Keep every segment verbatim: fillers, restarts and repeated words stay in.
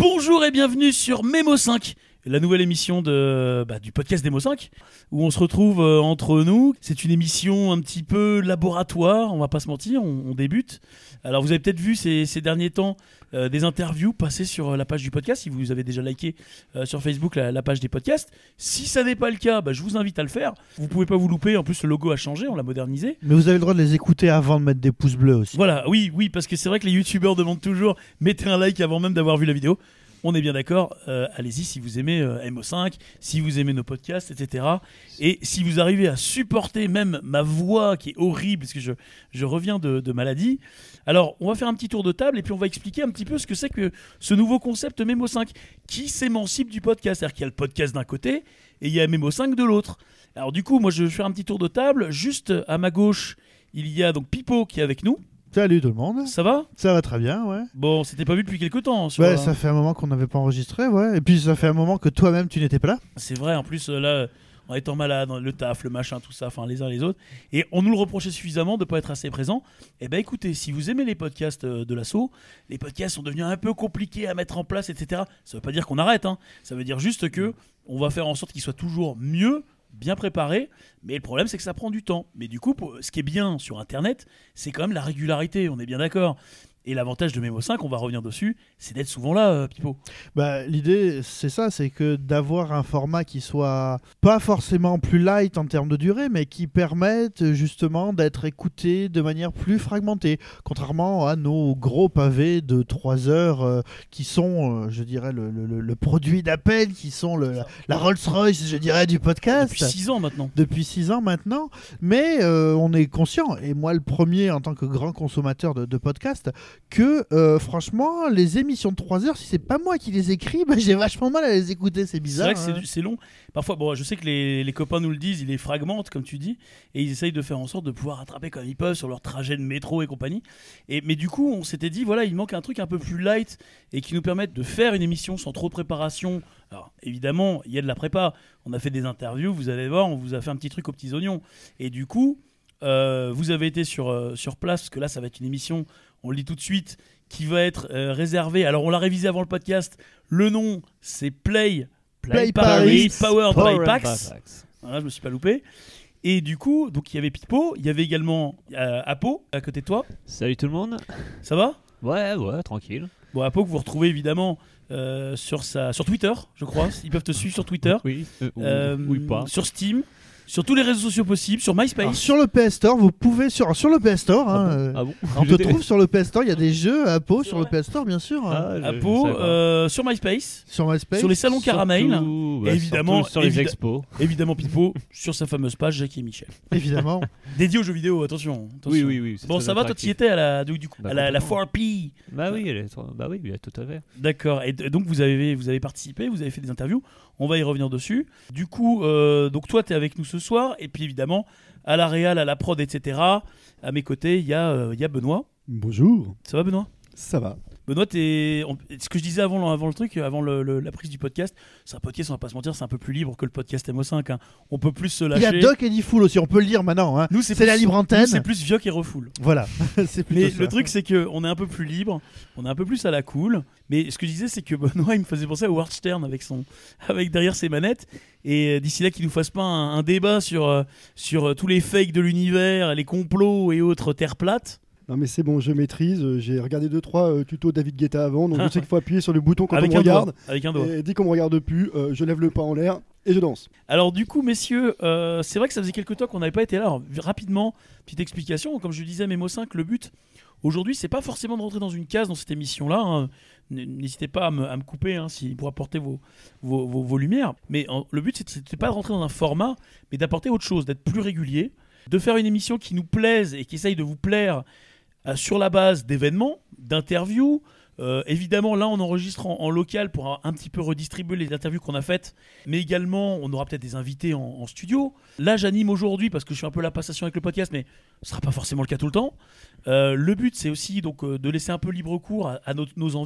Bonjour et bienvenue sur Mémo cinq, la nouvelle émission de, bah, du podcast Mémo cinq, où on se retrouve euh, entre nous. C'est une émission un petit peu laboratoire, on va pas se mentir, on, on débute. Alors vous avez peut-être vu ces, ces derniers temps euh, des interviews passer sur euh, la page du podcast, si vous avez déjà liké euh, sur Facebook la, la page des podcasts. Si ça n'est pas le cas, bah, je vous invite à le faire. Vous pouvez pas vous louper, en plus le logo a changé, on l'a modernisé. Mais vous avez le droit de les écouter avant de mettre des pouces bleus aussi. Voilà, oui, oui, parce que c'est vrai que les youtubeurs demandent toujours mettez un like avant même d'avoir vu la vidéo. On est bien d'accord, euh, allez-y si vous aimez euh, M O cinq, si vous aimez nos podcasts, et cetera. Et si vous arrivez à supporter même ma voix qui est horrible, parce que je, je reviens de, de maladie, alors on va faire un petit tour de table et puis on va expliquer un petit peu ce que c'est que ce nouveau concept Mémo cinq qui s'émancipe du podcast. C'est-à-dire qu'il y a le podcast d'un côté et il y a Mémo cinq de l'autre. Alors du coup, moi je vais faire un petit tour de table. Juste à ma gauche, il y a donc Pipo qui est avec nous. Salut tout le monde. Ça va ? Ça va très bien, ouais. Bon, on s'était pas vu depuis quelques temps. Sur, Ouais, euh... ça fait un moment qu'on n'avait pas enregistré, ouais. Et puis ça fait un moment que toi-même tu n'étais pas là. C'est vrai, en plus, euh, là, en étant malade, le taf, le machin, tout ça, enfin les uns les autres, et on nous le reprochait suffisamment de ne pas être assez présent. Eh ben écoutez, si vous aimez les podcasts euh, de l'assaut, les podcasts sont devenus un peu compliqués à mettre en place, et cetera. Ça veut pas dire qu'on arrête, hein. Ça veut dire juste que on va faire en sorte qu'ils soient toujours mieux, bien préparé, mais le problème c'est que ça prend du temps. Mais du coup, pour, ce qui est bien sur Internet, c'est quand même la régularité, on est bien d'accord. Et l'avantage de Mémo cinq, on va revenir dessus, c'est d'être souvent là, euh, Pipo. Bah, l'idée, c'est ça, c'est que d'avoir un format qui soit pas forcément plus light en termes de durée, mais qui permette justement d'être écouté de manière plus fragmentée, contrairement à nos gros pavés de trois heures euh, qui sont, euh, je dirais, le, le, le produit d'appel, qui sont le, la, la Rolls-Royce, je dirais, du podcast. Depuis six ans maintenant. Depuis six ans maintenant, mais euh, on est conscient, et moi le premier en tant que grand consommateur de, de podcasts, que euh, franchement les émissions de trois heures, si c'est pas moi qui les écris, bah, j'ai vachement mal à les écouter, c'est bizarre. C'est vrai que hein. c'est, c'est long. Parfois, bon, je sais que les, les copains nous le disent, ils les fragmentent comme tu dis, et ils essayent de faire en sorte de pouvoir rattraper comme ils peuvent sur leur trajet de métro et compagnie. Et, mais du coup, on s'était dit, voilà, il manque un truc un peu plus light et qui nous permette de faire une émission sans trop de préparation. Alors évidemment, il y a de la prépa. On a fait des interviews, vous allez voir, on vous a fait un petit truc aux petits oignons. Et du coup, euh, vous avez été sur, euh, sur place, parce que là, ça va être une émission, on le dit tout de suite, qui va être euh, réservée. Alors on l'a révisé avant le podcast. Le nom, c'est Play, Play, Play Paris, Paris, Powered Power by Pax. Pax. Voilà, je me suis pas loupé. Et du coup, donc il y avait Pipo, il y avait également euh, Apo à côté de toi. Salut tout le monde. Ça va ? Ouais, ouais, tranquille. Bon, Apo que vous retrouvez évidemment euh, sur sa, sur Twitter, je crois. Ils peuvent te suivre sur Twitter. Oui. Euh, ou, euh, oui, pas. Sur Steam. Sur tous les réseaux sociaux possibles, sur MySpace. Alors, sur le P S Store, vous pouvez sur sur le P S Store. Hein, ah bon, euh, ah bon on te trouve sur le P S Store. Il y a des jeux à Pau sur le P S Store, bien sûr. Ah, je, Apo euh, sur MySpace. Sur MySpace. Sur les salons Caramel. Surtout, bah, évidemment, sur les évi- expos. Évidemment, Pipo sur sa fameuse page Jackie et Michel. Évidemment. Dédié aux jeux vidéo, attention. attention. Oui, oui, oui. Bon, ça va, toi, tu y étais à la, du, du coup, bah, à la, la quatre P. Bah oui, elle est, bah oui, oui, tout à fait. D'accord. Et d- donc vous avez, vous avez participé, vous avez fait des interviews. On va y revenir dessus. Du coup, euh, donc toi, tu es avec nous ce soir. Et puis évidemment, à la réal, à la prod, et cetera. À mes côtés, il y, euh, y a Benoît. Bonjour. Ça va, Benoît ? Ça va. Benoît, t'es... on- ce que je disais avant, avant le truc, avant le, le- la prise du podcast, c'est un podcast, on va pas se mentir, c'est un peu plus libre que le podcast M O cinq. Hein. On peut plus se Il lâcher. y a Doc et Diffoul aussi, on peut le lire maintenant. Hein. Nous, c'est, c'est plus, la libre nous, antenne. c'est plus Vioc et Refoul. Voilà. c'est Mais ça. le truc, c'est qu'on est un peu plus libre, on est un peu plus à la cool. Mais ce que je disais, c'est que Benoît, il me faisait penser à Howard Stern avec, son... avec derrière ses manettes. Et d'ici là, qu'il nous fasse pas un, un débat sur, euh, sur euh, tous les fakes de l'univers, les complots et autres terres plates. Non mais c'est bon, je maîtrise. euh, J'ai regardé deux trois euh, tutos David Guetta avant, donc Ah. je sais qu'il faut appuyer sur le bouton quand avec on me un regarde. doigt. Avec un doigt. Et dès qu'on me regarde plus, euh, je lève le pas en l'air et je danse. Alors du coup, messieurs, euh, c'est vrai que ça faisait quelques temps qu'on n'avait pas été là. Alors, rapidement, petite explication. Comme je le disais à Mémo cinq, le but aujourd'hui, c'est pas forcément de rentrer dans une case dans cette émission-là. Hein. N'hésitez pas à me, à me couper hein, si, pour apporter vos, vos, vos, vos lumières. Mais en, le but, c'était pas de rentrer dans un format, mais d'apporter autre chose, d'être plus régulier, de faire une émission qui nous plaise et qui essaye de vous plaire euh, sur la base d'événements, d'interviews. Euh, évidemment, là, on enregistre en, en local pour un, un petit peu redistribuer les interviews qu'on a faites, mais également, on aura peut-être des invités en, en studio. Là, j'anime aujourd'hui parce que je suis un peu la passation avec le podcast, mais ce sera pas forcément le cas tout le temps. Euh, le but, c'est aussi donc euh, de laisser un peu libre cours à, à nos, nos envies.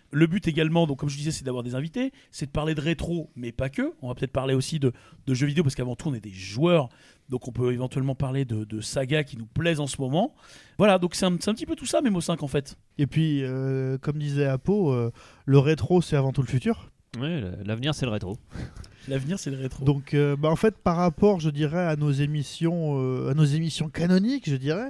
Le but également, donc comme je disais, c'est d'avoir des invités, c'est de parler de rétro, mais pas que. On va peut-être parler aussi de, de jeux vidéo, parce qu'avant tout, on est des joueurs. Donc on peut éventuellement parler de, de sagas qui nous plaisent en ce moment. Voilà, donc c'est un, c'est un petit peu tout ça, Memo cinq, en fait. Et puis, euh, comme disait Apo, euh, le rétro, c'est avant tout le futur. Ouais, l'avenir, c'est le rétro. L'avenir, c'est le rétro. Donc, euh, bah, en fait, par rapport, je dirais, à nos émissions, euh, à nos émissions canoniques, je dirais,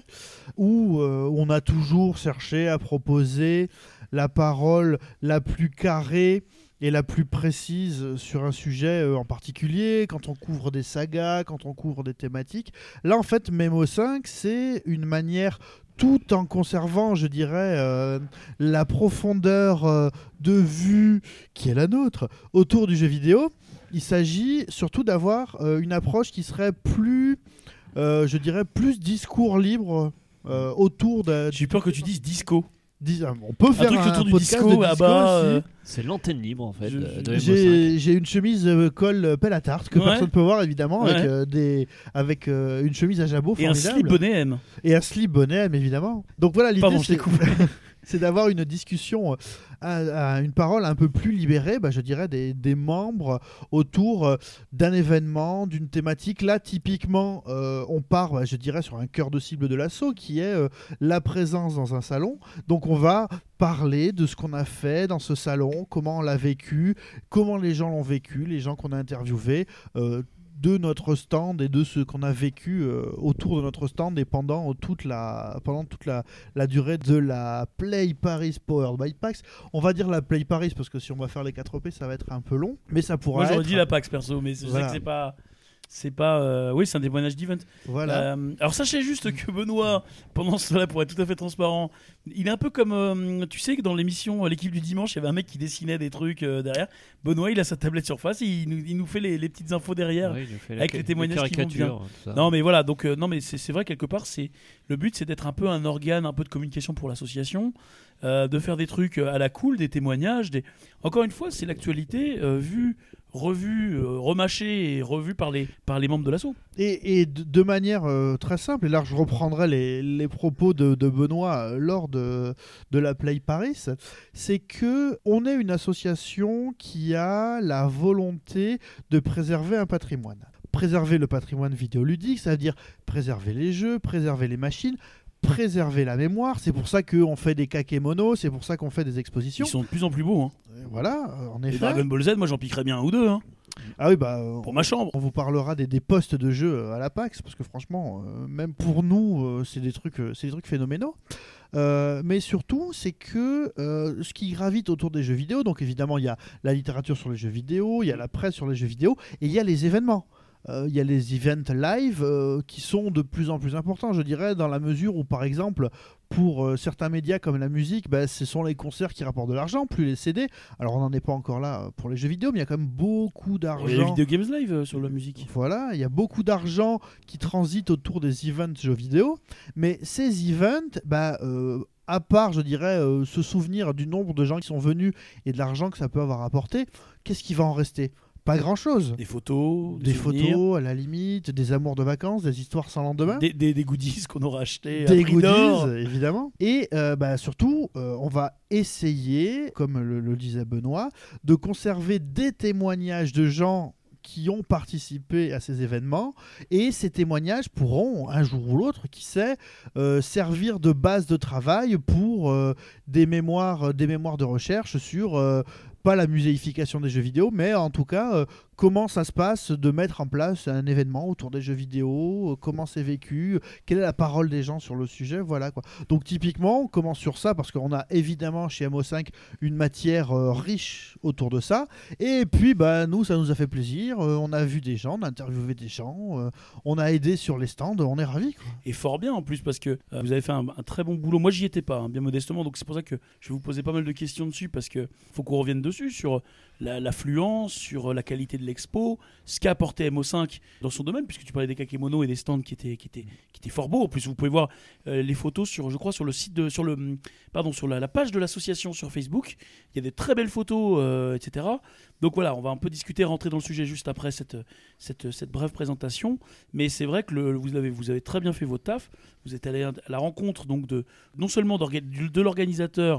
où euh, on a toujours cherché à proposer la parole la plus carrée et la plus précise sur un sujet euh, en particulier, quand on couvre des sagas, quand on couvre des thématiques. Là, en fait, Memo cinq, c'est une manière, tout en conservant, je dirais, euh, la profondeur euh, de vue qui est la nôtre autour du jeu vidéo. Il s'agit surtout d'avoir euh, une approche qui serait plus, euh, je dirais, plus discours libre euh, autour de... J'ai eu peur que tu dises disco. Dis- On peut faire truc un, autour du podcast disco, de ah disco bah, aussi. euh, C'est l'antenne libre en fait Je- de, de M O cinq. J'ai j'ai une chemise euh, col pelle à tarte que Ouais. personne ne peut voir évidemment, avec, Ouais. euh, des, avec euh, une chemise à jabot Et un formidable. slip bonnet M. Et un slip bonnet M, évidemment. Donc voilà, l'idée Pardon, je t'ai c'est coupé. c'est d'avoir une discussion, euh, à, à une parole un peu plus libérée, bah, je dirais, des, des membres autour euh, d'un événement, d'une thématique. Là, typiquement, euh, on part, bah, je dirais, sur un cœur de cible de l'assaut qui est euh, la présence dans un salon. Donc on va parler de ce qu'on a fait dans ce salon, comment on l'a vécu, comment les gens l'ont vécu, les gens qu'on a interviewés, euh, de notre stand et de ce qu'on a vécu euh, autour de notre stand et pendant toute la, pendant toute la, la durée de la Play Paris Powered by PAX. On va dire la Play Paris parce que si on va faire les quatre P, ça va être un peu long, mais ça pourra Moi, j'aurais être... dit la PAX perso, mais je Voilà. sais que c'est pas. C'est pas. euh, Oui, c'est un témoignage d'event. Voilà. Euh, alors sachez juste que Benoît, pendant cela, pour être tout à fait transparent, il est un peu comme, euh, tu sais que dans l'émission euh, L'équipe du dimanche, il y avait un mec qui dessinait des trucs euh, derrière. Benoît, il a sa tablette surface, il nous, il nous fait les, les petites infos derrière. Ouais, il nous fait la avec ca- les témoignages qui vont bien. caricatures, tout ça. Non mais voilà, donc euh, non mais c'est c'est vrai quelque part, c'est le but, c'est d'être un peu un organe, un peu de communication pour l'association, euh, de faire des trucs à la cool, des témoignages, des. Encore une fois, c'est l'actualité euh, vue, revue, euh, remâchée et revue par les par les membres de l'asso. Et, et de, de manière euh, très simple, et là je reprendrai les, les propos de, de Benoît euh, lors de, de la Play Paris, c'est que on est une association qui a la volonté de préserver un patrimoine. Préserver le patrimoine vidéoludique, ça veut dire préserver les jeux, préserver les machines, préserver la mémoire. C'est pour ça qu'on fait des kakémonos, c'est pour ça qu'on fait des expositions. Ils sont de plus en plus beaux. Hein. Euh, Voilà, euh, en Les effet. Dragon Ball Z, moi j'en piquerais bien un ou deux hein, Ah oui, bah, euh, pour ma chambre. on vous parlera des, des postes de jeu euh, à la PAX, parce que franchement, euh, même pour nous, euh, c'est des trucs, euh, c'est des trucs phénoménaux. Euh, mais surtout, c'est que euh, ce qui gravite autour des jeux vidéo, donc évidemment, il y a la littérature sur les jeux vidéo, il y a la presse sur les jeux vidéo, et il y a les événements. Euh, Il y a les events live euh, qui sont de plus en plus importants, je dirais, dans la mesure où, par exemple, pour euh, certains médias comme la musique, bah, ce sont les concerts qui rapportent de l'argent, plus les C D. Alors, on n'en est pas encore là euh, pour les jeux vidéo, mais il y a quand même beaucoup Il y a les d'argent. Video Games Live euh, sur la musique. Voilà, il y a beaucoup d'argent qui transite autour des events jeux vidéo, mais ces events, bah, euh, à part, je dirais, euh, se souvenir du nombre de gens qui sont venus et de l'argent que ça peut avoir apporté, qu'est-ce qui va en rester ? Pas grand-chose. Des photos, des, Des souvenirs, photos, à la limite, des amours de vacances, des histoires sans lendemain. des, des, des goodies qu'on aura achetés à Des prix d'or. goodies, évidemment. Et euh, bah, surtout, euh, on va essayer, comme le, le disait Benoît, de conserver des témoignages de gens qui ont participé à ces événements, et ces témoignages pourront, un jour ou l'autre, qui sait, euh, servir de base de travail pour euh, des, mémoires, des mémoires de recherche sur... euh, pas la muséification des jeux vidéo, mais en tout cas, euh, comment ça se passe de mettre en place un événement autour des jeux vidéo, euh, comment c'est vécu, euh, quelle est la parole des gens sur le sujet, voilà quoi. Donc typiquement, on commence sur ça parce qu'on a évidemment chez M O cinq une matière euh, riche autour de ça, et puis bah nous, ça nous a fait plaisir, euh, on a vu des gens, on a interviewé des gens, euh, on a aidé sur les stands, on est ravis quoi. Et fort bien en plus parce que euh, vous avez fait un, un très bon boulot. Moi j'y étais pas, hein, bien modestement, donc c'est pour ça que je vais vous poser pas mal de questions dessus parce que faut qu'on revienne dessus sur la- l'affluence, sur la qualité de l'expo, ce qu'a apporté M O cinq dans son domaine, puisque tu parlais des kakémonos et des stands qui étaient, qui étaient, qui étaient fort beaux. En plus, vous pouvez voir euh, les photos sur, je crois, sur le site de, sur le, pardon, sur la, la page de l'association sur Facebook. Il y a des très belles photos, euh, et cetera. Donc voilà, on va un peu discuter, rentrer dans le sujet juste après cette, cette, cette brève présentation. Mais c'est vrai que le, vous, avez, vous avez très bien fait votre taf. Vous êtes allé à la rencontre donc de non seulement d'orga- de l'organisateur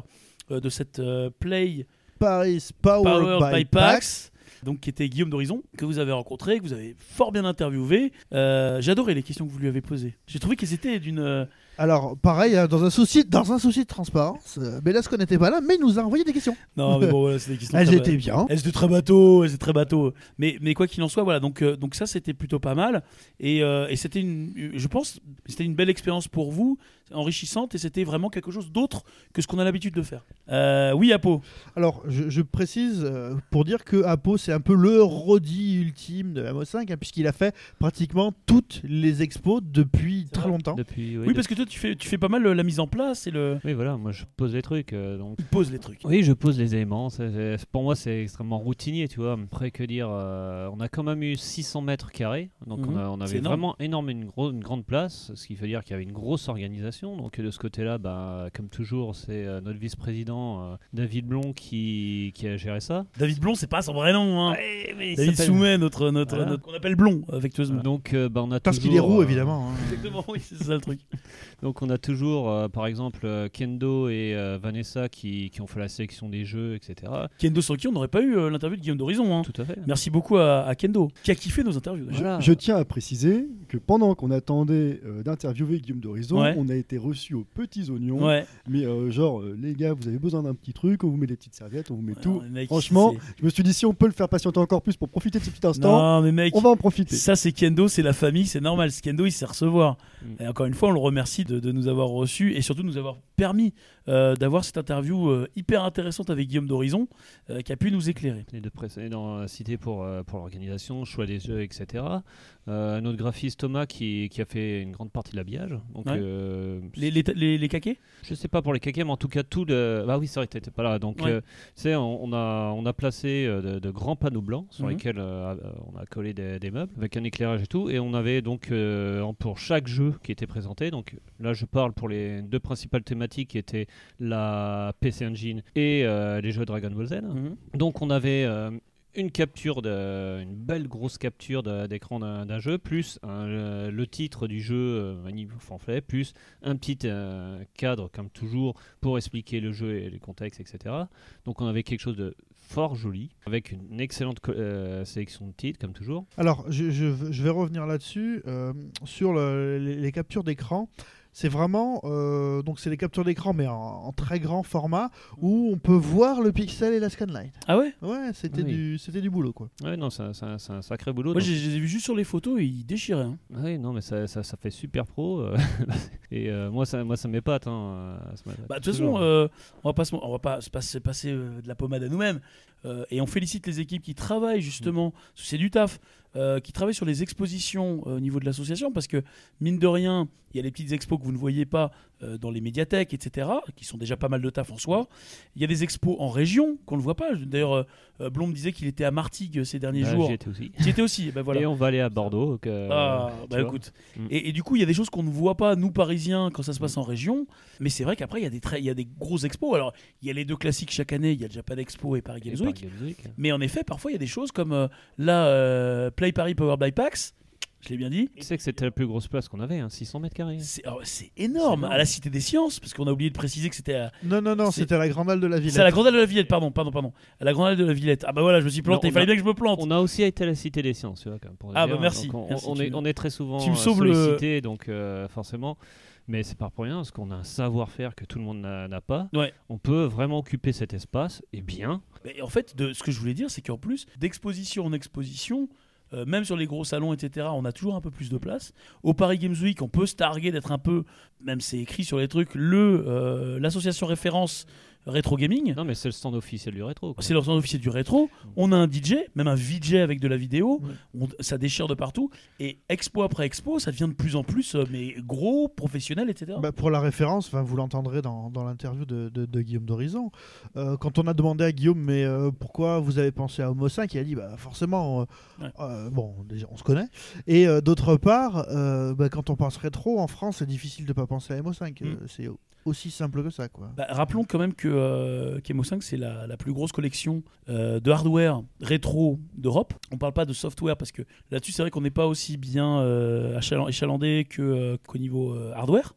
euh, de cette euh, Play Paris Powered, Powered by, by PAX. PAX, donc qui était Guillaume d'Horizon, que vous avez rencontré, que vous avez fort bien interviewé. Euh, J'adorais les questions que vous lui avez posées. J'ai trouvé qu'elles étaient d'une... euh, Alors, pareil, hein, dans un souci, dans un souci de transparence, euh, Bélasco n'était pas là, mais il nous a envoyé des questions. Non, mais bon, voilà, c'est des questions Elles très- étaient bien. Elles étaient très bateau, elles étaient très bateau. Mais, mais quoi qu'il en soit, voilà. Donc, euh, donc ça, c'était plutôt pas mal. Et, euh, et c'était une, je pense, c'était une belle expérience pour vous, enrichissante, et c'était vraiment quelque chose d'autre que ce qu'on a l'habitude de faire. Euh, oui, Apo. Alors, je, je précise euh, pour dire que Apo, c'est un peu le Roddy ultime de M O cinq, hein, puisqu'il a fait pratiquement toutes les expos depuis C'est très vrai. longtemps. Depuis, Oui, parce que toi, tu fais, tu fais pas mal euh, la mise en place et le. Oui, voilà, moi je pose les trucs. euh, donc... Tu poses les trucs. Oui, je pose les éléments. c'est- c'est- pour moi, c'est extrêmement routinier, tu vois. Après, que dire euh, on a quand même eu six cents mètres carrés. Donc, Mhm. on, a- on C'est avait énorme. vraiment énorme, une, gros- une grande place. Ce qui veut dire qu'il y avait une grosse organisation. Donc, de ce côté-là, bah, comme toujours, c'est euh, notre vice-président, euh, David Blond, qui, qui a géré ça. David Blond, c'est pas son vrai nom. Hein. Ouais, mais il David s'appelle- Soumet, notre, notre, Voilà. notre- qu'on appelle Blond, affectueusement. Donc, euh, bah, on a Parce toujours, qu'il est roux, euh, évidemment. hein. Exactement, oui, c'est ça le truc. Donc on a toujours, euh, par exemple, euh, Kendo et euh, Vanessa qui, qui ont fait la sélection des jeux, et cetera. Kendo sans qui on n'aurait pas eu euh, l'interview de Guillaume d'Horizon. Hein. Tout à fait. Merci beaucoup à, à Kendo, qui a kiffé nos interviews. d'ailleurs. Voilà. Je tiens à préciser que pendant qu'on attendait euh, d'interviewer Guillaume d'Horizon, Ouais. on a été reçus aux petits oignons. Ouais. Mais euh, genre, euh, les gars, vous avez besoin d'un petit truc, on vous met des petites serviettes, on vous met Ouais, tout. les mecs, Franchement, c'est- je me suis dit, si on peut le faire patienter encore plus pour profiter de ce petit instant, non, mais mec, on va en profiter. ça c'est Kendo, c'est la famille, c'est normal. Ce Kendo, il sait recevoir. Mm. Et encore une fois, on le remercie de, de nous avoir reçus et surtout de nous avoir permis euh, d'avoir cette interview euh, hyper intéressante avec Guillaume d'Horizon, euh, qui a pu nous éclairer. Les deux précédents euh, cités pour, euh, pour l'organisation, choix des jeux, et cetera. Euh, notre graphiste Thomas qui, qui a fait une grande partie de l'habillage. Donc, Ouais. euh, Les, les, les, les caquets je sais pas pour les caquets, mais en tout cas tout le. Bah oui, c'est vrai, t'étais pas là. Donc, Ouais. euh, tu sais, on, on a on a placé euh, de, de grands panneaux blancs sur Mhm. lesquels euh, euh, on a collé des, des meubles avec un éclairage et tout, et on avait donc euh, en- pour chaque jeu qui était présenté. Donc là, je parle pour les deux principales thématiques qui étaient la P C Engine et euh, les jeux Dragon Ball Z. Mhm. Donc on avait euh, une capture, de, une belle grosse capture de- d'écran d'un d'un jeu, plus un, euh, le titre du jeu, euh, magnifique pamphlet, plus un petit euh, cadre, comme toujours, pour expliquer le jeu et les contextes, et cetera. Donc on avait quelque chose de fort joli, avec une excellente co- euh, sélection de titres, comme toujours. Alors, je, je- je vais revenir là-dessus. euh, sur le- les, les captures d'écran, c'est vraiment. euh, donc, c'est les captures d'écran, mais en, en très grand format, où on peut voir le pixel et la scanline. Ah ouais. Ouais, c'était Oui. du, c'était du boulot, quoi. Ouais, non, c'est un, c'est un- c'est un sacré boulot. Moi, donc- je je les ai vus juste sur les photos et ils déchiraient. Hein. Oui, non, mais ça, ça, ça fait super pro. euh, et euh, moi, ça, moi, ça m'épate. Hein, euh, ça m'épate Bah, de toute façon, toujours. euh, on va pas se, on va pas se passer, passer, euh, de la pommade à nous-mêmes. Euh, et on félicite les équipes qui travaillent justement, parce que c'est du taf, euh, qui travaillent sur les expositions euh, au niveau de l'association, parce que mine de rien, il y a les petites expos que vous ne voyez pas euh, dans les médiathèques, et cetera, qui sont déjà pas mal de taf en soi. Il y a des expos en région qu'on ne voit pas. D'ailleurs, euh, euh, Blond me disait qu'il était à Martigues ces derniers Bah, jours. j'y étais aussi. J'y étais aussi. Ben voilà. Et on va aller à Bordeaux. donc, euh, Ah, tu bah vois. écoute. Mm. Et, et du coup, il y a des choses qu'on ne voit pas, nous Parisiens, quand ça se passe en région. Mais c'est vrai qu'après, il y a des très, il y a des grosses expos. Alors, il y a les deux classiques chaque année. Il y a le Japan Expo et Paris Et Games par Week. Games Week. Mais en effet, parfois, il y a des choses comme euh, là, euh, Play Paris Powered by PAX. Je l'ai bien dit. Tu sais que c'était la plus grosse place qu'on avait, hein, six cents mètres carrés. C'est alors, c'est C'est énorme. énorme. À la Cité des Sciences, parce qu'on a oublié de préciser que c'était à, Non, non, non, C'est- c'était à la Grande Halle de la Villette. c'est à la Grande Halle de la Villette. Pardon, pardon, pardon. À la Grande Halle de la Villette. Ah bah voilà, je me suis planté. Non, Il on fallait a- bien que je me plante. On a aussi été à la Cité des Sciences, tu vois, quand même, pour Ah dire. bah merci, Donc on, merci, on tu est, me- on est très souvent tu me euh, sauves le- sollicité, donc euh, forcément. Mais c'est pas pour rien, parce qu'on a un savoir-faire que tout le monde n'a n'a pas. Ouais. On peut vraiment occuper cet espace, et bien. Mais en fait, de, ce que je voulais dire, c'est qu'en plus, d'exposition en exposition, euh, même sur les gros salons, et cetera, on a toujours un peu plus de place. Au Paris Games Week, on peut se targuer d'être un peu, même c'est écrit sur les trucs, le euh, l'association référence rétro gaming. Non, mais c'est le stand officiel du rétro. quoi. C'est leur stand officiel du rétro. On a un D J, même un V J avec de la vidéo. On- ça déchire de partout. Et expo après expo, ça devient de plus en plus euh, mais gros, professionnel, et cetera. Bah, pour la référence, enfin, vous l'entendrez dans, dans l'interview de, de- de Guillaume d'Horizon. Euh, quand on a demandé à Guillaume, mais euh, pourquoi vous avez pensé à Homo cinq, il a dit bah, forcément, euh, Ouais. euh, bon, déjà, on se connaît. Et euh, d'autre part, euh, bah, quand on pense rétro en France, c'est difficile de ne pas penser à Homo cinq. Mm. Euh, c'est aussi simple que ça, quoi. Bah, rappelons quand même que euh, qu'Emo cinq, c'est la, la plus grosse collection euh, de hardware rétro d'Europe. On parle pas de software parce que là-dessus, c'est vrai qu'on n'est pas aussi bien euh, achaland- échalandé que, euh, qu'au niveau euh, hardware.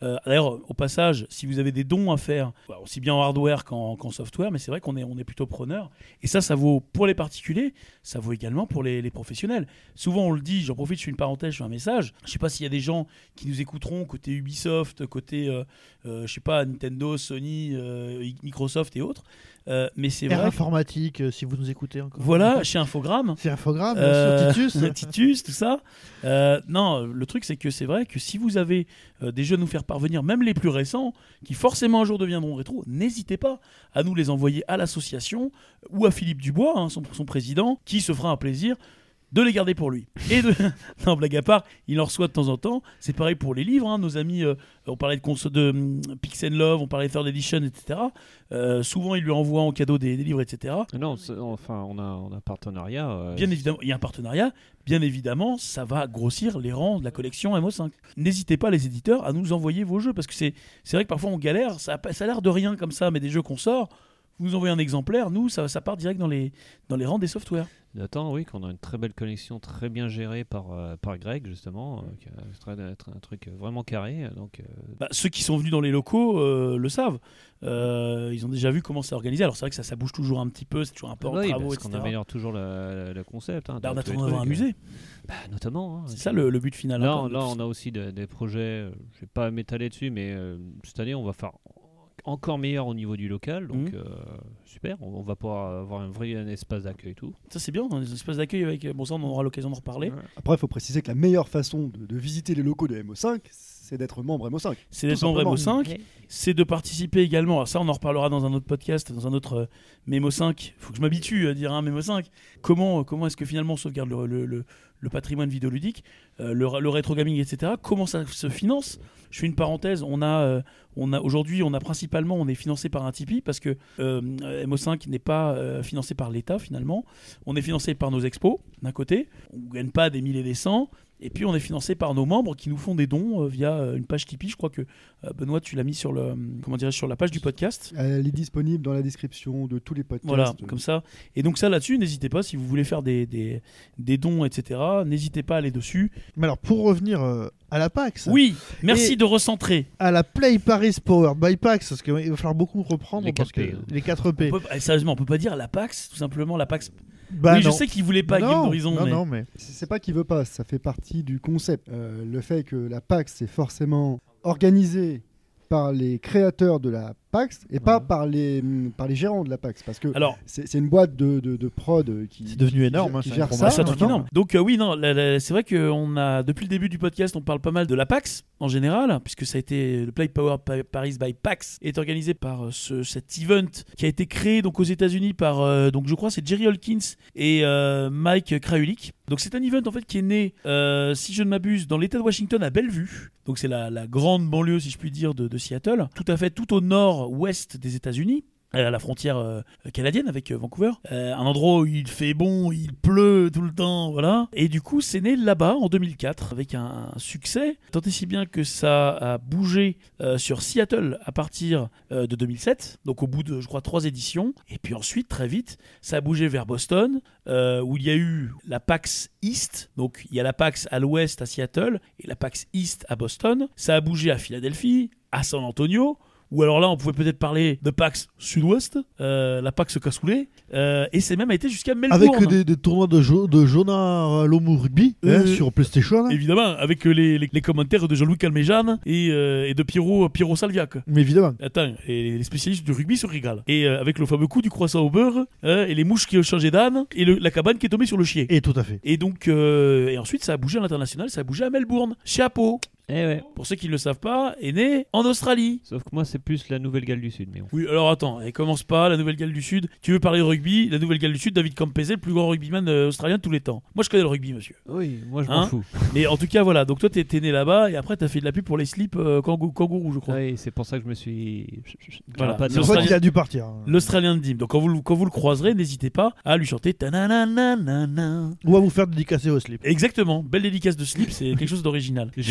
Euh, d'ailleurs, au passage, si vous avez des dons à faire, bah, aussi bien en hardware qu'en, qu'en software, mais c'est vrai qu'on est, on est plutôt preneur. Et ça, ça vaut pour les particuliers, ça vaut également pour les, les professionnels. Souvent, on le dit, j'en profite, je fais une parenthèse, je fais un message. Je sais pas s'il y a des gens qui nous écouteront côté Ubisoft, côté, euh, euh, je sais pas, Nintendo, Sony, euh, Microsoft et autres. Euh, mais c'est Air vrai. Informatique, euh, si vous nous écoutez encore. Voilà, chez Infogrames. C'est Infogrames, Euh, sur Titus. Titus, tout ça. Euh, non, le truc, c'est que c'est vrai que si vous avez euh, des jeux à nous faire parvenir, même les plus récents, qui forcément un jour deviendront rétro, n'hésitez pas à nous les envoyer à l'association ou à Philippe Dubois, hein, son, son président, qui se fera un plaisir de les garder pour lui. Et de... non, blague à part, il en reçoit de temps en temps. C'est pareil pour les livres. Hein. Nos amis, euh, on parlait de, cons- de um, Pix and Love, on parlait de Third Edition, et cetera. Euh, souvent, il lui envoie en cadeau des, des livres, et cetera. Non, c'est- enfin, on a, on a un partenariat. euh, Bien évidemment, il y a un partenariat. Bien évidemment, ça va grossir les rangs de la collection M O cinq. N'hésitez pas, les éditeurs, à nous envoyer vos jeux. Parce que c'est, c'est vrai que parfois, on galère. Ça a, ça a l'air de rien comme ça, mais des jeux qu'on sort, vous nous envoyez un exemplaire, nous, ça, ça part direct dans les, dans les rangs des softwares. D'attendre, oui, qu'on a une très belle collection, très bien gérée par, euh, par Greg, justement, euh, qui a très- être un truc vraiment carré. Donc, euh, Bah, ceux qui sont venus dans les locaux euh, le savent. Euh, ils ont déjà vu comment c'est organisé. Alors c'est vrai que ça, ça bouge toujours un petit peu, c'est toujours un peu en oui, travaux, parce et cetera. qu'on améliore toujours le, le- le concept. Hein, Bah, on dans a tous les attend d'avoir un trucs, musée. euh, bah, notamment. hein. C'est ça le, le but final. Là, hein, on- quand là, même. on a aussi de- des projets, euh, je vais pas m'étaler dessus, mais euh, cette année, on va faire encore meilleur au niveau du local. Donc, Mhm. euh, super, on, on va pouvoir avoir un vrai un espace d'accueil et tout. Ça c'est bien, un espace d'accueil avec. Bon, ça on aura l'occasion d'en reparler. Ouais. Après, il faut préciser que la meilleure façon de, de visiter les locaux de M O cinq, c'est d'être membre M O cinq. C'est Tout d'être membre M O simplement. cinq, c'est de participer également. Alors ça, on en reparlera dans un autre podcast, dans un autre euh, Memo cinq. Il faut que je m'habitue à dire un Memo cinq. Comment, comment est-ce que finalement on sauvegarde le, le, le, le patrimoine vidéoludique, euh, le, le rétro gaming, et cetera. Comment ça se finance? Je fais une parenthèse. On a, euh, on a aujourd'hui, on a principalement, on est financé par un Tipeee parce que euh, M O cinq n'est pas euh, financé par l'État finalement. On est financé par nos expos d'un côté. On ne gagne pas des mille et des cents. Et puis on est financé par nos membres qui nous font des dons euh, via euh, une page Tipeee. Je crois que euh, Benoît, tu l'as mis sur le, comment dirais-je, sur la page du podcast. Elle est disponible dans la description de tous les podcasts. Voilà, comme ça. Et donc ça là-dessus, n'hésitez pas si vous voulez faire des, des, des dons, et cetera. N'hésitez pas à aller dessus. Mais alors, pour revenir euh, à la PAX, Oui, merci Et- de recentrer. à la Play Paris Powered by PAX, parce qu'il va falloir beaucoup reprendre Les parce quatre P, que hein. les quatre P. On peut- eh, sérieusement, on peut pas dire la PAX, tout simplement la PAX. Bah, oui, je non. sais qu'il voulait pas non, Game d'Horizon, non, mais non, mais C'est c'est pas qu'il veut pas, ça fait partie du concept. Euh, le fait que la PAX est forcément organisée par les créateurs de la PAX et pas Ouais. par les, mm, par les gérants de la PAX. Parce que alors. c'est c'est une boîte de, de, de prod euh, qui. c'est devenu qui énorme. gère- hein, qui c'est gère un ça, Ah, c'est un truc maintenant. énorme. Donc euh, oui, non, la- la- c'est vrai qu'on a depuis le début du podcast, on parle pas mal de la PAX en général, puisque ça a été le Play Power Pa- Paris by PAX est organisé par euh, ce, cet event qui a été créé donc aux États-Unis par euh, donc je crois c'est Jerry Holkins et euh, Mike Krahulik. Donc c'est un event en fait qui est né, euh, si je ne m'abuse, dans l'État de Washington à Bellevue. Donc c'est la, la grande banlieue, si je puis dire, de, de Seattle, tout à fait tout au nord-ouest des États-Unis, à la frontière euh, canadienne avec euh, Vancouver. Euh, un endroit où il fait bon, il pleut tout le temps, voilà. Et du coup, c'est né là-bas en deux mille quatre avec un, un succès, tant et si bien que ça a bougé euh, sur Seattle à partir euh, de deux mille sept, donc au bout de, je crois, trois éditions. Et puis ensuite, très vite, ça a bougé vers Boston, euh, où il y a eu la PAX East. Donc il y a la PAX à l'ouest à Seattle et la PAX East à Boston. Ça a bougé à Philadelphie, à San Antonio. Ou alors là, on pouvait peut-être parler de PAX Sud-Ouest, euh, la PAX Cassoulet, euh, et c'est même été jusqu'à Melbourne. avec des, des tournois de, jo de Jonah Lomu Rugby hein, Euh, sur PlayStation. hein. Évidemment, avec les, les, les commentaires de Jean-Louis Calmejane et, euh, et de Pierrot, Pierrot Salviac. Mais évidemment. Attends, et les spécialistes du rugby se régalent. Et euh, avec le fameux coup du croissant au beurre, hein, et les mouches qui ont changé d'âne, et le- la cabane qui est tombée sur le chier. Et tout à fait. Et donc, euh, et ensuite, ça a bougé à l'international, ça a bougé à Melbourne. Chapeau, Eh ouais. pour ceux qui ne le savent pas, est né en Australie. Sauf que moi, c'est plus la Nouvelle-Galles du Sud. Mais bon. Oui, alors attends, elle commence pas, la Nouvelle-Galles du Sud. Tu veux parler de rugby, la Nouvelle-Galles du Sud, David Campese, le plus grand rugbyman euh, australien de tous les temps. Moi, je connais le rugby, monsieur. Oui, moi, je Hein m'en fous. Mais en tout cas, voilà. Donc toi, t'es t'es né là-bas et après, t'as fait de la pub pour les slips euh, kangou- kangourous, je crois. Oui, c'est pour ça que je me suis. Voilà. J'aurais pas de C'est pour L'Australien- ça qu'il a dû partir. hein. L'Australien de Dim. Donc quand vous, le- quand vous le croiserez, n'hésitez pas à lui chanter ta-na-na-na-na-na. Ou à vous faire dédicacer au slip. Exactement. Belle dédicace de slip, c'est quelque chose d'original. J'ai Je- toujours un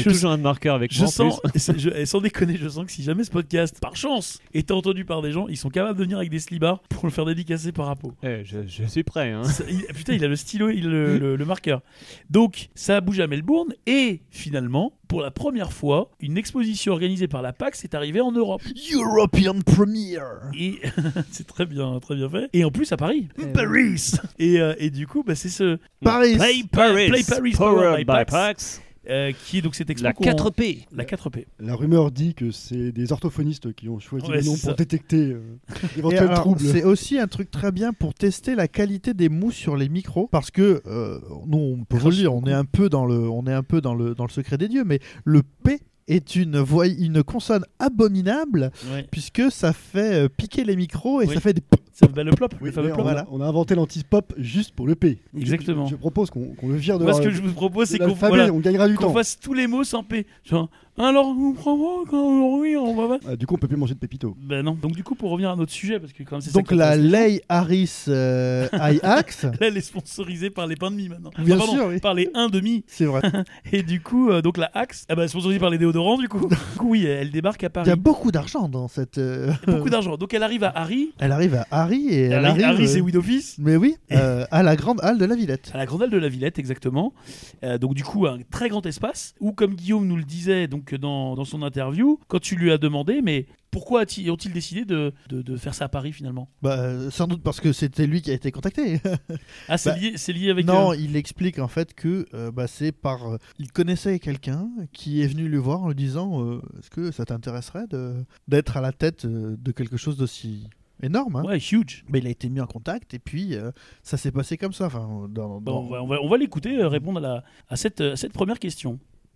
marqueur avec Je moi en sens, plus. et c'est- je- et sans déconner, je sens que si jamais ce podcast, par chance, est entendu par des gens, ils sont capables de venir avec des slibards pour le faire dédicacer par Apo. Eh, je, je suis prêt. Hein. Ça- il- putain, il a le stylo, il a le, le- le marqueur. Donc, ça a bougé à Melbourne et finalement, pour la première fois, une exposition organisée par la PAX est arrivée en Europe. European Premiere. Et c'est très bien, très bien fait. Et en plus à Paris. Eh oui. Paris. Et, euh, et du coup, bah, c'est ce Paris. Play Paris, Play Paris Powered by PAX, Pax. euh, qui est donc cette expo La qu'on- quatre P. La quatre P. La rumeur dit que c'est des orthophonistes qui ont choisi Ouais, le nom c'est pour ça. détecter euh, Et d'éventuels alors, troubles. c'est aussi un truc très bien pour tester la qualité des mousses sur les micros, parce que euh, nous, on peut vous le dire, on est un peu dans le, on est un peu dans le, dans le secret des dieux, mais le P est une voix, une consonne abominable, Ouais. puisque ça fait euh, piquer les micros et Oui. ça fait des p- Ça bah, le plop, Oui, le fameux mais on, plop. a, on a inventé l'anti-pop juste pour le P. Donc, Exactement. Je, je propose qu'on qu'on le vire de Moi, ce leur- que je vous propose, de c'est qu'on l'alphabet, voilà, on gagnera du qu'on temps. fasse tous les mots sans P. Genre, alors, on prend moi quand oui, on va. Ah, du coup, on peut plus manger de pépito. Ben non. Donc, du coup, pour revenir à notre sujet, parce que quand même, c'est ça Donc qui la intéresse les gens. Lei Harris euh, I-Axe, Là, elle est sponsorisée par les pains de mie maintenant. Bien Pardon, sûr, oui. par les un de mie. c'est vrai. Et du coup, euh, donc la Axe, ah bah, sponsorisée par les déodorants, du coup. Du coup, oui, elle débarque à Il Paris. y a beaucoup d'argent dans cette. euh, Beaucoup d'argent. Donc, elle arrive à Harry. Elle arrive à Harry et elle, Elle arrive. Harry, c'est euh, Widowfist. Mais oui, euh, à la grande halle de la Villette. À la Grande Halle de la Villette, exactement. Euh, donc, du coup, un très grand espace où, comme Guillaume nous le disait donc, dans, dans son interview, quand tu lui as demandé, mais pourquoi a-t-il- ont-ils décidé de, de, de faire ça à Paris finalement? Bah, euh, sans doute parce que c'était lui qui a été contacté. Ah, c'est Bah, lié, c'est lié avec. non, euh, il explique en fait que euh, bah, c'est par. euh, il connaissait quelqu'un qui est venu le voir en lui disant euh, est-ce que ça t'intéresserait de, d'être à la tête euh, de quelque chose d'aussi énorme hein. Ouais, huge. Mais il a été mis en contact et puis euh, ça s'est passé comme ça. Enfin, dans, Bon, dans- on va, on va, on va l'écouter euh, répondre à, la, à, cette, à cette première question.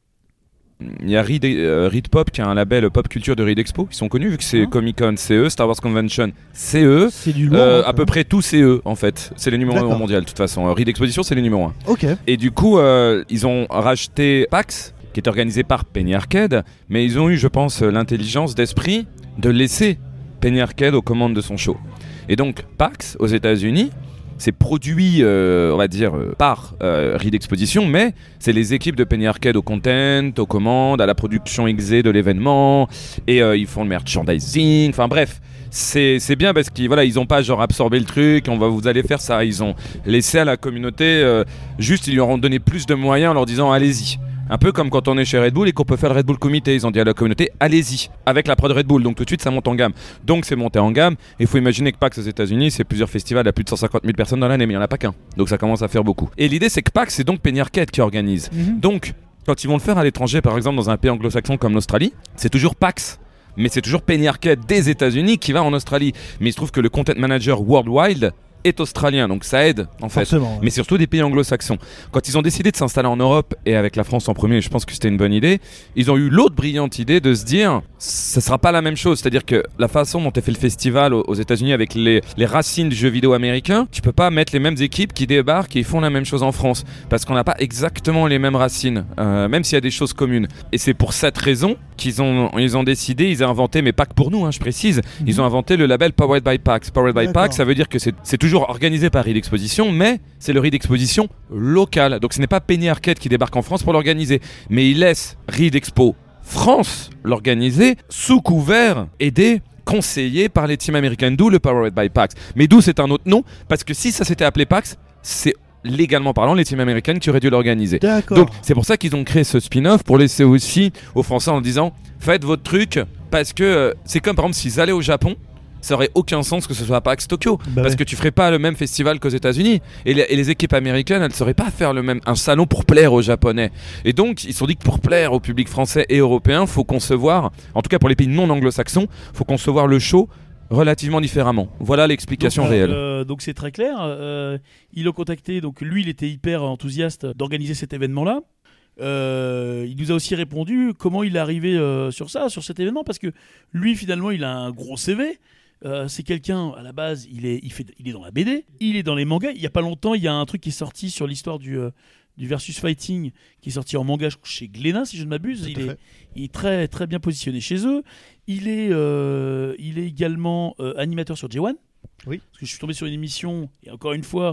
Il y a Reed, euh, Reed Pop qui a un label pop culture de Reed Expo. Ils sont connus vu que c'est Hein Comic Con, c'est eux, Star Wars Convention, c'est eux. C'est du lourd. Euh, hein, à peu quoi. près tous c'est eux en fait. C'est les numéros un D'accord. mondial de toute façon. Euh, Reed Exposition c'est les numéros un. Ok. Et du coup, euh, ils ont racheté PAX, qui est organisé par Penny Arcade, mais ils ont eu, je pense, l'intelligence d'esprit de laisser Penny Arcade aux commandes de son show. Et donc, PAX, aux États-Unis, c'est produit, euh, on va dire, euh, par euh, Reed Exposition, mais c'est les équipes de Penny Arcade au content, aux commandes, à la production X Z de l'événement, et euh, ils font le merchandising, enfin bref. C'est c'est bien parce qu'ils voilà, ils ont pas genre absorbé le truc, on va vous allez faire ça. Ils ont laissé à la communauté, euh, juste ils lui ont donné plus de moyens en leur disant allez-y. Un peu comme quand on est chez Red Bull et qu'on peut faire le Red Bull Comité. Ils ont dit à la communauté allez-y, avec la prod Red Bull. Donc tout de suite ça monte en gamme. Donc c'est monté en gamme. Et il faut imaginer que PAX aux États-Unis, c'est plusieurs festivals à plus de cent cinquante mille personnes dans l'année, mais il n'y en a pas qu'un. Donc ça commence à faire beaucoup. Et l'idée c'est que PAX, c'est donc Penny Arcade qui organise. Mhm. Donc quand ils vont le faire à l'étranger, par exemple dans un pays anglo-saxon comme l'Australie, c'est toujours PAX. Mais c'est toujours Penny Arcade des États-Unis qui va en Australie. Mais il se trouve que le content manager Worldwide est australien, donc ça aide en fait. Forcément. ouais. Mais surtout des pays anglo-saxons. Quand ils ont décidé de s'installer en Europe et avec la France en premier, je pense que c'était une bonne idée, ils ont eu l'autre brillante idée de se dire ça sera pas la même chose. C'est-à-dire que la façon dont est fait le festival aux aux États-Unis avec les, les racines du jeu vidéo américain, tu peux pas mettre les mêmes équipes qui débarquent et font la même chose en France parce qu'on n'a pas exactement les mêmes racines, euh, même s'il y a des choses communes. Et c'est pour cette raison qu'ils ont, ils ont décidé, ils ont inventé, mais pas que pour nous, hein, je précise, ils ont inventé le label Powered by PAX. Powered by D'accord. PAX, ça veut dire que c'est c'est toujours organisé par Reed Exposition, mais c'est le Reed Exposition local. Donc ce n'est pas Penny Arcade qui débarque en France pour l'organiser, mais il laisse Reed Expo France l'organiser sous couvert aidé conseillé par les teams américaines, d'où le Powered by PAX. Mais d'où c'est un autre nom, parce que si ça s'était appelé PAX, c'est légalement parlant les teams américaines qui auraient dû l'organiser. D'accord. Donc c'est pour ça qu'ils ont créé ce spin-off pour laisser aussi aux Français en disant faites votre truc, parce que euh, c'est comme par exemple s'ils allaient au Japon, ça aurait aucun sens que ce soit PAX Tokyo, Bah parce ouais. que tu ferais pas le même festival qu'aux États-Unis, et les, et les équipes américaines elles sauraient pas faire le même un salon pour plaire aux Japonais. Et donc ils se sont dit que pour plaire au public français et européen, faut concevoir, en tout cas pour les pays non anglo-saxons, faut concevoir le show relativement différemment. Voilà l'explication donc, réelle. euh, donc c'est très clair. Euh, ils l'ont contacté, donc lui il était hyper enthousiaste d'organiser cet événement-là. Euh, il nous a aussi répondu comment il est arrivé euh, sur ça, sur cet événement, parce que lui finalement il a un gros C V. Euh, c'est quelqu'un à la base, il est, il fait, il est dans la B D, il est dans les mangas. Il y a pas longtemps, il y a un truc qui est sorti sur l'histoire du euh, du versus fighting qui est sorti en manga chez Glénat si je ne m'abuse. Tout Il à est, fait. il est très très bien positionné chez eux. Il est, euh, il est également euh, animateur sur J un. Oui. Parce que je suis tombé sur une émission et encore une fois.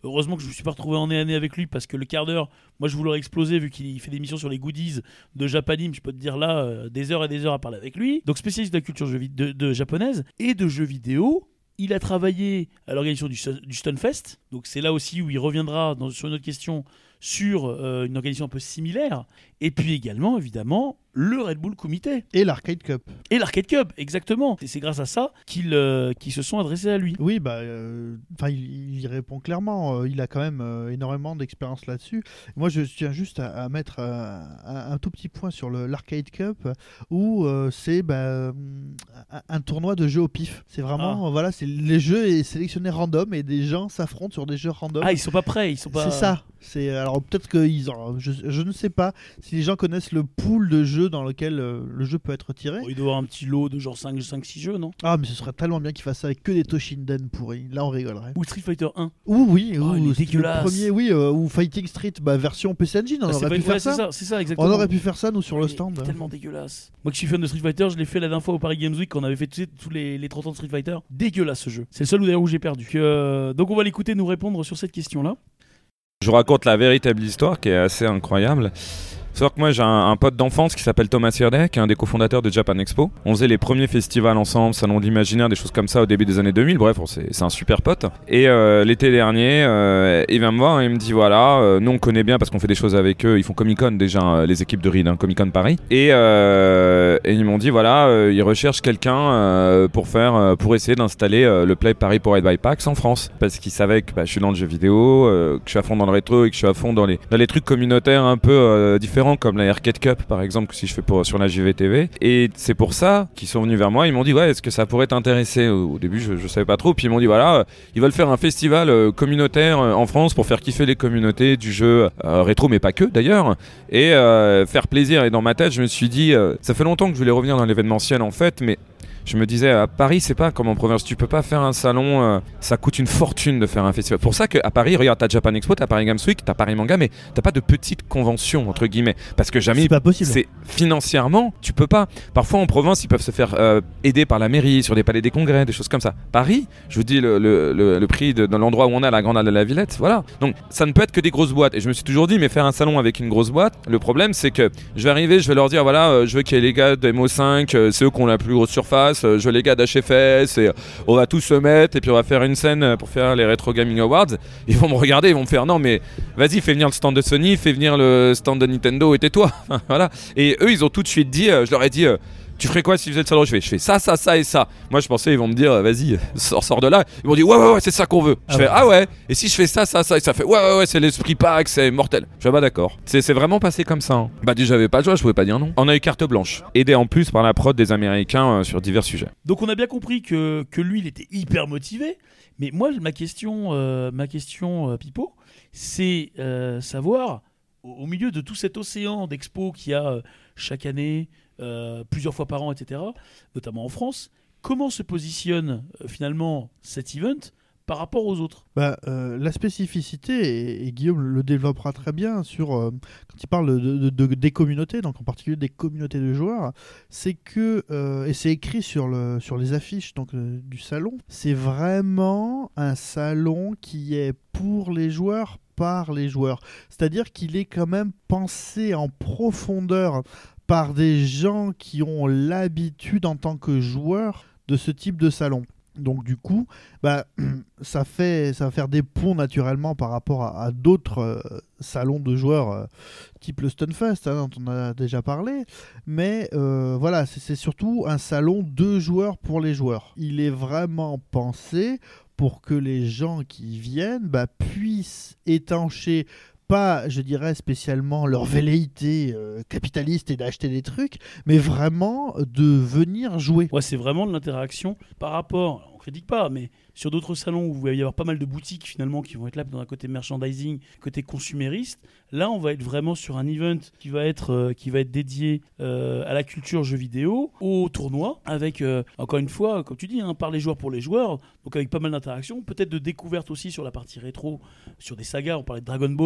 Heureusement que je me suis pas retrouvé en nez à nez avec lui parce que le quart d'heure, moi je vous l'aurais explosé vu qu'il fait des missions sur les goodies de Japanim. Je peux te dire là euh, des heures et des heures à parler avec lui. Donc spécialiste de la culture jeux vid- de, de japonaise et de jeux vidéo. Il a travaillé à l'organisation du, du Stunfest. Donc c'est là aussi où il reviendra dans, sur une autre question sur euh, une organisation un peu similaire. Et puis également, évidemment, le Red Bull Comité. Et l'Arcade Cup. Et l'Arcade Cup, exactement. Et c'est grâce à ça qu'ils euh, qu'ils se sont adressés à lui. Oui, bah, euh, il, il y répond clairement. Euh, il a quand même euh, énormément d'expérience là-dessus. Moi, je tiens juste à, à mettre euh, un, un tout petit point sur le, l'Arcade Cup, où euh, c'est bah, un, un tournoi de jeux au pif. C'est vraiment, Ah. euh, voilà, c'est les jeux est sélectionné random et des gens s'affrontent sur des jeux random. Ah, ils sont pas prêts, ils sont pas. C'est ça. C'est alors peut-être que ils ont, je, je ne sais pas si les gens connaissent le pool de jeux dans lequel euh, le jeu peut être tiré. Bon, il doit y avoir un petit lot de genre cinq six jeux, non? Ah, mais ce serait tellement bien qu'ils fassent ça avec que des Toshinden pourris. Là, on rigolerait. Ou Street Fighter un. Ou oui, Oh, ou il est c'était dégueulasse. le premier, oui, euh, ou Fighting Street, bah, version P C Engine, on Ah, c'est aurait pas- pu ouais, faire c'est ça. ça, c'est ça, exactement. On aurait pu faire ça nous sur le Il est stand. tellement dégueulasse. Moi qui suis fan de Street Fighter, je l'ai fait la dernière fois au Paris Games Week quand on avait fait tous tous les, les trente ans de Street Fighter. Dégueulasse ce jeu. C'est le seul où d'ailleurs où j'ai perdu. Donc, euh, donc on va l'écouter nous répondre sur cette question-là. Je vous raconte la véritable histoire qui est assez incroyable. Faut savoir que moi j'ai un, un pote d'enfance qui s'appelle Thomas Sirdek, qui est un des cofondateurs de Japan Expo. On faisait les premiers festivals ensemble, salon de l'imaginaire, des choses comme ça au début des années deux mille. Bref, on, c'est, c'est un super pote. Et euh, l'été dernier, euh, il vient me voir et il me dit voilà, euh, nous on connaît bien parce qu'on fait des choses avec eux. Ils font Comic Con déjà, euh, les équipes de Reed, hein, Comic Con Paris. Et, euh, et ils m'ont dit voilà, euh, ils recherchent quelqu'un euh, pour faire, euh, pour essayer d'installer euh, le Play Paris Powered by PAX en France, parce qu'ils savaient que bah, je suis dans le jeu vidéo, euh, que je suis à fond dans le rétro et que je suis à fond dans les dans les trucs communautaires un peu euh, différents comme la Arcade Cup par exemple, que si je fais pour, sur la J V T V. Et c'est pour ça qu'ils sont venus vers moi. Ils m'ont dit ouais, est-ce que ça pourrait t'intéresser? Au, au début je, je savais pas trop, puis ils m'ont dit voilà, euh, ils veulent faire un festival euh, communautaire euh, en France pour faire kiffer les communautés du jeu euh, rétro, mais pas que d'ailleurs, et euh, faire plaisir. Et dans ma tête je me suis dit euh, ça fait longtemps que je voulais revenir dans l'événementiel en fait, mais je me disais à Paris c'est pas comme en province, tu peux pas faire un salon, euh, ça coûte une fortune de faire un festival. Pour ça qu'à Paris, regarde, t'as Japan Expo, t'as Paris Games Week, t'as Paris Manga, mais t'as pas de petite convention entre guillemets, parce que jamais C'est pas possible. c'est financièrement tu peux pas. Parfois en province ils peuvent se faire euh, aider par la mairie sur des palais des congrès, des choses comme ça. Paris, je vous dis le, le, le, le prix de, dans l'endroit où on est à la Grande Halle de la Villette, voilà. Donc ça ne peut être que des grosses boîtes. Et je me suis toujours dit mais faire un salon avec une grosse boîte, le problème c'est que je vais arriver, je vais leur dire voilà, euh, je veux qu'il y ait les gars de M O cinq, euh, c'est eux qui ont la plus grosse surface, euh, je veux les gars d'H F S, et on va tous se mettre et puis on va faire une scène pour faire les Retro Gaming Awards. Ils vont me regarder, ils vont me faire non mais vas-y, fais venir le stand de Sony, fais venir le stand de Nintendo et tais-toi. Voilà. Et eux ils ont tout de suite dit, euh, je leur ai dit euh, tu ferais quoi si vous êtes salon? Je fais, je fais ça, ça, ça et ça. Moi je pensais ils vont me dire vas-y, sors, sors de là. Ils m'ont dit ouais ouais ouais c'est ça qu'on veut. Je Ah fais ouais. ah ouais. Et si je fais ça, ça, ça et ça fait ouais ouais ouais c'est l'esprit pack, c'est mortel. Je fais bah d'accord. C'est, c'est vraiment passé comme ça. Hein. Bah déjà j'avais pas le choix, je pouvais pas dire non. On a eu carte blanche, aidé en plus par la prod des Américains euh, sur divers sujets. Donc on a bien compris que, que lui il était hyper motivé. Mais moi ma question, euh, ma question euh, Pipo, c'est euh, savoir au, au milieu de tout cet océan d'expos qu'il y a euh, chaque année, euh, plusieurs fois par an, et cetera, notamment en France, comment se positionne euh, finalement cet event par rapport aux autres? Bah, euh, la spécificité, et, et Guillaume le développera très bien sur euh, quand il parle de, de- de- des communautés, donc en particulier des communautés de joueurs, c'est que, euh, et c'est écrit sur, le, sur les affiches donc, euh, du salon, c'est vraiment un salon qui est pour les joueurs, par les joueurs. C'est-à-dire qu'il est quand même pensé en profondeur par des gens qui ont l'habitude en tant que joueurs de ce type de salon. Donc du coup, bah, ça, fait, ça va faire des ponts naturellement par rapport à, à d'autres euh, salons de joueurs euh, type le Stunfest, hein, dont on a déjà parlé. Mais euh, voilà, c'est, c'est surtout un salon de joueurs pour les joueurs. Il est vraiment pensé pour que les gens qui viennent bah, puissent étancher pas, je dirais, spécialement leur velléité euh, capitaliste et d'acheter des trucs, mais vraiment de venir jouer. Ouais, c'est vraiment de l'interaction par rapport, on critique pas, mais sur d'autres salons où il va y avoir pas mal de boutiques finalement qui vont être là dans un côté merchandising, côté consumériste. Là, on va être vraiment sur un event qui va être, euh, qui va être dédié euh, à la culture jeux vidéo, au tournoi, avec, euh, encore une fois, comme tu dis, hein, par les joueurs pour les joueurs, donc avec pas mal d'interactions, peut-être de découverte aussi sur la partie rétro, sur des sagas, on parlait de Dragon Ball,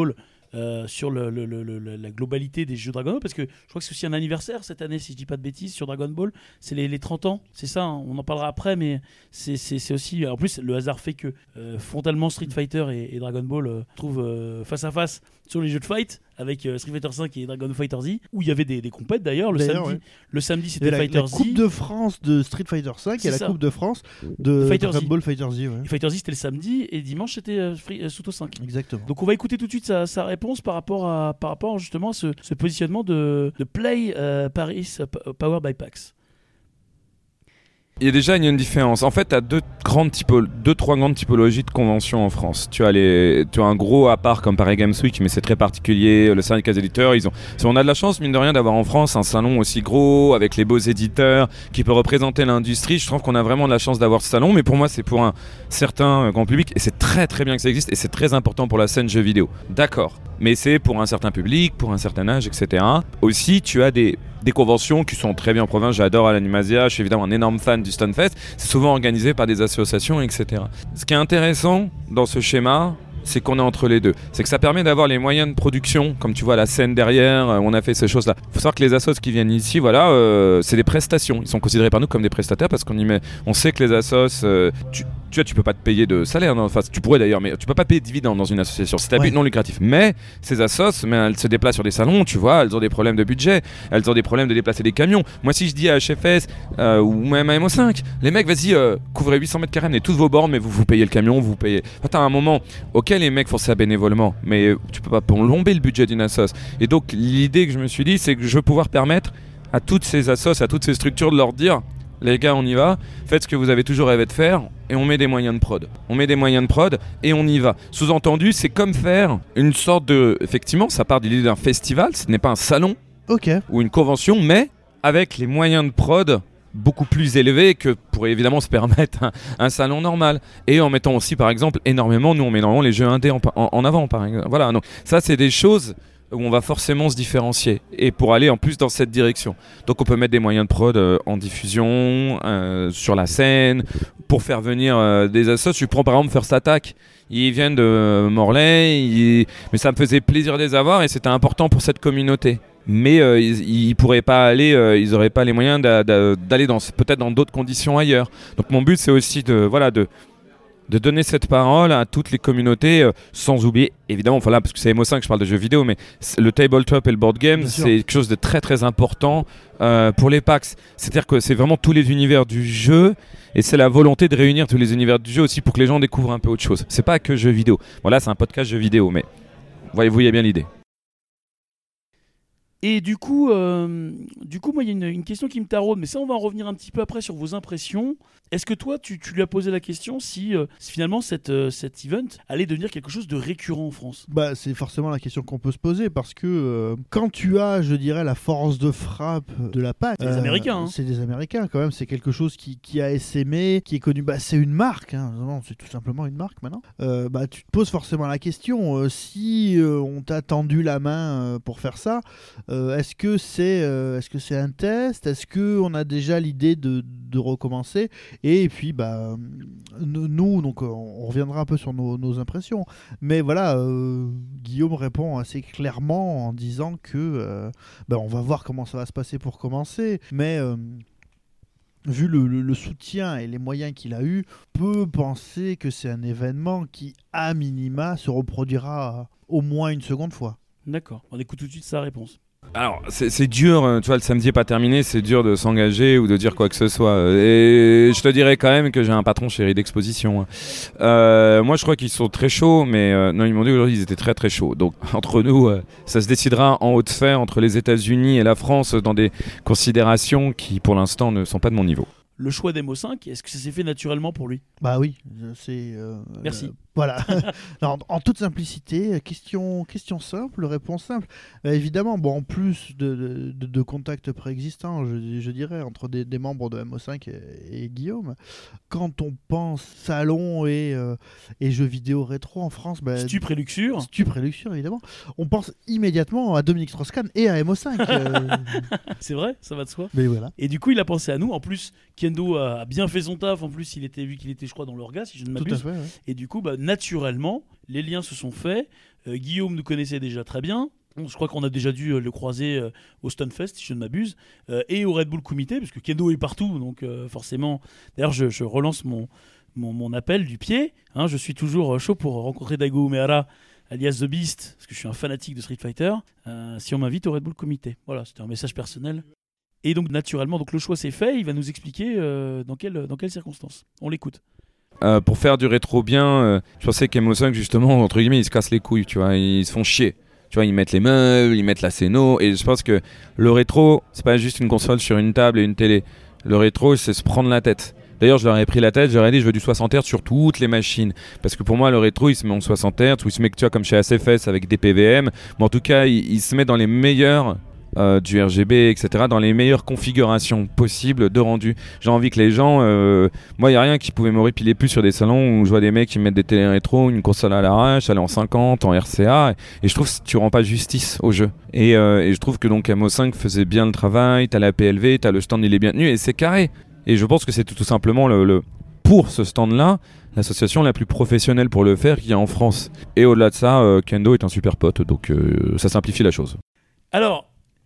euh, sur le, le- le- le- la globalité des jeux Dragon Ball, parce que je crois que c'est aussi un anniversaire cette année, si je dis pas de bêtises, sur Dragon Ball. C'est les, les trente ans, c'est ça, hein, on en parlera après, mais c'est, c'est, c'est aussi. En plus, le hasard fait que euh, frontalement Street Fighter et, et Dragon Ball euh, trouvent euh, face à face sur les jeux de fight avec euh, Street Fighter cinq et Dragon Fighter Z, où il y avait des, des compètes d'ailleurs. Le D'ailleurs, samedi, ouais. le samedi Il y c'était avait la, Fighter la Z. Coupe de France de Street Fighter cinq et C'est la ça. Coupe de France de Fighter Dragon Z. Ball Fighter Z. Ouais. Et Fighter Z c'était le samedi et dimanche c'était euh, Free- euh, Suto cinq. Exactement. Donc on va écouter tout de suite sa, sa réponse par rapport à par rapport justement à ce, ce positionnement de, de Play euh, Paris euh, P- Power by PAX. Il y a déjà il y a une différence. En fait, tu as deux grandes typo, deux trois grandes typologies de conventions en France. Tu as les, tu as un gros à part comme Paris Games Week, mais c'est très particulier. Le syndicat des éditeurs, ils ont. Si on a de la chance, mine de rien, d'avoir en France un salon aussi gros avec les beaux éditeurs qui peut représenter l'industrie. Je trouve qu'on a vraiment de la chance d'avoir ce salon, mais pour moi, c'est pour un certain grand public et c'est très très bien que ça existe et c'est très important pour la scène jeux vidéo. D'accord. Mais c'est pour un certain public, pour un certain âge, et cetera. Aussi, tu as des des conventions qui sont très bien en province. J'adore à l'Animasia, je suis évidemment un énorme fan du Stunfest. C'est souvent organisé par des associations, et cetera. Ce qui est intéressant dans ce schéma, c'est qu'on est entre les deux. C'est que ça permet d'avoir les moyens de production, comme tu vois la scène derrière, euh, on a fait ces choses-là. Il faut savoir que les assos qui viennent ici, voilà, euh, c'est des prestations. Ils sont considérés par nous comme des prestataires parce qu'on y met. On sait que les assos, euh, tu, tu vois, tu peux pas te payer de salaire, non enfin, tu pourrais d'ailleurs, mais tu peux pas payer de dividendes dans une association. C'est un Ouais. but non lucratif. Mais ces assos, mais elles se déplacent sur des salons, tu vois, elles ont des problèmes de budget, elles ont des problèmes de déplacer des camions. Moi, si je dis à H F S euh, ou même à M O cinq, les mecs, vas-y, euh, couvrez huit cents mètres carrés, amenez toutes vos bornes, mais vous vous payez le camion, vous payez. Enfin, t'as un moment, ok, les mecs font ça bénévolement, mais tu peux pas plomber le budget d'une assos. Et donc, l'idée que je me suis dit, c'est que je veux pouvoir permettre à toutes ces assos, à toutes ces structures de leur dire, les gars, on y va, faites ce que vous avez toujours rêvé de faire et on met des moyens de prod. On met des moyens de prod et on y va. Sous-entendu, c'est comme faire une sorte de... Effectivement, ça part de l'idée d'un festival, ce n'est pas un salon Ok. ou une convention, mais avec les moyens de prod beaucoup plus élevés que pourrait évidemment se permettre un, un salon normal. Et en mettant aussi, par exemple, énormément, nous on met énormément les jeux indés en, en, en avant, par exemple. Voilà, donc ça c'est des choses où on va forcément se différencier et pour aller en plus dans cette direction. Donc on peut mettre des moyens de prod euh, en diffusion, euh, sur la scène, pour faire venir euh, des assos. Je prends par exemple First Attack, ils viennent de Morlaix, ils... mais ça me faisait plaisir de les avoir et c'était important pour cette communauté. Mais euh, ils, ils pourraient pas aller, euh, ils auraient pas les moyens d'a, d'a, d'aller dans peut-être dans d'autres conditions ailleurs. Donc mon but c'est aussi de voilà de de donner cette parole à toutes les communautés, euh, sans oublier, évidemment, enfin là, parce que c'est M O cinq, je parle de jeux vidéo, mais le tabletop et le board game, Bien sûr. c'est quelque chose de très très important euh, pour les PAX. C'est-à-dire que c'est vraiment tous les univers du jeu, et c'est la volonté de réunir tous les univers du jeu aussi pour que les gens découvrent un peu autre chose. C'est pas que jeux vidéo. Voilà, c'est un podcast jeux vidéo, mais voyez-vous, il y a bien l'idée. Et du coup, euh, du coup, moi, il y a une, une question qui me taraude, mais ça, on va en revenir un petit peu après sur vos impressions. Est-ce que toi, tu, tu lui as posé la question si, euh, si finalement cette, euh, cet event allait devenir quelque chose de récurrent en France? Bah, c'est forcément la question qu'on peut se poser parce que euh, quand tu as, je dirais, la force de frappe de la PAX, C'est des Américains, hein. c'est des Américains quand même, c'est quelque chose qui, qui a essaimé, qui est connu, bah, c'est une marque, hein. Non, c'est tout simplement une marque maintenant. Euh, bah, tu te poses forcément la question, euh, si euh, on t'a tendu la main euh, pour faire ça, euh, est-ce que c'est euh, est-ce que c'est un test, est-ce qu'on a déjà l'idée de, de recommencer? Et puis, bah, nous, donc, on reviendra un peu sur nos, nos impressions. Mais voilà, euh, Guillaume répond assez clairement en disant que euh, bah, on va voir comment ça va se passer pour commencer. Mais euh, vu le, le, le soutien et les moyens qu'il a eu, peut penser que c'est un événement qui, à minima, se reproduira au moins une seconde fois. D'accord, on écoute tout de suite sa réponse. Alors, c'est, c'est dur, euh, tu vois, le samedi est pas terminé, c'est dur de s'engager ou de dire quoi que ce soit. Et je te dirais quand même que j'ai un patron chéri d'exposition. Euh, moi, je crois qu'ils sont très chauds, mais euh, non, ils m'ont dit aujourd'hui ils étaient très très chauds. Donc, entre nous, euh, ça se décidera en haute sphère entre les États-Unis et la France dans des considérations qui, pour l'instant, ne sont pas de mon niveau. Le choix d'M O cinq, est-ce que ça s'est fait naturellement pour lui? Bah oui, c'est... euh, Merci. euh, voilà. Non, en toute simplicité, question, question simple, réponse simple. Euh, évidemment, bon, en plus de, de, de- de contacts préexistants, je, je dirais, entre des, des membres de M O cinq et, et Guillaume, quand on pense salon et, euh, et jeux vidéo rétro en France, bah, Stup et Luxure. Stup et Luxure, évidemment, on pense immédiatement à Dominique Strauss-Kahn et à M O cinq. euh, C'est vrai, ça va de soi. mais voilà. Et du coup, il a pensé à nous. En plus, Keanu Kendo a, a bien fait son taf. En plus, il était vu qu'il était, je crois, dans l'orga, si je ne Tout à m'abuse. fait. Ouais. Et du coup, bah, naturellement, les liens se sont faits. Euh, Guillaume nous connaissait déjà très bien. Je crois qu'on a déjà dû euh, le croiser euh, au Stunfest, si je ne m'abuse, euh, et au Red Bull Comité, parce que Kendo est partout, donc euh, forcément. D'ailleurs, je, je relance mon, mon, mon appel du pied. Hein, je suis toujours euh, chaud pour rencontrer Daigo Umehara, alias The Beast, parce que je suis un fanatique de Street Fighter. Euh, si on m'invite au Red Bull Comité, voilà, c'était un message personnel. Et donc naturellement, donc le choix s'est fait. Il va nous expliquer euh, dans quelles dans quelles circonstances. On l'écoute. Euh, pour faire du rétro bien, euh, je pensais qu'M O cinq, justement, entre guillemets, ils se cassent les couilles, tu vois, ils se font chier. Tu vois, ils mettent les meubles, ils mettent la scéno, et je pense que le rétro, c'est pas juste une console sur une table et une télé. Le rétro, c'est se prendre la tête. D'ailleurs, je leur ai pris la tête, je leur ai dit je veux du soixante hertz sur toutes les machines. Parce que pour moi, le rétro, il se met en soixante hertz, ou il se met, tu vois, comme chez A S F S avec des P V M. Mais en tout cas, il, il se met dans les meilleurs euh, du R G B, et cetera, dans les meilleures configurations possibles de rendu. J'ai envie que les gens... Euh, moi, il n'y a rien qui pouvait m'horripiler plus sur des salons où je vois des mecs qui mettent des télé rétro, une console à l'arrache, elle est en cinquante, en R C A. Et, et je trouve que tu rends pas justice au jeu. Et, euh, et je trouve que donc M O cinq faisait bien le travail, t'as la P L V, t'as le stand, il est bien tenu, et c'est carré. Et je pense que c'est tout, tout simplement le, le, pour ce stand-là, l'association la plus professionnelle pour le faire qu'il y a en France. Et au-delà de ça, euh, Kendo est un super pote, donc euh, ça simplifie la chose. Alors,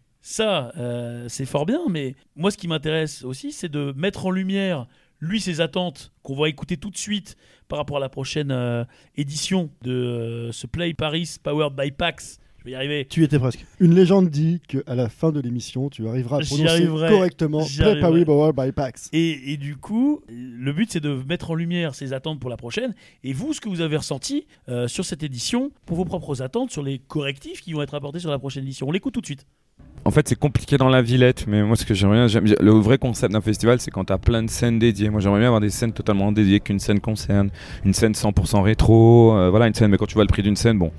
ça, euh, c'est fort bien, mais moi, ce qui m'intéresse aussi, c'est de mettre en lumière, lui, ses attentes, qu'on va écouter tout de suite par rapport à la prochaine euh, édition de euh, ce Play Paris Powered by PAX. Je vais y arriver. Tu y étais presque. Une légende dit qu'à la fin de l'émission, tu arriveras à J'y prononcer arriverai. correctement J'y Play Paris arriverai. Powered by PAX. Et, et du coup, le but, c'est de mettre en lumière ses attentes pour la prochaine. Et vous, ce que vous avez ressenti euh, sur cette édition, pour vos propres attentes, sur les correctifs qui vont être apportés sur la prochaine édition. On l'écoute tout de suite. En fait, c'est compliqué dans la Villette, mais moi, ce que j'aimerais bien, j'aime- le vrai concept d'un festival, c'est quand t'as plein de scènes dédiées. Moi, j'aimerais bien avoir des scènes totalement dédiées qu'une scène concerne, une scène cent pour cent rétro, euh, voilà, une scène. Mais quand tu vois le prix d'une scène, bon,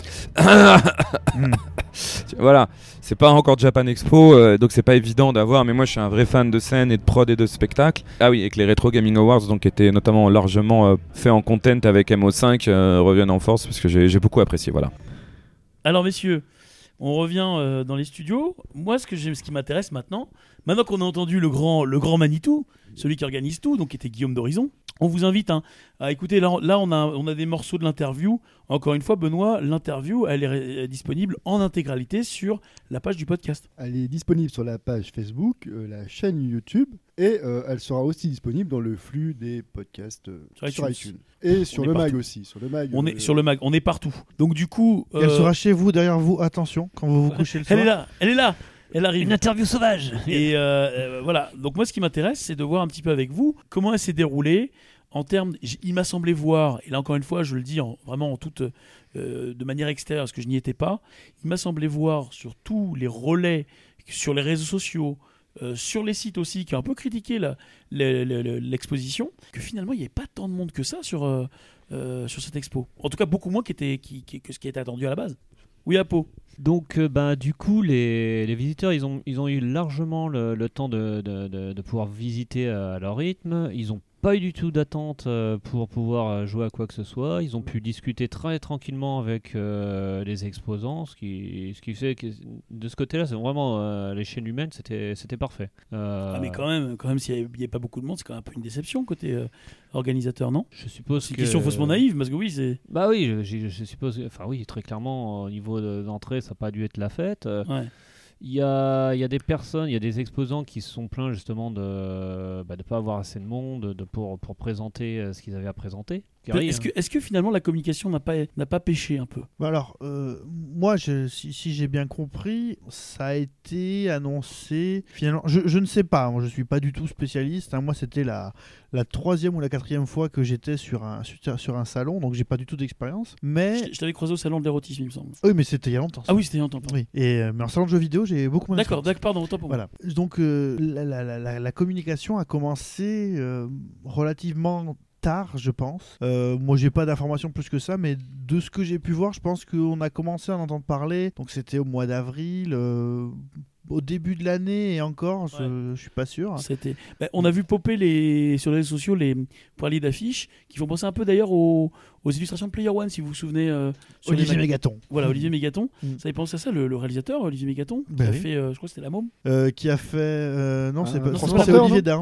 voilà, c'est pas encore Japan Expo, euh, donc c'est pas évident d'avoir. Mais moi, je suis un vrai fan de scène et de prod et de spectacle. Ah oui, et que les Retro Gaming Awards, donc étaient notamment largement euh, faits en content avec M O cinq, euh, reviennent en force parce que j'ai j'ai beaucoup apprécié, voilà. Alors, messieurs, on revient euh, dans les studios. Moi, ce, que j'ai- ce qui m'intéresse maintenant, maintenant qu'on a entendu le grand, le grand Manitou, celui qui organise tout, donc qui était Guillaume d'Horizon, on vous invite hein, à écouter. Là, là on, a, on a des morceaux de l'interview. Encore une fois, Benoît, l'interview, elle est ré- disponible en intégralité sur la page du podcast. Elle est disponible sur la page Facebook, euh, la chaîne YouTube, et euh, elle sera aussi disponible dans le flux des podcasts euh, Sur sur, iTunes. iTunes. Et sur est le mag partout. aussi. Sur le mag, On euh, est sur le mag, on est partout. Donc du coup, Elle euh, sera chez vous, derrière vous. Attention, quand vous vous couchez le soir. elle est là, elle est là, elle arrive. Une interview sauvage. Et euh, euh, voilà, donc moi ce qui m'intéresse, c'est de voir un petit peu avec vous comment elle s'est déroulée en termes. j- Il m'a semblé voir, et là encore une fois, je le dis en- vraiment en toute, euh, de manière extérieure, parce que je n'y étais pas, il m'a semblé voir sur tous les relais, sur les réseaux sociaux, euh, sur les sites aussi, qui ont un peu critiqué la- le- le- le- l'exposition, que finalement il n'y avait pas tant de monde que ça sur, euh, euh, sur cette expo. En tout cas, beaucoup moins qu'était- qui- qui- que ce qui était attendu à la base. Oui, Apo. Donc, euh, bah, du coup, les, les visiteurs, ils ont, ils ont eu largement le, le temps de, de, de- de pouvoir visiter à leur rythme. Ils n'ont pas eu du tout d'attente euh, pour pouvoir euh, jouer à quoi que ce soit. Ils ont pu discuter très tranquillement avec euh, les exposants, ce qui, ce qui fait que de ce côté-là, c'est vraiment euh, à l'échelle humaine, c'était, c'était parfait. Euh, Ah, mais quand même, quand même s'il n'y avait pas beaucoup de monde, c'est quand même un peu une déception côté euh, organisateur, non? je suppose C'est une que... question faussement naïve, parce que oui, c'est. Bah oui, je, je- je suppose. Enfin oui, très clairement, au niveau de- d'entrée, ça n'a pas dû être la fête. Euh, Ouais. Il y a, il y a des personnes, il y a des exposants qui se sont plaints justement de ne pas avoir assez de monde de, pour, pour présenter euh, ce qu'ils avaient à présenter. Qui arrive, Est-ce hein. que, est-ce que finalement la communication n'a pas, n'a pas pêché un peu? Bah alors, euh, moi, je- si, si j'ai bien compris, ça a été annoncé. Finalement, je, je ne sais pas. Moi, je suis pas du tout spécialiste. hein. Moi, c'était la, la troisième ou la quatrième fois que j'étais sur un sur, sur un salon, donc j'ai pas du tout d'expérience. Mais Je, je t'avais croisé au salon de l'érotisme, il me semble. oui, mais c'était il y a longtemps. ça. Ah oui, c'était il y a longtemps. pardon. Oui. Et euh, mais en salon de jeux vidéo, j'ai beaucoup moins. D'accord, d'expérience. d'accord, pardon, autant pour moi. Voilà. Donc euh, la, la- la- la- la communication a commencé euh, relativement tard, je pense. Euh, moi, j'ai pas d'informations plus que ça, mais de ce que j'ai pu voir, je pense qu'on a commencé à en entendre parler. Donc c'était au mois d'avril, euh, au début de l'année et encore, je, je suis pas sûr. C'était... Bah, on a vu popper les... sur les réseaux sociaux les poiliers d'affiches qui font penser un peu d'ailleurs aux, aux illustrations de Player One, si vous vous souvenez. euh, sur les Olivier mag- Mégaton. Voilà, Olivier Mégaton. Mm. Ça fait penser à ça, le, le réalisateur, Olivier Mégaton, qui Bah a oui. fait, euh, je crois que c'était La Môme. Euh, qui a fait. euh, non, Un c'est pas, non, c'est c'est pas- c'est transporteur, Olivier non Dahan.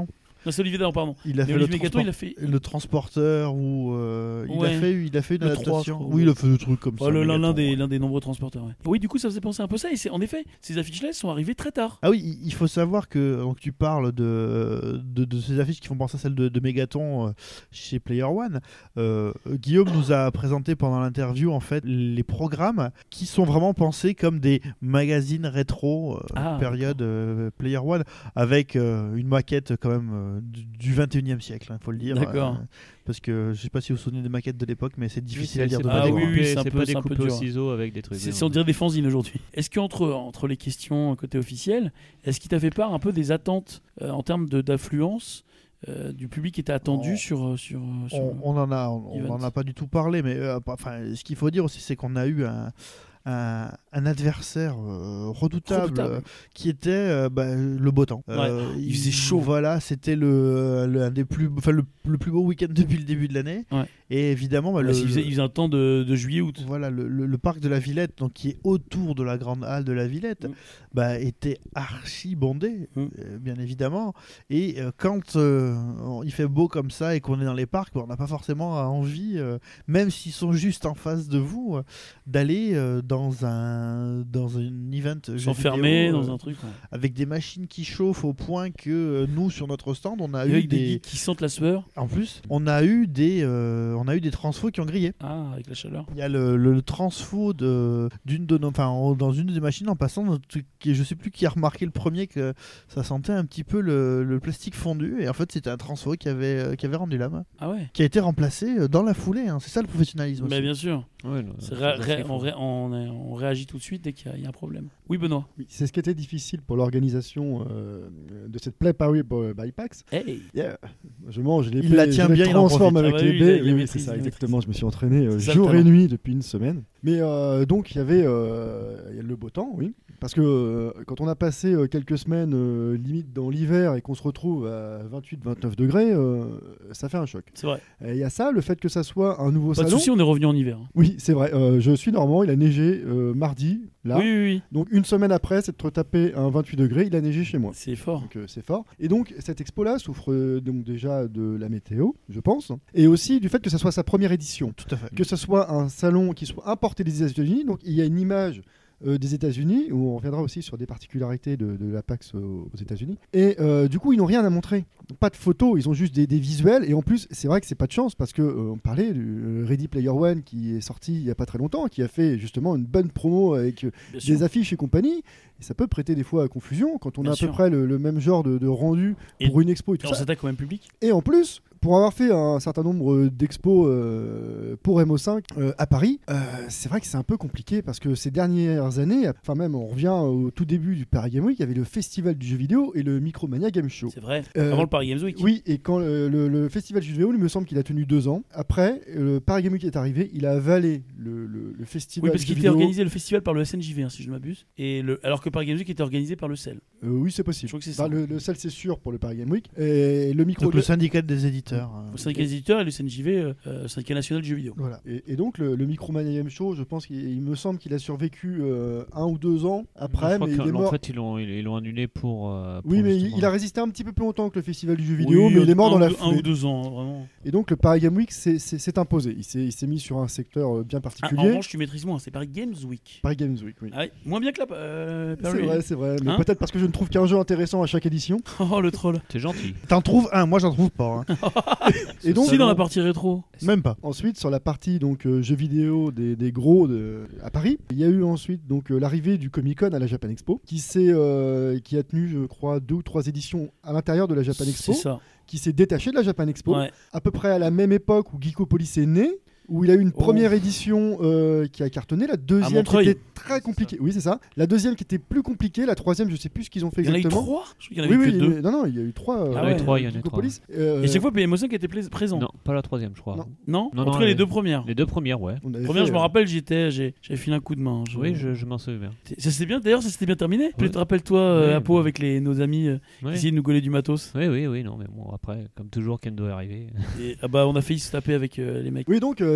Non, c'est Olivier Dahan, pardon. Il a Mais fait le, Olivier Mégaton, transport- il a fait. le transporteur ou euh, il Ouais. a fait il a fait une Le trois, adaptation. je crois. Oui, il a fait des trucs comme Ouais, ça. le- l'un, Mégaton, l'un des, ouais. l'un des nombreux transporteurs. Ouais. Oui, du coup, ça faisait penser un peu ça. Et c'est, en effet, ces affiches-là sont arrivées très tard. Ah oui, il- il faut savoir que donc, tu parles de, de, de ces affiches qui font penser à celles de, de Megaton euh, chez Player One. Euh, Guillaume nous a présenté pendant l'interview en fait les programmes qui sont vraiment pensés comme des magazines rétro euh, Ah, période euh, Player One avec euh, une maquette quand même euh, du- du vingt et unième siècle, il faut le dire. D'accord. euh, parce que je sais pas si vous vous souvenez des maquettes de l'époque, mais c'est difficile c'est- à lire c'est de pas Ah bas oui, écran. oui, c'est un c'est peu- pas c'est un peu découpé au dur. ciseau avec des trucs. C'est, bien. c'est on dirait des fanzines aujourd'hui. Est-ce qu'entre entre les questions côté officiel, est-ce qu'il t'a fait part un peu des attentes euh, en termes de, d'affluence euh, du public qui était attendu Oh. sur, sur, sur on, on en a, on, Event. en a pas du tout parlé, mais euh, enfin, ce qu'il faut dire aussi, c'est qu'on a eu un, un, un adversaire euh, redoutable, Redoutable. euh, qui était euh, bah, le beau temps. Euh, Ouais, il faisait chaud. Voilà, c'était le, le, un des plus, enfin, le, le plus beau week-end depuis le début de l'année. Ouais. Et évidemment, bah, Ouais, le, il, faisait, il faisait un temps de, de juillet-août. voilà, le, le- le parc de la Villette, donc qui est autour de la grande halle de la Villette, Mm. bah, était archi bondé, Mm. euh, bien évidemment. Et euh, quand euh, on- il fait beau comme ça et qu'on est dans les parcs, on n'a pas forcément envie, euh, même s'ils sont juste en face de vous, euh, d'aller euh, dans un dans un event jeu S'enfermer vidéo, dans euh, un truc. Ouais. avec des machines qui chauffent au point que euh, nous sur notre stand, on a Et eu avec des des, geeks qui sentent la sueur. en plus, on a eu des euh, on a eu des transfos qui ont grillé. Ah, avec la chaleur. Il y a le, le, le transfo de, d'une de nos, enfin, en- dans une des machines en passant, dans- qui- je sais plus qui a remarqué le premier que ça sentait un petit peu le, le plastique fondu, et en fait c'était un transfo qui avait, euh, qui avait rendu l'âme, Ah ouais. qui a été remplacé euh, dans la foulée, hein. C'est ça le professionnalisme Mais aussi. bien sûr. Ouais, non, C'est c'est ré- ça ré- qu'il faut. on, ré- on, est- on réagit tout de suite dès qu'il y a, il y a un problème. Oui, Benoît. Oui, c'est ce qui était difficile pour l'organisation euh, de cette Play Paris by Pax. Hey. Yeah. Je mange les Il plaies, la tient je les bien, il en transforme profite. avec Ah bah les oui, baies. il a- il a Oui, oui, maîtrisé, c'est ça, il a exactement. Je me suis entraîné euh, C'est ça, jour le et talent. nuit depuis une semaine. Mais euh, donc il y avait euh, il y a le beau temps, oui. Parce que euh, quand on a passé euh, quelques semaines euh, limite dans l'hiver et qu'on se retrouve à vingt-huit vingt-neuf degrés, euh, ça fait un choc. C'est vrai. Et il y a ça, le fait que ça soit un nouveau Pas de salon. souci, on est revenu en hiver. hein. Oui, c'est vrai. Euh, je suis normand, il a neigé euh, mardi, là. Oui, oui, oui. Donc une semaine après, s'être tapé un vingt-huit degrés, il a neigé chez moi. C'est fort. Donc euh, c'est fort. Et donc cette expo-là souffre euh, donc déjà de la météo, je pense, et aussi du fait que ça soit sa première édition. Tout à fait. Que ce soit un salon qui soit importé des États-Unis, donc il y a une image euh, des États-Unis, où on reviendra aussi sur des particularités de, de la PAX aux, aux États-Unis. Et euh, du coup, ils n'ont rien à montrer. Donc, pas de photos, ils ont juste des, des visuels. Et en plus, c'est vrai que c'est pas de chance parce que euh, on parlait du euh, Ready Player One qui est sorti il y a pas très longtemps, qui a fait justement une bonne promo avec euh, Bien sûr. des affiches et compagnie. Et ça peut prêter des fois à confusion quand on Bien a à sûr. peu près le, le même genre de, de rendu Et- pour une expo et Et tout on ça. s'attaque au même public. Et en plus, pour avoir fait un certain nombre d'expos euh, pour M O cinq euh, à Paris, euh, c'est vrai que c'est un peu compliqué parce que ces dernières années, enfin même on revient au tout début du Paris Game Week, il y avait le festival du jeu vidéo et le Micromania Game Show. C'est vrai. Euh, Avant le Paris Games Week. Oui, et quand le, le- le festival du jeu vidéo, il me semble qu'il a tenu deux ans. Après, le Paris Game Week est arrivé, il a avalé le, le- le festival Oui, parce du qu'il jeu était vidéo. organisé le festival par le S N J V, hein, si je ne m'abuse. Et le... Alors que Paris Games Week était organisé par le C E L. Euh, oui, c'est possible. Je crois que c'est Bah, ça. le, le seul, c'est sûr pour le Paris Game Week. Et le micro. Donc le syndicat des éditeurs. hein. Le syndicat des éditeurs et le S N J V, euh, euh, syndicat national du jeu vidéo. Voilà. Et, et donc le, le Micromania Game Show, je pense qu'il il me semble qu'il a survécu euh, un ou deux ans après, Je crois mais il que, est en mort. fait, ils l'ont ils ils l'ont annulé pour. euh, pour Oui, mais il, justement- il a résisté un petit peu plus longtemps que le festival du jeu vidéo, Oui, mais il est mort un dans ou la deux- Un foulée. ou deux ans, hein, vraiment. Et donc le Paris Game Week s'est- s'est s'est imposé. Il s'est il s'est mis sur un secteur euh, bien Ah, en particulier. revanche, tu maîtrises moins, c'est Paris Games Week. Paris Games Week, oui. Ah ouais, moins bien que la euh, C'est Paris. vrai, c'est vrai. Mais Hein peut-être parce que je ne trouve qu'un jeu intéressant à chaque édition. Oh le troll. T'es gentil. T'en trouves un, moi j'en trouve pas. hein. Et donc, Si dans la partie rétro. Même pas. ensuite, sur la partie donc euh, jeux vidéo des, des gros de, à Paris, il y a eu ensuite donc euh, l'arrivée du Comic Con à la Japan Expo, qui s'est, euh, qui a tenu, je crois, deux ou trois éditions à l'intérieur de la Japan Expo, C'est ça. qui s'est détaché de la Japan Expo, Ouais. à peu près à la même époque où Geekopolis est né. Où il a eu une Oh. première édition euh, qui a cartonné, la deuxième qui Montreuil. était très compliquée. Oui, c'est ça. La deuxième qui était plus compliquée, la troisième, je sais plus ce qu'ils ont fait Il y en a eu exactement. trois. Je crois qu'il y en Oui, avait oui, que il y deux. en a- non, non, il y a eu trois. euh, Ah ouais. trois, il y en a Geekopolis. Euh, Et chaque fois, P M O cinq était pla- présent. Non, pas la troisième, je crois. Non. Non, Non, En non, tout cas, les les- deux premières. Les deux premières, ouais. on avait Première, fait, je me euh, rappelle, j'étais, j'ai- j'avais filé un coup de main. Je- Oui, je, je m'en souviens. Ça s'était bien. D'ailleurs, ça s'était bien terminé. Oui. Peut-être rappelle-toi euh, Oui. à Pau avec les, nos amis euh, qui Oui. essayaient de nous gauler du matos. oui, oui, oui, non, mais bon, après, comme toujours, Kendo est arrivé. Et ah bah, on a failli se taper avec euh, les mecs. Oui, donc euh,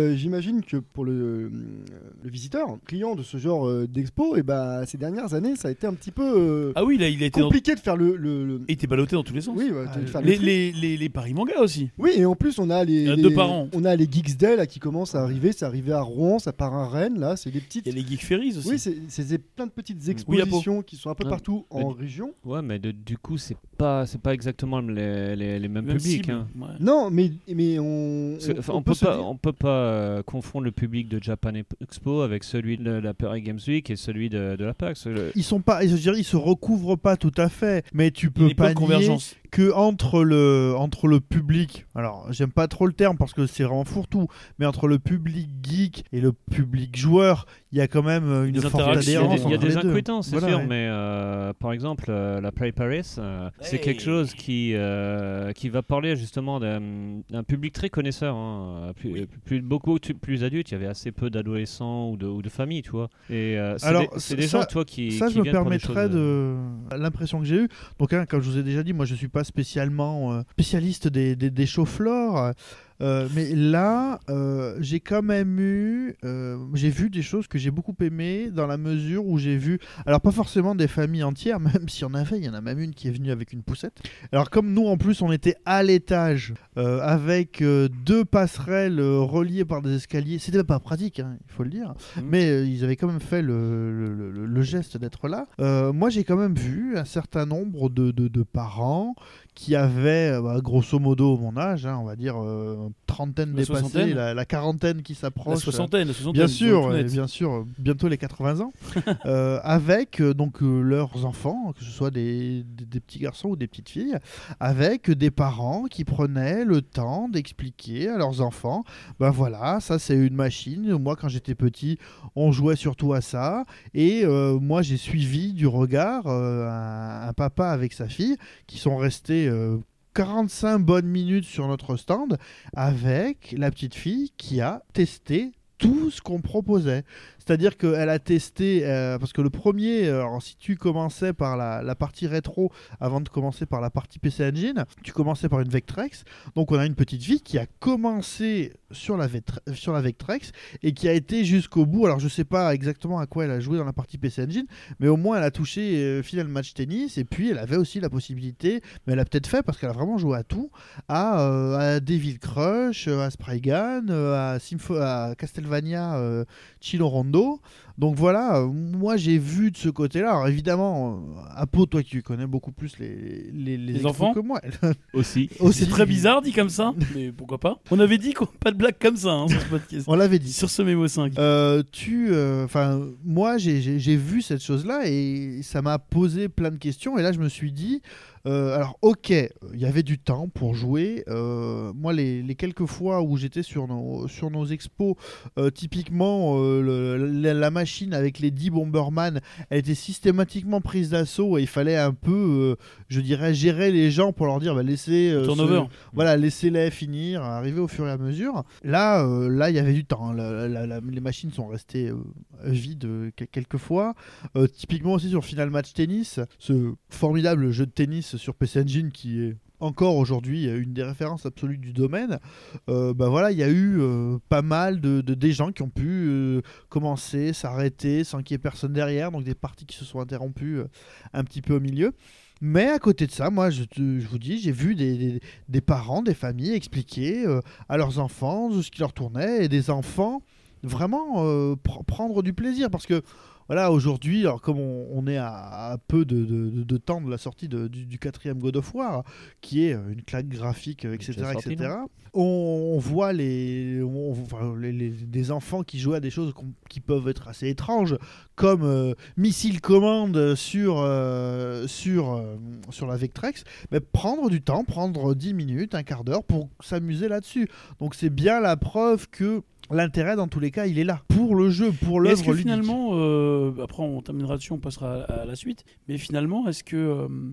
euh, j'imagine que pour le, le visiteur, client de ce genre euh, d'expo, et bah, ces dernières années, ça a été un petit peu euh, Ah oui, là, il a été dans... compliqué de faire le. le, le- Il était ballotté dans tous les sens. Oui, ouais, Ah, de faire le Les, tri. les, les, les paris manga aussi. Oui, et en plus, on a les, Il y a les- deux par an. on a les Geeks Day là, qui commencent à arriver. C'est arrivé à Rouen, ça part à Rennes. Là, c'est des petites. Il y a les Geek Ferries aussi. Oui, c'est c'est des- plein de petites Oui, à Pau. expositions qui sont un peu Ouais. partout Mais en du- région. Ouais, mais de- du coup, c'est pas, c'est pas exactement les, les, les mêmes Même publics. cible. hein. Ouais. Non, mais, mais on. Parce que, on- enfin, on on, peut se pas, dire- on peut pas euh, confondre le public de Japan Expo avec celui de la Paris Games Week et celui de, de la PAX. Le- Ils sont pas, je dirais, ils se recouvrent pas tout à fait, mais tu Il peux n'est pas pas de nier convergence. que entre le entre le public, alors j'aime pas trop le terme parce que c'est vraiment fourre-tout, mais entre le public geek et le public joueur, il y a quand même euh, une Des forte interactions. Il y a adhérence des, il y a entre des les deux. incohérences, c'est Voilà, sûr, ouais. mais euh, par exemple, euh, la Play Paris, euh, c'est Hey. quelque chose qui, euh, qui va parler justement d'un d'un public très connaisseur, hein, plus, Oui. plus- beaucoup tu- plus adulte. Il y avait assez peu d'adolescents ou de, ou de familles, tu vois. Et euh, c'est Alors, des, c'est des ça- gens, toi, qui. Ça, qui je me viennent pour des permettrais choses, euh, de l'impression que j'ai eue. Donc, hein, comme je vous ai déjà dit, moi, je suis pas spécialement euh, spécialiste des, des, des chauffleurs. Euh, mais là, euh, j'ai quand même eu, euh, j'ai vu des choses que j'ai beaucoup aimées dans la mesure où j'ai vu, alors pas forcément des familles entières, même s'il y en avait, il y en a même une qui est venue avec une poussette. Alors comme nous en plus on était à l'étage euh, avec euh, deux passerelles euh, reliées par des escaliers, c'était pas pratique, hein, il faut le dire, Mhm. mais euh, ils avaient quand même fait le, le- le- le geste d'être là. Euh, moi j'ai quand même vu un certain nombre de, de- de parents qui avaient, euh, bah, grosso modo mon âge, hein, on va dire euh, trentaine La dépassée, soixantaine. la, la quarantaine qui La s'approche. soixantaine, la soixantaine. Bien disons sûr, tout euh, net. bien sûr, euh, bientôt les quatre-vingts ans, euh, avec euh, donc euh, leurs enfants, que ce soit des, des- des petits garçons ou des petites filles, avec des parents qui prenaient le temps d'expliquer à leurs enfants, ben voilà, ça c'est une machine. Moi, quand j'étais petit, on jouait surtout à ça, et euh, moi j'ai suivi du regard euh, un, un papa avec sa fille qui sont restés euh, quarante-cinq bonnes minutes sur notre stand avec la petite fille qui a testé tout ce qu'on proposait. C'est-à-dire qu'elle a testé, euh, parce que le premier, euh, alors si tu commençais par la, la partie rétro, avant de commencer par la partie P C Engine, tu commençais par une Vectrex. Donc on a une petite fille qui a commencé sur la, Vectre- sur la Vectrex et qui a été jusqu'au bout. Alors je sais pas exactement à quoi elle a joué dans la partie P C Engine, mais au moins elle a touché euh, Final Match Tennis, et puis elle avait aussi la possibilité, mais elle a peut-être fait parce qu'elle a vraiment joué à tout, à, euh, à Devil Crush, euh, à Spraygun, euh, à, Sympho- à Castlevania euh, Chilo Rondo. Donc voilà, euh, moi j'ai vu de ce côté-là. Alors évidemment, euh, Apo, toi qui connais beaucoup plus les, les, Les expos enfants que moi. aussi. Aussi. C'est très bizarre dit comme ça, mais pourquoi pas. On avait dit qu'on pas de blague comme ça hein, sur ce podcast. On l'avait dit. Sur ce Mémo cinq. Euh, tu, enfin, moi j'ai- j'ai j'ai vu cette chose-là et ça m'a posé plein de questions. Et là je me suis dit, euh, alors ok, il y avait du temps pour jouer. Euh, moi les, les quelques fois où j'étais sur nos sur nos expos, euh, typiquement euh, le- la, la machine avec les dix Bomberman, elle était systématiquement prise d'assaut et il fallait un peu, euh, je dirais, gérer les gens pour leur dire, bah, laissez euh, Turnover. ce- voilà, laissez-les finir, arriver au fur et à mesure. Là, euh, là, il y avait du temps. La- la- la- les machines sont restées euh, vides euh, quel- quelques fois. Euh, typiquement aussi sur Final Match Tennis, ce formidable jeu de tennis sur P C Engine qui est encore aujourd'hui une des références absolues du domaine. Euh, bah voilà, il y a eu euh, pas mal de, de- des gens qui ont pu euh, commencer, s'arrêter sans qu'il y ait personne derrière, donc des parties qui se sont interrompues euh, un petit peu au milieu. Mais à côté de ça, moi, je, te- je vous dis, j'ai vu des, des- des parents, des familles expliquer euh, à leurs enfants ce qui leur tournait, et des enfants vraiment euh, pr- prendre du plaisir. Parce que, voilà, aujourd'hui, alors comme on, on est à, à peu de, de- de- de temps de la sortie de- du, du quatrième God of War, qui est euh, une claque graphique, euh, et cetera, sorti, et cetera, on, on voit les, on- enfin, les- les- des enfants qui jouent à des choses qu'on- qui peuvent être assez étranges, comme euh, Missile Command sur, euh, sur, euh, sur la Vectrex, mais prendre du temps, prendre dix minutes, un quart d'heure pour s'amuser là-dessus. Donc c'est bien la preuve que l'intérêt, dans tous les cas, il est là. Pour le jeu, pour Mais est-ce l'œuvre que ludique. finalement, euh, après on terminera dessus, on passera à, à la suite, mais finalement, est-ce que euh,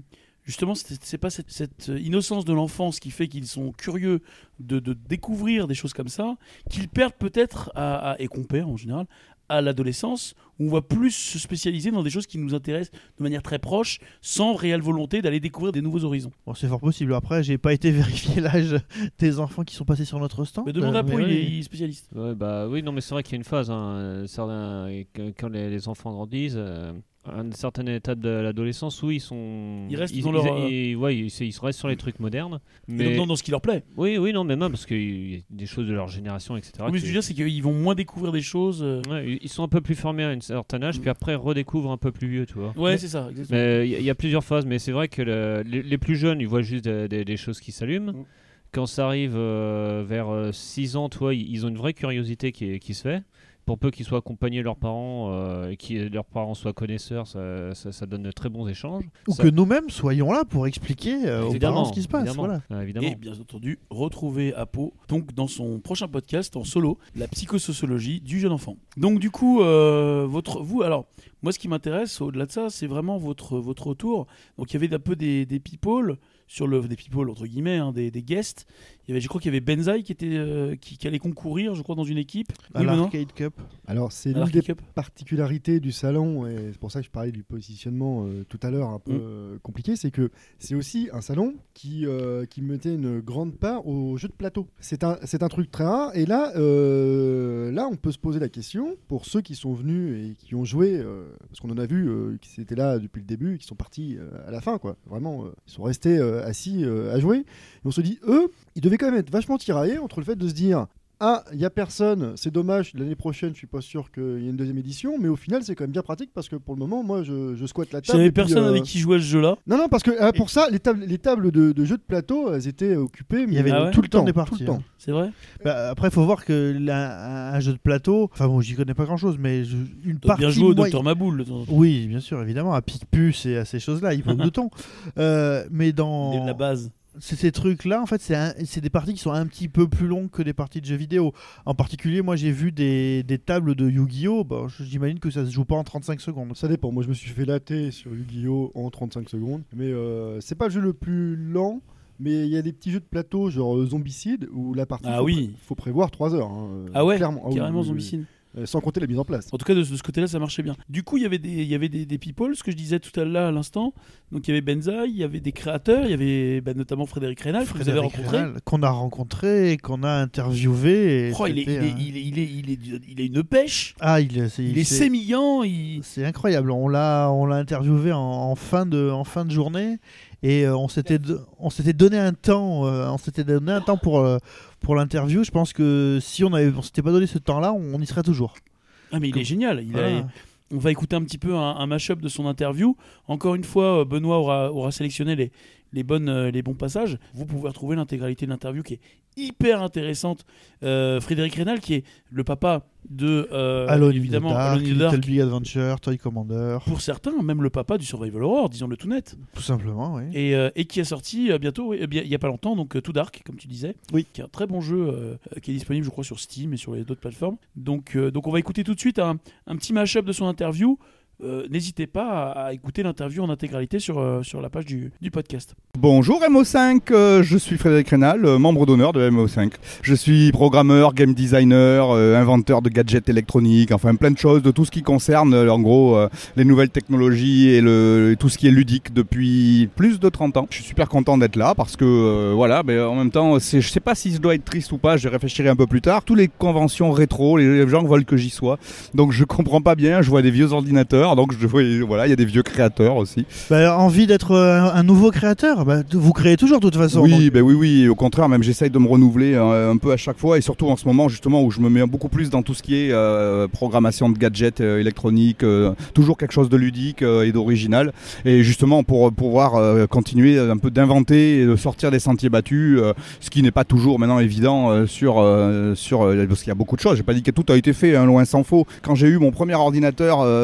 justement, c'est, c'est pas cette, cette innocence de l'enfance qui fait qu'ils sont curieux de, de découvrir des choses comme ça, qu'ils perdent peut-être, à, à, et qu'on perd en général, à l'adolescence, où on va plus se spécialiser dans des choses qui nous intéressent de manière très proche, sans réelle volonté d'aller découvrir des nouveaux horizons. Bon, c'est fort possible. Après, j'ai pas été vérifier l'âge des enfants qui sont passés sur notre stand. Mais demande Euh, à Pau, mais il, oui. est- il est spécialiste. Ouais, bah oui, non, mais c'est vrai qu'il y a une phase. Hein, certains- et que- quand les, les enfants grandissent, euh, à une certaine étape de l'adolescence où ils sont. Ils restent ils, dans ils- leur, euh, ils- ouais, ils, ils restent sur les trucs modernes. Et Mais donc, dans, dans ce qui leur plaît. oui, oui, non, mais même parce qu'il y a des choses de leur génération, et cetera. Mais ce que qui- je veux dire, c'est qu'ils vont moins découvrir des choses. euh, Ouais, ils sont un peu plus formés à un certain âge, puis après redécouvrent un peu plus vieux, tu vois. Ouais, c'est ça, exactement. Mais il y, a- il y a plusieurs phases, mais c'est vrai que le- les, les plus jeunes, ils voient juste des, des- des choses qui s'allument. Mm. Quand ça arrive euh, vers six ans, toi, ils, ils ont une vraie curiosité qui, qui se fait. Pour peu qu'ils soient accompagnés de leurs parents euh, et que leurs parents soient connaisseurs, ça, ça, ça donne de très bons échanges. Ou Ça- que nous-mêmes soyons là pour expliquer euh, aux Évidemment, parents ce qui se passe. évidemment, Voilà. euh, évidemment. Et bien entendu, retrouver Apo donc dans son prochain podcast en solo, la psychosociologie du jeune enfant. Donc du coup, euh, votre, vous, alors, moi ce qui m'intéresse au-delà de ça, c'est vraiment votre, votre retour. Donc il y avait un peu des, des people sur le, des people entre guillemets, hein, des, des guests. Il y avait, je crois qu'il y avait Benzaï qui était, euh, qui, qui allait concourir, je crois, dans une équipe. À Oui, Benoît l'Arcade Cup. Alors, c'est À l'une l'Arcade des Cup. particularité du salon, et c'est pour ça que je parlais du positionnement euh, tout à l'heure un peu Mm. euh, compliqué, c'est que c'est aussi un salon qui, euh, qui mettait une grande part aux jeux de plateau. C'est un, c'est un truc très rare, et là, euh, là, on peut se poser la question, pour ceux qui sont venus et qui ont joué, euh, parce qu'on en a vu euh, qui étaient là depuis le début, et qui sont partis euh, à la fin, quoi. Vraiment, euh, ils sont restés euh, assis euh, à jouer, et on se dit, eux, ils devaient quand même être vachement tiraillés entre le fait de se dire... Ah, il n'y a personne, c'est dommage, l'année prochaine, je suis pas sûr qu'il y ait une deuxième édition, mais au final, c'est quand même bien pratique parce que pour le moment, moi, je, je squatte la table. J'avais et puis, personne euh, avec qui jouer à ce jeu-là. Non, non, parce que ah, pour ça, les tables, les tables de, de jeux de plateau, elles étaient occupées. Il y avait Ah ouais tout le temps des tout le parties. temps. hein. C'est vrai. Bah, après, il faut voir que là, un, un jeu de plateau, enfin bon, j'y connais pas grand-chose, mais je- une T'as partie. bien joué au moi- Docteur Maboul de temps en temps. Oui, bien sûr, évidemment, à Picpus et à ces choses-là, il faut de temps. Euh, mais dans La base. c'est ces trucs-là, en fait, c'est un- c'est des parties qui sont un petit peu plus longues que des parties de jeux vidéo. En particulier, moi, j'ai vu des, des tables de Yu-Gi-Oh! Bah, j'imagine que ça se joue pas en trente-cinq secondes. Ça dépend. Moi, je me suis fait latter sur Yu-Gi-Oh! En trente-cinq secondes. Mais euh, c'est pas le jeu le plus lent. Mais il y a des petits jeux de plateau, genre euh, Zombicide, où la partie, Ah faut, oui. pré- faut prévoir trois heures. hein, euh, Ah ouais, clairement. Ah oui, carrément oui, oui, oui. Zombicide. Euh, sans compter la mise en place. En tout cas, de, de ce côté-là, ça marchait bien. Du coup, il y avait des, il y avait des, des people, ce que je disais tout à l'heure à l'instant. Donc, il y avait Benzaï, il y avait des créateurs, il y avait bah, notamment Frédéric Rénal, que vous avez Frédéric rencontré. Rénal, qu'on a rencontré, et qu'on a interviewé. et Oh, il, est, il, c'était, est, euh, il, est, il, est, il, est, il a une pêche, Ah, il, est- c'est- il est c'est- sémillant. Il... C'est incroyable. On l'a, on l'a interviewé en, en fin de, en fin de journée, et euh, on s'était, do- on s'était donné un temps, euh, on s'était donné un temps pour, euh, pour l'interview. Je pense que si on avait, on s'était pas donné ce temps-là, on, on y serait toujours. Ah, mais il Comme- est génial. Il Voilà. a, on va écouter un petit peu un, un mash-up de son interview. Encore une fois, euh, Benoît aura, aura sélectionné les, les, bonnes, euh, les bons passages. Vous pouvez retrouver l'intégralité de l'interview qui est hyper intéressante. Euh, Frédéric Rénal, qui est le papa de, euh, Alone in the évidemment, Dark, Alone in the Dark. Little Big Adventure, Toy Commander, Pour certains, même le papa du Survival Horror, disons-le tout net. tout simplement, oui. Et, euh, et qui a sorti euh, bientôt, oui, euh, bien- il n'y a pas longtemps, donc euh, Too Dark, comme tu disais. Oui. Qui est un très bon jeu, euh, euh, qui est disponible, je crois, sur Steam et sur les autres plateformes. Donc, euh, donc on va écouter tout de suite un, un petit mash-up de son interview. Euh, N'hésitez pas à, à écouter l'interview en intégralité sur, euh, sur la page du, du podcast. Bonjour M O cinq, euh, je suis Frédéric Rénal, euh, membre d'honneur de M O cinq. Je suis programmeur, game designer, euh, inventeur de gadgets électroniques, enfin plein de choses, de tout ce qui concerne euh, en gros euh, les nouvelles technologies et, le, et tout ce qui est ludique depuis plus de trente ans. Je suis super content d'être là parce que euh, voilà, mais en même temps, c'est, je sais pas si je dois être triste ou pas, je réfléchirai un peu plus tard. Toutes les conventions rétro, les, les gens veulent que j'y sois, donc je comprends pas bien, je vois des vieux ordinateurs. Donc je vois, voilà, il y a des vieux créateurs aussi. Bah, envie d'être euh, un, un nouveau créateur, bah, t- vous créez toujours de toute façon. Oui, donc- ben oui, oui. Au contraire, même j'essaye de me renouveler euh, un peu à chaque fois, et surtout en ce moment justement où je me mets beaucoup plus dans tout ce qui est euh, programmation de gadgets euh, électroniques, euh, toujours quelque chose de ludique euh, et d'original, et justement pour pouvoir euh, continuer un peu d'inventer et de sortir des sentiers battus, euh, ce qui n'est pas toujours maintenant évident euh, sur euh, sur euh, parce qu'il y a beaucoup de choses. J'ai pas dit que tout a été fait, hein, loin s'en faut. Quand j'ai eu mon premier ordinateur, euh, mon Z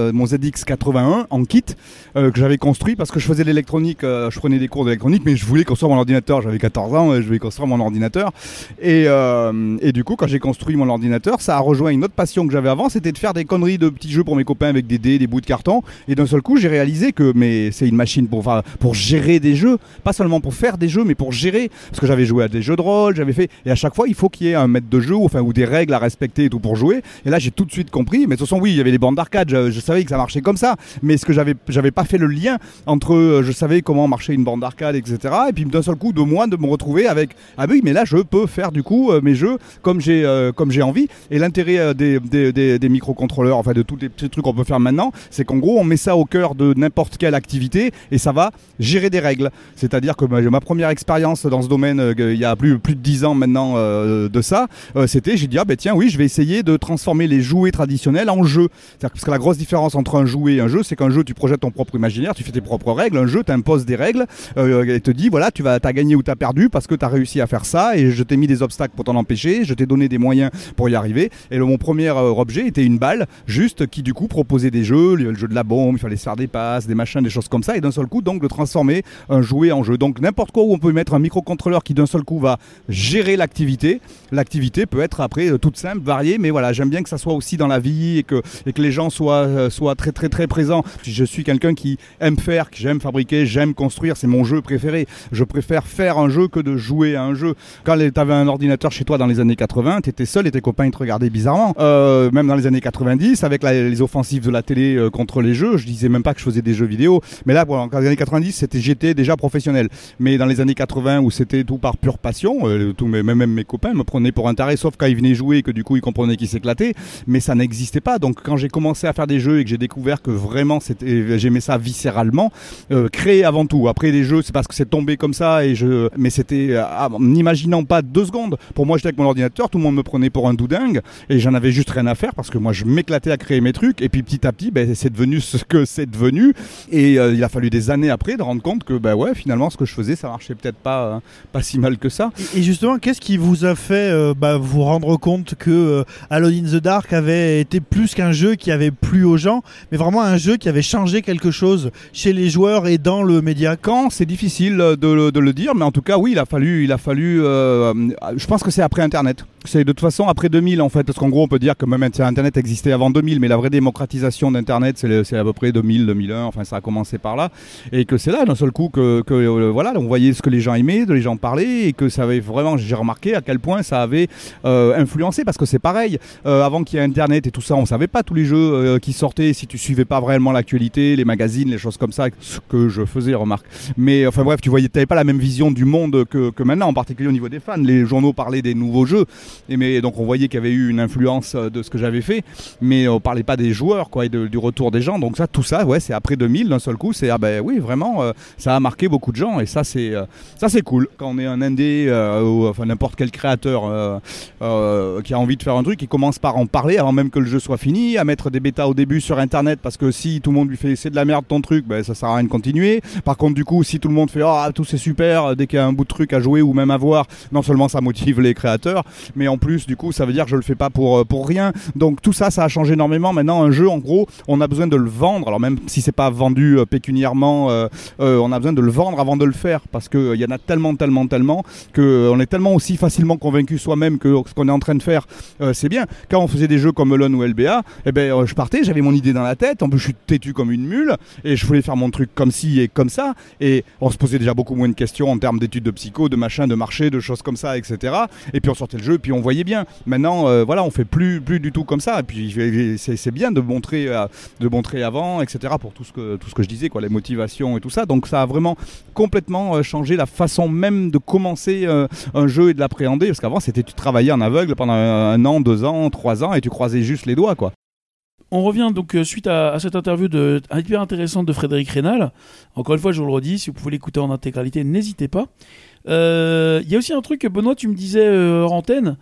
X quatre-vingt-un en kit euh, que j'avais construit parce que je faisais de l'électronique, euh, je prenais des cours d'électronique, mais je voulais construire mon ordinateur. J'avais quatorze ans, et je voulais construire mon ordinateur. Et, euh, et du coup, quand j'ai construit mon ordinateur, ça a rejoint une autre passion que j'avais avant, c'était de faire des conneries de petits jeux pour mes copains avec des dés, des bouts de carton. Et d'un seul coup, j'ai réalisé que mais c'est une machine pour, enfin, pour gérer des jeux, pas seulement pour faire des jeux, mais pour gérer. Parce que j'avais joué à des jeux de rôle, j'avais fait. Et à chaque fois, il faut qu'il y ait un maître de jeu, enfin, ou des règles à respecter et tout pour jouer. Et là, j'ai tout de suite compris. Mais de toute façon, oui, il y avait les bandes d'arcade, je, je savais que ça marchait comme ça. Mais ce que j'avais, j'avais pas fait le lien entre, euh, je savais comment marchait une bande d'arcade, et cetera. Et puis d'un seul coup, de moi, de me retrouver avec, ah oui, mais là, je peux faire du coup euh, mes jeux comme j'ai, euh, comme j'ai envie. Et l'intérêt euh, des, des, des, des microcontrôleurs, enfin de tous les petits trucs qu'on peut faire maintenant, c'est qu'en gros, on met ça au cœur de n'importe quelle activité et ça va gérer des règles. C'est-à-dire que ma, ma première expérience dans ce domaine, euh, il y a plus, plus de dix ans maintenant euh, de ça, euh, c'était, j'ai dit, ah ben tiens, oui, je vais essayer de transformer les jouets traditionnels en jeux. C'est-à-dire parce que la grosse différence entre un jouet et un jeu, c'est qu'un jeu, tu projettes ton propre imaginaire, tu fais tes propres règles. Un jeu t'impose des règles euh, et te dit, voilà, tu vas, t'as gagné ou t'as perdu parce que t'as réussi à faire ça et je t'ai mis des obstacles pour t'en empêcher, je t'ai donné des moyens pour y arriver. Et le, mon premier euh, objet était une balle, juste qui du coup proposait des jeux, le, le jeu de la bombe, il fallait se faire des passes, des machins, des choses comme ça, et d'un seul coup donc de transformer un jouet en jeu. Donc n'importe quoi où on peut mettre un microcontrôleur qui d'un seul coup va gérer l'activité. L'activité peut être après euh, toute simple, variée, mais voilà, j'aime bien que ça soit aussi dans la vie et que, et que les gens soient, euh, soient très très très présents. Je suis quelqu'un qui aime faire, qui j'aime fabriquer, j'aime construire, c'est mon jeu préféré. Je préfère faire un jeu que de jouer à un jeu. Quand tu avais un ordinateur chez toi dans les années quatre-vingts, tu étais seul et tes copains ils te regardaient bizarrement. Euh, même dans les années quatre-vingt-dix, avec la, les offensives de la télé euh, contre les jeux, je disais même pas que je faisais des jeux vidéo. Mais là, bon, dans les années quatre-vingt-dix, c'était, j'étais déjà professionnel. Mais dans les années quatre-vingts, où c'était tout par pure passion, euh, tout, même, même mes copains me prenaient pour un taré, sauf quand ils venaient jouer et que du coup ils comprenaient qu'ils s'éclataient. Mais ça n'existait pas. Donc quand j'ai commencé à faire des jeux et que j'ai découvert que vraiment c'était, j'aimais ça viscéralement, euh, créer avant tout. Après les jeux, c'est parce que c'est tombé comme ça, et je... mais c'était ah, en n'imaginant pas deux secondes. Pour moi, j'étais avec mon ordinateur, tout le monde me prenait pour un doudingue et j'en avais juste rien à faire parce que moi je m'éclatais à créer mes trucs. Et puis petit à petit, ben, c'est devenu ce que c'est devenu. Et euh, il a fallu des années après de rendre compte que ben, ouais, finalement ce que je faisais, ça marchait peut-être pas, hein, pas si mal que ça. Et justement, qu'est-ce qui vous a fait euh, bah, vous rendre compte que euh, Alone in the Dark avait été plus qu'un jeu qui avait plu aux gens, mais vraiment un jeu qui avait changé quelque chose chez les joueurs et dans le média? Quand c'est difficile de, de le dire, mais en tout cas oui, il a fallu, il a fallu. Euh, je pense que c'est après Internet. C'est de toute façon après deux mille en fait, parce qu'en gros on peut dire que même Internet existait avant deux mille, mais la vraie démocratisation d'Internet c'est, le, c'est à peu près deux mille, deux mille un, enfin ça a commencé par là, et que c'est là d'un seul coup que, que euh, voilà, on voyait ce que les gens aimaient, les gens parlaient, et que ça avait vraiment, j'ai remarqué à quel point ça avait euh, influencé, parce que c'est pareil, euh, avant qu'il y ait Internet et tout ça, on savait pas tous les jeux euh, qui sortaient, si tu suivais pas vraiment l'actualité, les magazines, les choses comme ça, ce que je faisais, remarque. Mais enfin bref, tu voyais, t'avais pas la même vision du monde que, que maintenant, en particulier au niveau des fans. Les journaux parlaient des nouveaux jeux. Et mais, donc on voyait qu'il y avait eu une influence de ce que j'avais fait, mais on parlait pas des joueurs quoi, et de, du retour des gens. Donc ça, tout ça, ouais, c'est après deux mille d'un seul coup. C'est ah ben oui, vraiment, euh, ça a marqué beaucoup de gens, et ça c'est euh, ça c'est cool. Quand on est un indé euh, ou enfin n'importe quel créateur euh, euh, qui a envie de faire un truc, il commence par en parler avant même que le jeu soit fini, à mettre des bêtas au début sur Internet, parce que si tout le monde lui fait c'est de la merde ton truc, ben ça sert à rien de continuer. Par contre, du coup, si tout le monde fait ah tout c'est super, dès qu'il y a un bout de truc à jouer ou même à voir, non seulement ça motive les créateurs, mais en plus du coup ça veut dire que je le fais pas pour, pour rien. Donc tout ça ça a changé énormément. Maintenant un jeu en gros on a besoin de le vendre, alors même si c'est pas vendu euh, pécuniairement euh, euh, on a besoin de le vendre avant de le faire, parce qu'il euh, y en a tellement tellement tellement que euh, on est tellement aussi facilement convaincu soi-même que ce qu'on est en train de faire euh, c'est bien. Quand on faisait des jeux comme Alone ou L B A, eh ben, euh, je partais, j'avais mon idée dans la tête, en plus je suis têtu comme une mule et je voulais faire mon truc comme ci et comme ça, et on se posait déjà beaucoup moins de questions en termes d'études de psycho, de machin, de marché, de choses comme ça, et cetera. Et puis on sortait le jeu et puis on voyait bien. Maintenant euh, voilà, on fait plus, plus du tout comme ça, et puis c'est, c'est bien de montrer, euh, de montrer avant, et cetera, pour tout ce que, tout ce que je disais, quoi, les motivations et tout ça. Donc ça a vraiment complètement euh, changé la façon même de commencer euh, un jeu et de l'appréhender, parce qu'avant c'était tu travaillais en aveugle pendant un, un an, deux ans, trois ans et tu croisais juste les doigts, quoi. On revient donc euh, suite à, à cette interview de, hyper intéressante de Frédéric Rénal. Encore une fois, je vous le redis, si vous pouvez l'écouter en intégralité, n'hésitez pas. Il euh, y a aussi un truc, Benoît, tu me disais euh, hors antenne,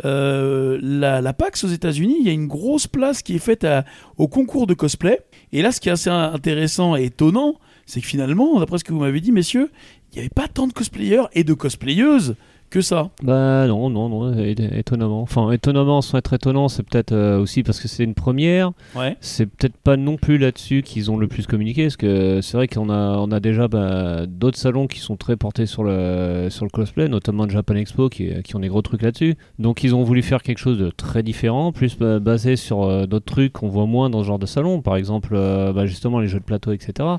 euh, la, la PAX aux États-Unis, il y a une grosse place qui est faite à, au concours de cosplay. Et là, ce qui est assez intéressant et étonnant, c'est que finalement, d'après ce que vous m'avez dit, messieurs, il n'y avait pas tant de cosplayers et de cosplayeuses que ça. Bah non, non, non, é- étonnamment. Enfin, étonnamment, sans être étonnant, c'est peut-être euh, aussi parce que c'est une première. Ouais. C'est peut-être pas non plus là-dessus qu'ils ont le plus communiqué, parce que c'est vrai qu'on a, on a déjà bah, d'autres salons qui sont très portés sur le, sur le cosplay, notamment le Japan Expo, qui, qui ont des gros trucs là-dessus. Donc ils ont voulu faire quelque chose de très différent, plus bah, basé sur euh, d'autres trucs qu'on voit moins dans ce genre de salon, par exemple euh, bah, justement les jeux de plateau, et cetera,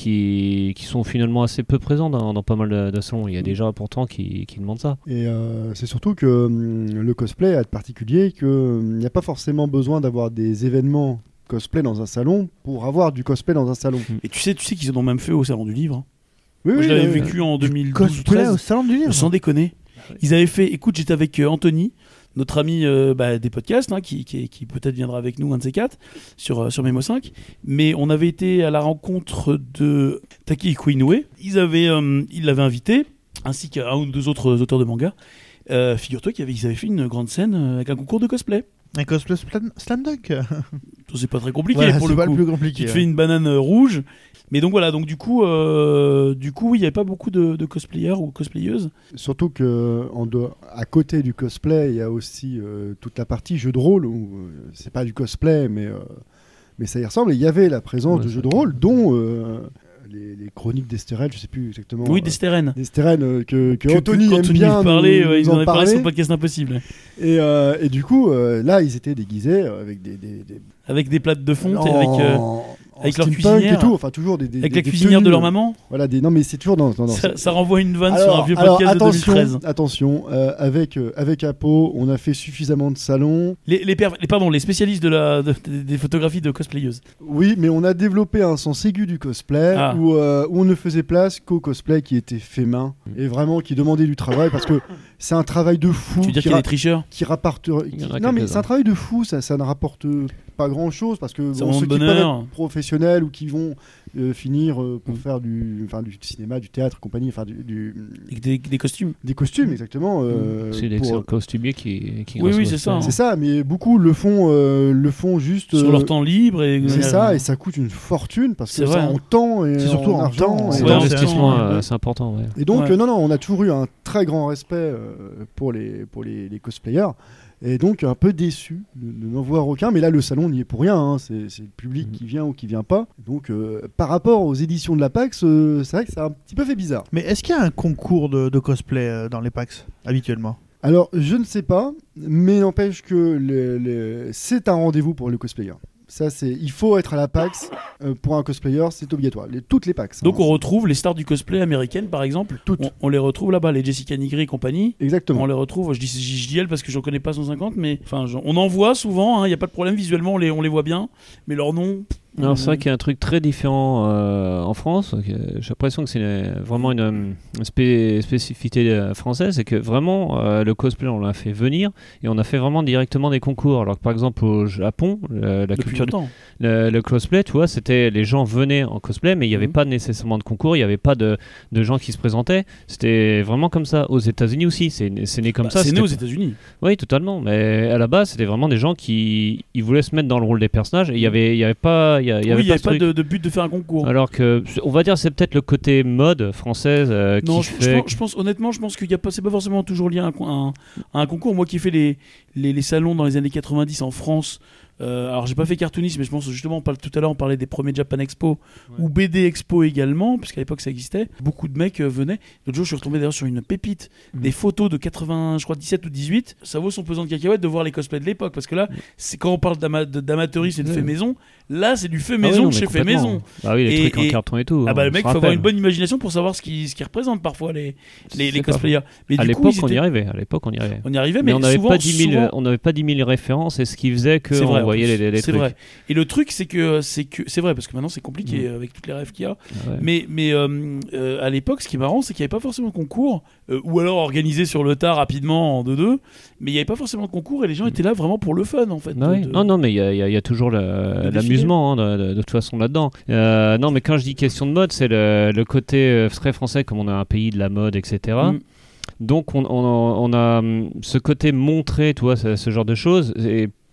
qui, qui sont finalement assez peu présents dans, dans pas mal de, de salons. Il y a des gens pourtant qui, qui demandent ça. Et euh, c'est surtout que hum, le cosplay a de particulier qu'il n'y a pas forcément besoin d'avoir des événements cosplay dans un salon pour avoir du cosplay dans un salon. Et tu sais, tu sais qu'ils en ont même fait au salon du livre. hein. Oui, Moi, oui, je l'avais euh, vécu en deux mille douze ou Cosplay treize. au salon du livre. Sans déconner. Ils avaient fait. Écoute, j'étais avec euh, Anthony, notre ami euh, bah, des podcasts, hein, qui, qui, qui peut-être viendra avec nous un de ces quatre sur, euh, sur Memo cinq. Mais on avait été à la rencontre de Taki Inoue. Ils avaient, euh, ils l'avaient invité, ainsi qu'un ou deux autres auteurs de manga. Euh, figure-toi qu'ils avaient, ils avaient fait une grande scène euh, avec un concours de cosplay. Un cosplay slam, slam dunk. C'est pas très compliqué Voilà, pour c'est le pas coup. le plus compliqué. Tu te ouais. fais une banane euh, rouge. Mais donc voilà, donc du coup, euh, du coup, oui, il n'y avait pas beaucoup de, de cosplayers ou cosplayeuses. Surtout que en dehors- à côté du cosplay, il y a aussi euh, toute la partie jeu de rôle où euh, c'est pas du cosplay, mais euh, mais ça y ressemble. Et il y avait la présence Ouais, de c'est jeux de rôle, dont euh, les, les chroniques d'Estérel, je sais plus exactement. Oui, euh, des stérènes. d'Estérel, euh, que, que Que- Anthony que- aime Anthony bien parlait, nous, ouais, nous ils en en avaient parlé parler. sur le podcast Impossible. Et, euh, et du coup, euh, là, ils étaient déguisés euh, avec des, des, des- Avec des plates de fonte et en- avec, euh, en avec leur steampunk cuisinière. et tout, enfin toujours des, des avec des- la des cuisinière de tenues, leur euh, maman. Voilà, des non mais c'est toujours dans, non, non, Ça, c'est- ça renvoie une vanne alors, sur un vieux alors, podcast attention, de deux mille treize. attention, euh, avec euh, avec Apo, on a fait suffisamment de salons. Les, les, per- les- pardon, les spécialistes de la, de- de- des photographies de cosplayeuses. Oui, mais on a développé un sens aigu du cosplay Ah. où, euh, où on ne faisait place qu'au cosplay qui était fait main Mm. et vraiment qui demandait du travail parce que c'est un travail de fou Tu veux dire qui, qu'il y a ra- des tricheurs qui rapporte. Il y en a Non, mais quelques-uns. c'est un travail de fou, ça, ça ne rapporte pas grand chose parce que Ça bon, monte ceux qui peuvent bonheur. être professionnels ou qui vont euh, finir euh, pour Mm. faire du, enfin, du cinéma, du théâtre, compagnie, enfin du, du- Avec des, des costumes. des costumes exactement. euh, C'est pour- d'excellents costumiers qui, qui Oui, grâce oui, au c'est ça, cosplay. C'est ça, mais beaucoup le font, euh, le font juste. Sur euh, leur temps libre. Et, C'est euh, ça, et ça coûte une fortune parce C'est que vrai, ça hein. en temps et C'est surtout en argent. temps, et- C'est Ouais, en l'investissement, temps, euh, ouais. c'est important. Ouais. Et donc, Ouais. euh, non, non, on a toujours eu un très grand respect euh, pour, les, pour les, les cosplayers. Et donc, un peu déçu de, de n'en voir aucun. Mais là, le salon n'y est pour rien. hein. C'est c'est le public Mhm. qui vient ou qui vient pas. Donc, euh, par rapport aux éditions de la PAX, euh, c'est vrai que ça a un petit peu fait bizarre. Mais est-ce qu'il y a un concours de, de cosplay euh, dans les PAX habituellement? Alors, je ne sais pas, mais n'empêche que le- le- c'est un rendez-vous pour le cosplayer. Ça, c'est, il faut être à la PAX euh, pour un cosplayer, c'est obligatoire. Les, toutes les PAX. Donc hein. on retrouve les stars du cosplay américaines, par exemple. Toutes. On, on les retrouve là-bas, les Jessica Nigri et compagnie. Exactement. On les retrouve, je dis, je, je dis elle parce que j'en connais pas cent cinquante, mais enfin, j'en- on en voit souvent, il n'y a pas de problème, visuellement on les, on les voit bien, mais leur nom. Alors c'est vrai qu'il y a un truc très différent euh, en France. que J'ai l'impression que c'est une- vraiment une, euh, spé- spécificité euh, française, c'est que vraiment euh, le cosplay on l'a fait venir et on a fait vraiment directement des concours. Alors que par exemple au Japon, le- la depuis culture, du- longtemps. le, le cosplay, tu vois, c'était les gens venaient en cosplay, mais il n'y avait Mhm. pas nécessairement de concours, il n'y avait pas de, de gens qui se présentaient. C'était vraiment comme ça. Aux États-Unis aussi, c'est c'est né comme Bah, ça. c'est né c'était aux États-Unis. Oui, totalement. Mais à la base, c'était vraiment des gens qui ils voulaient se mettre dans le rôle des personnages et il y avait, il y avait pas, il y, a- il y Oui, avait il n'y pas avait ce pas truc. de, de but de faire un concours. Alors que, on va dire, c'est peut-être le côté mode française euh, Non, qui je, je fait. pense, je pense- honnêtement, je pense qu'il y a pas, c'est pas forcément toujours lié à un, co- un- à un concours. Moi qui ai fait les, les, les salons dans les années quatre-vingt-dix en France, euh, alors j'ai pas fait cartooniste, mais je pense justement, on parle, tout à l'heure on parlait des premiers Japan Expo ou B D Expo également, puisqu'à l'époque ça existait. Beaucoup de mecs euh, venaient. L'autre jour, je suis retombé d'ailleurs sur une pépite, Mhm. des photos de quatre-vingts, je crois dix-sept ou dix-huit. Ça vaut son pesant de cacahuètes de voir les cosplays de l'époque, parce que là, c'est quand on parle d'ama- de- d'amateurisme et de Ouais. fait maison, là c'est du fait Ah oui, maison non, mais chez fait complètement. maison. Ah oui, les Et- trucs en et- carton et tout. Ah bah on le se mec, faut avoir rappelle. une bonne imagination pour savoir ce qui, ce qui représentent parfois les, les, les C'est pas cosplayers. Mais À du coup, l'époque, ils on y étaient- arrivait. À l'époque, on y arrivait. on y arrivait, Mais mais, on n'avait souvent, pas dix mille, souvent- on n'avait pas dix mille références et ce qui faisait c'est qu'on vrai, en voyait plus. les, les c'est trucs. vrai. Et le truc, c'est que c'est que c'est vrai parce que maintenant c'est compliqué Mm. avec toutes les rêves qu'il y a. Ah ouais. Mais mais euh, euh, à l'époque, ce qui est marrant, c'est qu'il n'y avait pas forcément de concours, euh, ou alors organisé sur le tas rapidement en deux deux. Mais il n'y avait pas forcément de concours et les gens étaient là vraiment pour le fun en fait. Ah de- oui. de- Non, non, mais il y, a- il y a- il y a toujours le- de l'amusement hein, de, de- de toute façon là-dedans. Euh, non, mais quand je dis question de mode, c'est le, le côté euh, très français, comme on a un pays de la mode, et cetera. Mm. Donc on, on- on a hum, ce côté montré, tu vois, ce, ce genre de choses. Et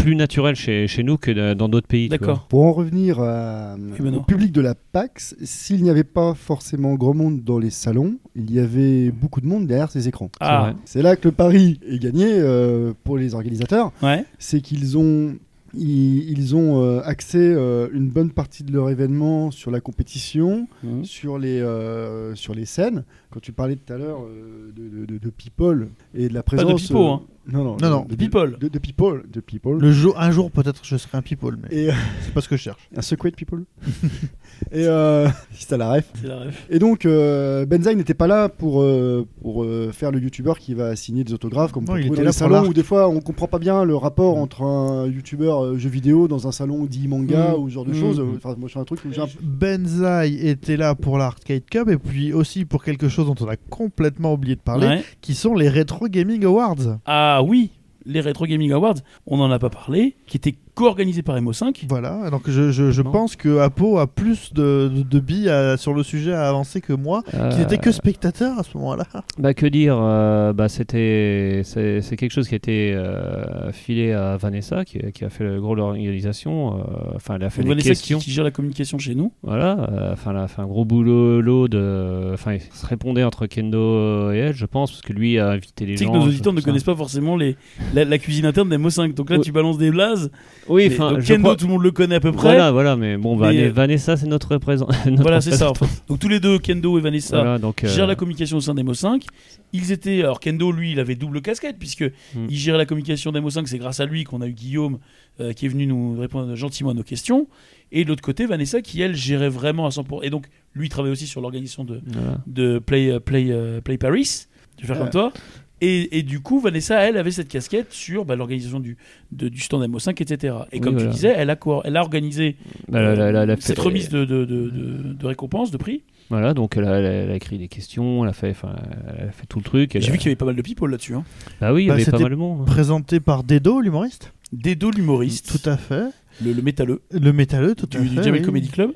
plus naturel chez, chez nous que de- dans d'autres pays. tu D'accord. Pour en revenir à- Benoît. au public de la PAX, s'il n'y avait pas forcément grand monde dans les salons, il y avait beaucoup de monde derrière ces écrans. vois. Ah, C'est vrai. C'est là que le pari est gagné euh, pour les organisateurs, ouais. c'est qu'ils ont, ils, ils ont euh, axé euh, une bonne partie de leur événement sur la compétition, Mhm. sur, les, euh, sur les scènes. Quand tu parlais tout à l'heure euh, de, de, de- de People et de la Pas de présence... Pipo, hein. Non, non, Non, non, de, de People. De, de People. De people. Le jour, un jour, peut-être, je serai un people, mais Et, euh, c'est pas ce que je cherche. un secret de People. Et euh, si t'as la ref. C'est la ref. Et donc, euh, Benzaï n'était pas là pour, euh, pour euh, faire le youtubeur qui va signer des autographes, comme Non, on il peut trouver était dans là les pour salons l'art. où des fois on comprend pas bien le rapport entre un youtubeur euh, jeu vidéo dans un salon dit manga Mm. ou ce genre de Mm. choses. Enfin, moi, je fais un truc où j'ai un... Benzaï était là pour l'Arcade Cup et puis aussi pour quelque chose dont on a complètement oublié de parler, Ouais. qui sont les Retro Gaming Awards. Ah oui, les Retro Gaming Awards, on n'en a pas parlé, qui étaient co-organisés par M O cinq. Voilà, donc je, je, je Non. pense que Apo a plus de, de, de billes à- sur le sujet à avancer que moi, qui Euh, n'était que spectateur à ce moment-là. Bah que dire, euh, bah c'était c'est c'est quelque chose qui a été euh, filé à Vanessa qui, qui a fait le gros de l'organisation. euh, Enfin, elle a fait Donc les Vanessa questions. qui, qui gère la communication chez nous. Voilà, euh, enfin elle a fait un gros boulot lot de, enfin il se répondait entre Kendo et elle, je pense, parce que lui a invité les Tu sais gens. que nos auditeurs tout ne ça. connaissent pas forcément les, la, la cuisine interne d'M O cinq. Donc là, Oui. tu balances des blazes. Oui, Mais- enfin donc je Kendo, crois- tout le monde le connaît à peu près. Voilà, voilà, mais bon, Van- Mais, euh, Vanessa c'est notre représentant. Voilà, c'est ça en fait. Donc tous les deux, Kendo et Vanessa, Voilà, donc euh, gèrent la communication au sein d'M O cinq. Ils étaient. Alors Kendo, lui, il avait double casquette, puisque Hmm. il gérait la communication d'M O cinq. C'est grâce à lui qu'on a eu Guillaume euh, qui est venu nous répondre gentiment à nos questions. Et de l'autre côté, Vanessa qui, elle, gérait vraiment à cent pour cent. Et donc, lui, il travaille aussi sur l'organisation de, voilà. de Play, euh, Play, euh, Play Paris. Je vais faire Euh. comme toi. Et, et du coup, Vanessa, elle, avait cette casquette sur bah, l'organisation du, de- du stand M O cinq, et cetera. Et Oui, comme voilà. tu disais, elle a, co- elle a organisé Bah, elle a- elle a- elle a euh, cette fait- remise de, de, de, de, de récompense, de prix. Voilà, donc elle a, elle a- elle a écrit des questions, elle a fait, enfin, elle a fait tout le truc. elle J'ai a- vu qu'il y avait pas mal de people là-dessus. Hein. Bah oui, il y Bah, avait pas c'était mal de monde. hein. Présenté par Dedo, l'humoriste. Dedo, l'humoriste, Tout à fait. le, le métalleux Le métalleux, tout du, à du fait. Jamel oui. Comedy Club.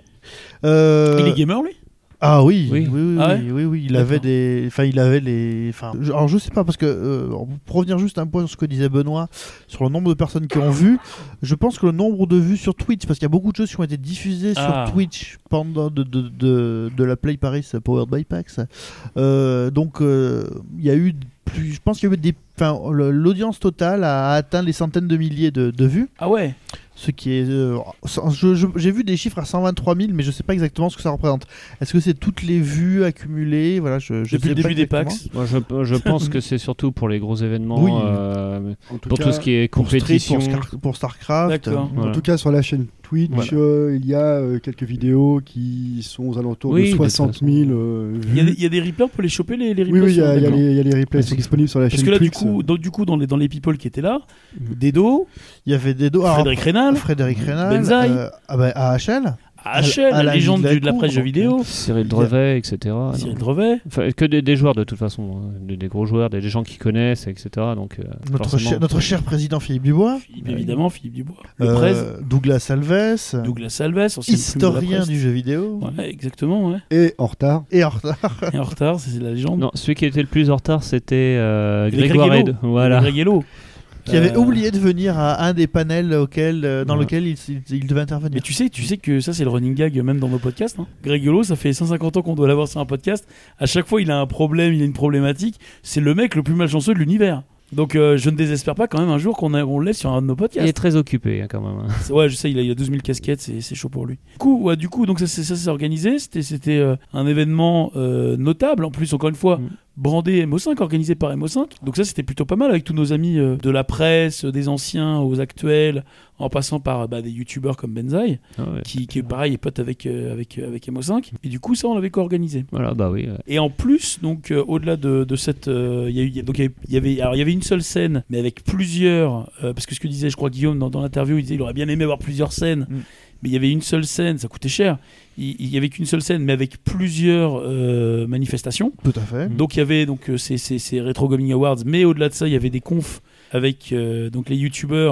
Euh, Il est gamer, lui Ah oui, Oui. oui, oui, oui, Ah ouais oui, oui, il D'accord. avait des, enfin, il avait les, enfin, je- alors je sais pas parce que euh, pour revenir juste un point sur ce que disait Benoît sur le nombre de personnes qui ont vu, je pense que le nombre de vues sur Twitch, parce qu'il y a beaucoup de choses qui ont été diffusées Ah. sur Twitch pendant de, de, de, de la Play Paris Powered by PAX, euh, donc euh, il y a eu plus, je pense qu'il y a eu des, enfin, le- l'audience totale a atteint les centaines de milliers de, de vues. Ah ouais. Ce qui est, euh, cent- je- je- j'ai vu des chiffres à cent vingt-trois mille, mais je sais pas exactement ce que ça représente. Est-ce que c'est toutes les vues accumulées, voilà, je, je Depuis sais le pas début des exactement. PAX. Moi, je, je pense que c'est surtout pour les gros événements, Oui. euh, En tout pour cas, tout ce qui est Pour Street, compétition. pour, Star- pour Starcraft. D'accord. En Voilà. tout cas, sur la chaîne Twitch, Voilà. euh, il y a euh, quelques vidéos qui sont aux alentours Oui, de de soixante toute mille euh, vues. Il y, a des, il y a des replays, on peut les choper les, les Oui, replays oui, il y, a- sur- il y a D'accord. les il y a les replays qui sont disponibles sur la Parce chaîne que là, du Twitch. coup, dans, du coup dans, les, dans les people qui étaient là, Mhm. Dedo, Il y avait des dos. Frédéric Rénal, Frédéric Rénal. Benzaï. euh, ah bah, A H L. A H L, à la la légende vie de la du- de la cour, presse jeux donc, vidéo, Cyril Drevet, et cetera. Cyril non. Drevet, Enfin, que des, des joueurs de toute façon, hein, des, des gros joueurs, des, des gens qui connaissent, et cetera. Donc, euh, Notre, forcément, cher, notre cher président Philippe Dubois. Philippe, évidemment, Philippe Dubois, le euh, Prez, Douglas Alves. Douglas Alves, ancienne plume de la Historien presse. du jeu vidéo. Ouais, exactement, ouais. Et en retard. Et en retard. Et en retard, c'est la légende. Non, celui qui était le plus en retard, c'était euh, Il y avait Grégoire Greg Hello. Ed. Voilà. Greg Hello. Qui avait Euh, oublié de venir à un des panels auquel, euh, dans Ouais. lequel il, il- il devait intervenir. Mais tu sais, tu sais que ça c'est le running gag même dans nos podcasts. Hein. Greg Hello, ça fait cent cinquante ans qu'on doit l'avoir sur un podcast. À chaque fois, il a un problème, il a une problématique. C'est le mec le plus malchanceux de l'univers. Donc euh, je ne désespère pas quand même un jour qu'on a- on le lève sur un de nos Il est podcasts. très occupé hein, quand même. hein. Ouais, je sais, il a, il a douze mille casquettes, c'est c'est chaud pour lui. Du coup, ouais, du coup donc ça, c'est- ça s'est organisé. C'était c'était euh, un événement euh, notable. En plus, encore une fois, Mm. brandé M O cinq, organisé par M O cinq. Donc ça, c'était plutôt pas mal avec tous nos amis euh, de la presse, euh, des anciens aux actuels, en passant par bah, des youtubeurs comme Benzaï, Ah ouais. qui, qui est pareil, est pote avec, euh, avec, euh, avec M O cinq. Et du coup, ça, on l'avait co-organisé. Voilà, bah oui. euh, Et en plus, donc euh, au-delà de, de cette, euh, il y a eu- il y a- donc il y avait- il y avait, alors il y avait une seule scène, mais avec plusieurs, euh, parce que ce que disait, je crois Guillaume dans, dans l'interview, il disait il aurait bien aimé avoir plusieurs scènes, Mm. mais il y avait une seule scène, ça coûtait cher. Il, il y avait qu'une seule scène, mais avec plusieurs euh, manifestations. Tout à fait. Mm. Donc il y avait donc euh, ces, ces, ces Retro Gaming Awards, mais au-delà de ça, il y avait des confs avec euh, donc les youtubeurs.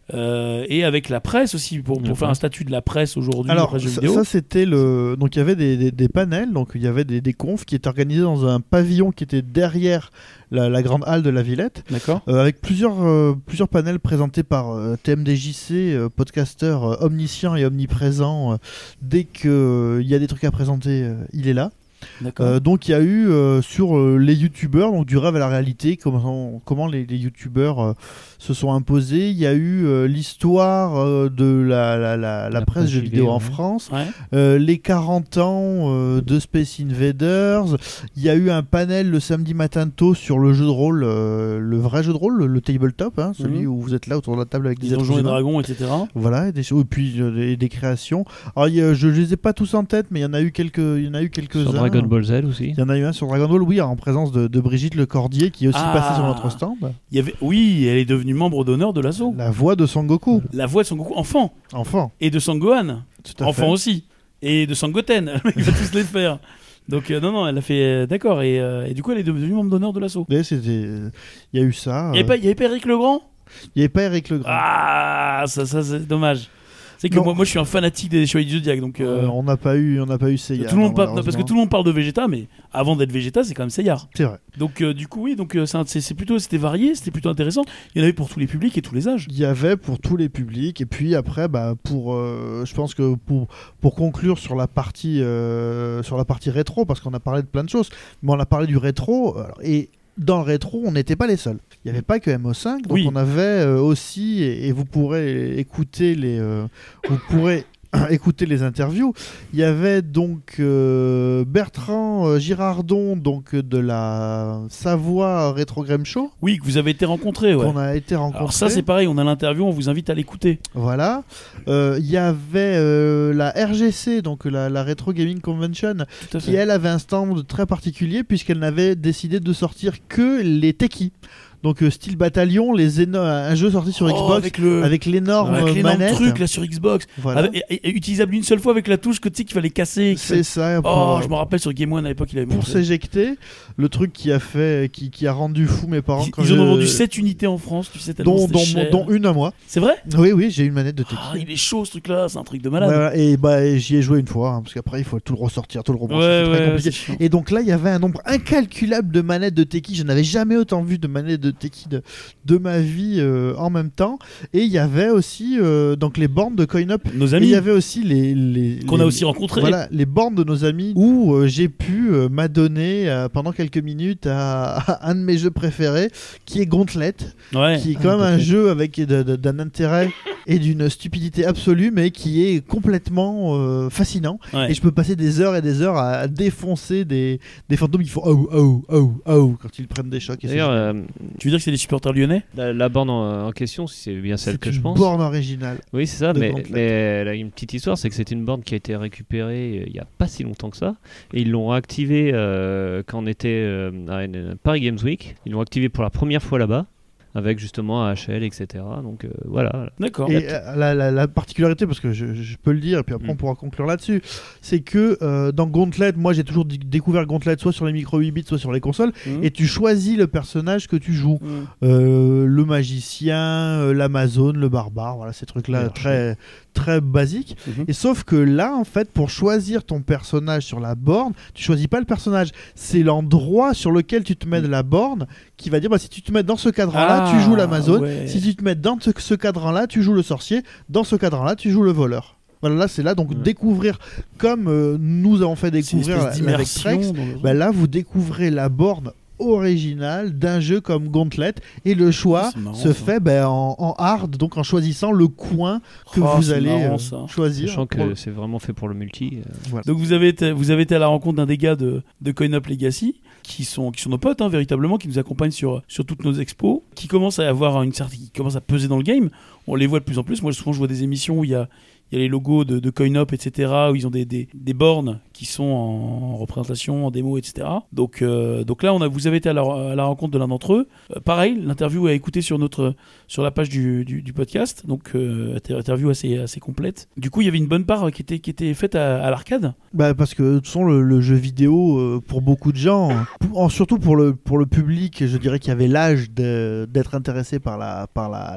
Euh, et avec la presse aussi, pour, pour Ouais. faire un statut de la presse aujourd'hui, la Alors presse jeux ça, vidéo. ça, c'était le donc il y avait des, des, des panels, donc il y avait des, des confs qui étaient organisés dans un pavillon qui était derrière la, la grande halle de la Villette, D'accord. euh, avec plusieurs euh, plusieurs panels présentés par euh, T M D J C, euh, podcasteur euh, omniscient et omniprésent. Euh, dès que euh, il y a des trucs à présenter, euh, il est là. D'accord. Euh, donc il y a eu euh, sur euh, les youtubeurs, donc du rêve à la réalité, comment, comment les, les youtubeurs euh, se sont imposés. Il y a eu euh, l'histoire euh, de la, la, la, la La presse presse jeux vidéo vidéo, en ouais. France, Ouais. euh, les quarante ans euh, de Space Invaders. Il y a eu un panel le samedi matin tôt sur le jeu de rôle, euh, le vrai jeu de rôle, le, le tabletop, hein, celui Mhm. où vous êtes là autour de la table avec des Des êtres donjons et humains. dragons, et cetera. Voilà, et, des, et puis euh, des, des créations. Alors il y a- je ne les ai pas tous en tête, mais il y en a eu quelques, il y en a eu quelques-uns. Sur Dragon Ball Z aussi. Il y en a eu un sur Dragon Ball, oui, en présence de, de Brigitte Lecordier, qui est aussi Ah. passée sur notre stand. Il y avait... Oui, elle est devenue membre d'honneur de l'assaut. La voix de Son Goku, La voix de Son Goku enfant. enfant. Et de Sangohan. Tout à Enfant fait. aussi. Et de Sangoten. Il va tous les faire. Donc, euh, non, non, elle a fait. euh, D'accord. Et, euh, et du coup, elle est devenue membre d'honneur de l'assaut. Mais c'était, euh, il y a eu ça. Il n'y avait, euh, pas- il y avait pas Eric Legrand. il y avait pas Eric Legrand. Ah, ça, ça c'est dommage. C'est que Non. moi, moi, je suis un fanatique des Chevaliers du Zodiac. Donc, euh, Euh, on n'a pas eu, on n'a pas eu Seiya. tout le monde non, parle, non, parce que malheureusement. tout le monde parle de Vegeta, mais avant d'être Vegeta, c'est quand même Seyar. C'est vrai. Donc, euh, du coup, oui, donc euh, c'est un- c'est c'est plutôt, c'était varié, c'était plutôt intéressant. Il y en avait pour tous les publics et tous les âges. Il y avait pour tous les publics, et puis après, bah, pour, euh, je pense que pour, pour conclure sur la partie, euh, sur la partie rétro, parce qu'on a parlé de plein de choses, mais on a parlé du rétro, alors, et dans le rétro, on n'était pas les seuls. Il n'y avait pas que M O cinq, donc Oui. on avait euh, aussi, et, et vous pourrez écouter les, euh, vous pourrez écouter les interviews. Il y avait donc euh, Bertrand euh, Girardon, donc de la Savoie Retro Game Show, Oui, que vous avez été rencontrés, ouais. qu'on a été rencontré. Alors ça, c'est pareil, on a l'interview, on vous invite à l'écouter. Voilà. Euh, Il y avait euh, la R G C, donc la, la Retro Gaming Convention, Tout à qui fait. elle avait un stand très particulier puisqu'elle n'avait décidé de sortir que les techies. Donc euh, style Bataillon, les éno- un jeu sorti sur Oh, Xbox avec le avec l'énorme avec l'énorme manette. truc là sur Xbox. Voilà. Avec- et- et utilisable une seule fois avec la touche que tu sais qu'il fallait casser. qu'il C'est fallait- ça. Oh, Pour, je me rappelle sur Game One à l'époque, il avait pour montré. s'éjecter, le truc qui a fait, qui, qui a rendu fou mes parents. Ils, quand ils en je- ont vendu sept unités en France, tu sais, tellement dont, c'était dont, cher. dont une à moi. C'est vrai? Oui, oui, j'ai une manette de techie. Ah, il est chaud ce truc là, c'est un truc de malade. Voilà, et bah et j'y ai joué une fois, hein, parce qu'après il faut tout le ressortir, tout le rebrancher, Ouais, c'est très ouais, compliqué. c'est chiant. Et donc là, il y avait un nombre incalculable de manettes de Teki. Je n'avais jamais autant vu de manettes de Teki de, de ma vie euh, en même temps. Et il y avait aussi euh, donc les bornes de CoinUp. Nos Et il amis y avait aussi les, les qu'on les- a aussi rencontrés. Voilà, les bornes de nos amis où euh, j'ai pu euh, m'adonner euh, pendant quelques minutes à, à un de mes jeux préférés qui est Gauntlet, Ouais. qui est quand même un jeu avec de- de- d'un intérêt et d'une stupidité absolue, mais qui est complètement euh, fascinant. Ouais. Et je peux passer des heures et des heures à, à défoncer des, des fantômes qui font oh oh oh oh quand ils prennent des chocs. Et c'est D'ailleurs, euh, Tu veux dire que c'est des supporters lyonnais? la, la borne en, en question, c'est bien celle c'est que une je pense. borne originale. Oui, c'est ça, de mais, Gauntlet. mais elle a une petite histoire, c'est que c'est une borne qui a été récupérée euh, il n'y a pas si longtemps que ça, et ils l'ont activée euh, quand on était euh, à une- Paris Games Week, ils l'ont activée pour la première fois là-bas, avec justement A H L, et cetera. Donc euh, voilà. D'accord. Et euh, la, la- la particularité, parce que je, je peux le dire, et puis après Mm. on pourra conclure là-dessus, c'est que euh, dans Gauntlet, moi j'ai toujours d- découvert Gauntlet soit sur les micro huit bits, soit sur les consoles, Mmh. et tu choisis le personnage que tu joues. Mmh. Euh, le magicien, euh, l'amazone, le barbare, voilà ces trucs-là L'archer. très, très basiques. Mhm. Et sauf que là, en fait, pour choisir ton personnage sur la borne, tu choisis pas le personnage, c'est l'endroit sur lequel tu te mets de la borne qui va dire bah, si tu te mets dans ce cadran-là, Ah, tu joues l'amazone. ouais. Si tu te mets dans ce, ce cadran-là, tu joues le sorcier. Dans ce cadran-là, tu joues le voleur. Voilà, là c'est là donc Ouais. découvrir comme euh, nous avons fait C'est une découvrir espèce la- avec d'immersion Trex. dans le- Bah là, vous découvrez la borne originale d'un jeu comme Gauntlet et le choix C'est marrant, se ça. fait bah, en, en hard, donc en choisissant le coin que Oh, vous c'est allez marrant, euh, ça. choisir. Sachant pour que le- c'est vraiment fait pour le multi. euh, voilà. Donc vous avez été, vous avez été à la rencontre d'un des gars de, de CoinUp Legacy qui sont, qui sont nos potes hein, véritablement, qui nous accompagnent sur, sur toutes nos expos, qui commencent à avoir une certaine, qui commencent à peser dans le game. On les voit de plus en plus. Moi souvent je vois des émissions où il y a, il y a les logos de, de CoinUp, et cetera, où ils ont des, des, des bornes qui sont en représentation, en démo, et cetera. Donc, euh, donc là, on a, vous avez été à la, à la rencontre de l'un d'entre eux. Euh, pareil, l'interview est à écouter sur, notre, sur la page du, du, du podcast. Donc, euh, interview assez, assez complète. Du coup, il y avait une bonne part euh, qui était, qui était faite à, à l'arcade. Bah, parce que de toute façon, le, le jeu vidéo, euh, pour beaucoup de gens, pour- en- surtout pour le, pour le public, je dirais qu'il y avait l'âge de- d'être intéressé par la, par la, la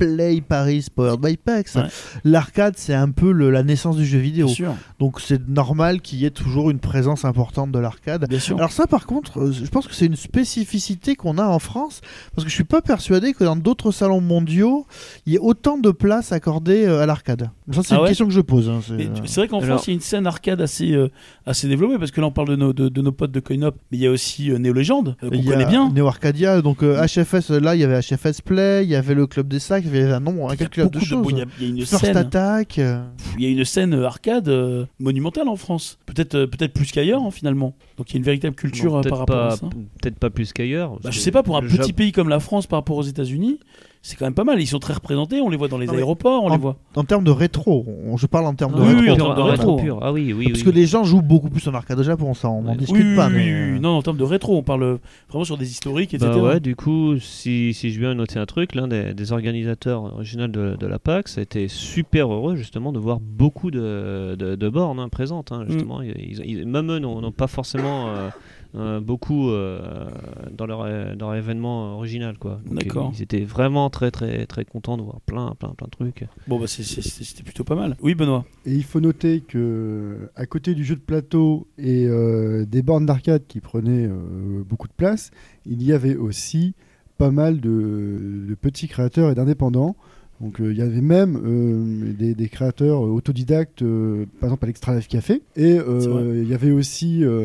Play Paris Powered by PAX. Ouais. L'arcade, c'est un peu le- la naissance du jeu vidéo. Bien sûr, Donc c'est normal qu'il y ait toujours une présence importante de l'arcade. bien sûr. Alors ça par contre, euh, je pense que c'est une spécificité qu'on a en France, parce que je suis pas persuadé que dans d'autres salons mondiaux, il y ait autant de place accordée euh, à l'arcade. Ça c'est Ah une ouais question que je pose. hein, c'est, Mais euh, tu- c'est vrai qu'en Alors- France, il y a une scène arcade assez, euh, assez développée, parce que là, on parle de nos, de, de nos potes de CoinOp, mais il y a aussi euh, Neo Legend, euh, qu'on il y a connaît bien. Neo Arcadia, donc euh, H F S, là il y avait H F S Play, il y avait le Club des Sacs, il y avait un nombre Il y a incalculable de beaucoup de- choses. bon, il y a- il y a une First scène, Attack. euh, il y a une scène euh, arcade euh, monumentale en France. Peut-être euh, peut-être plus qu'ailleurs, hein, finalement. Donc il y a une véritable culture Bon, euh, peut-être par rapport pas, à ça. peut-être pas plus qu'ailleurs. Bah, je sais pas, pour un Le petit Jap- pays comme la France par rapport aux États-Unis, c'est quand même pas mal. Ils sont très représentés, on les voit dans les Non, mais aéroports, on en- les voit. En termes de rétro, on- je parle en termes de Oui, rétro. oui, en pur, termes de ah, rétro. pur. Ah oui, oui, Parce oui. que les gens jouent beaucoup plus en arcade au Japon, ça on n'en Ouais. discute Oui, pas. oui, mais, oui, euh, oui. Non, en termes de rétro, on parle vraiment sur des historiques, et cetera. Bah ouais, du coup, si, si je viens noter un truc, l'un des, des organisateurs originaux de, de la PAX a été super heureux justement de voir beaucoup de, de, de bornes hein, présentes. Hein, justement, ils, ils- même eux n'ont n'ont pas forcément euh, euh, beaucoup euh, dans, leur, euh, dans leur événement original, quoi. Donc, D'accord. Ils, ils étaient vraiment très très très contents de voir plein plein plein de trucs. Bon, bah c'est- c'est- c'est- c'était plutôt pas mal. Oui, Benoît. Et il faut noter que à côté du jeu de plateau et euh, des bornes d'arcade qui prenaient euh, beaucoup de place, il y avait aussi pas mal de, de petits créateurs et d'indépendants. Donc euh, il y avait même euh, des, des créateurs autodidactes, euh, par exemple à l'Extra Life Café. Et euh, C'est vrai. il y avait aussi euh,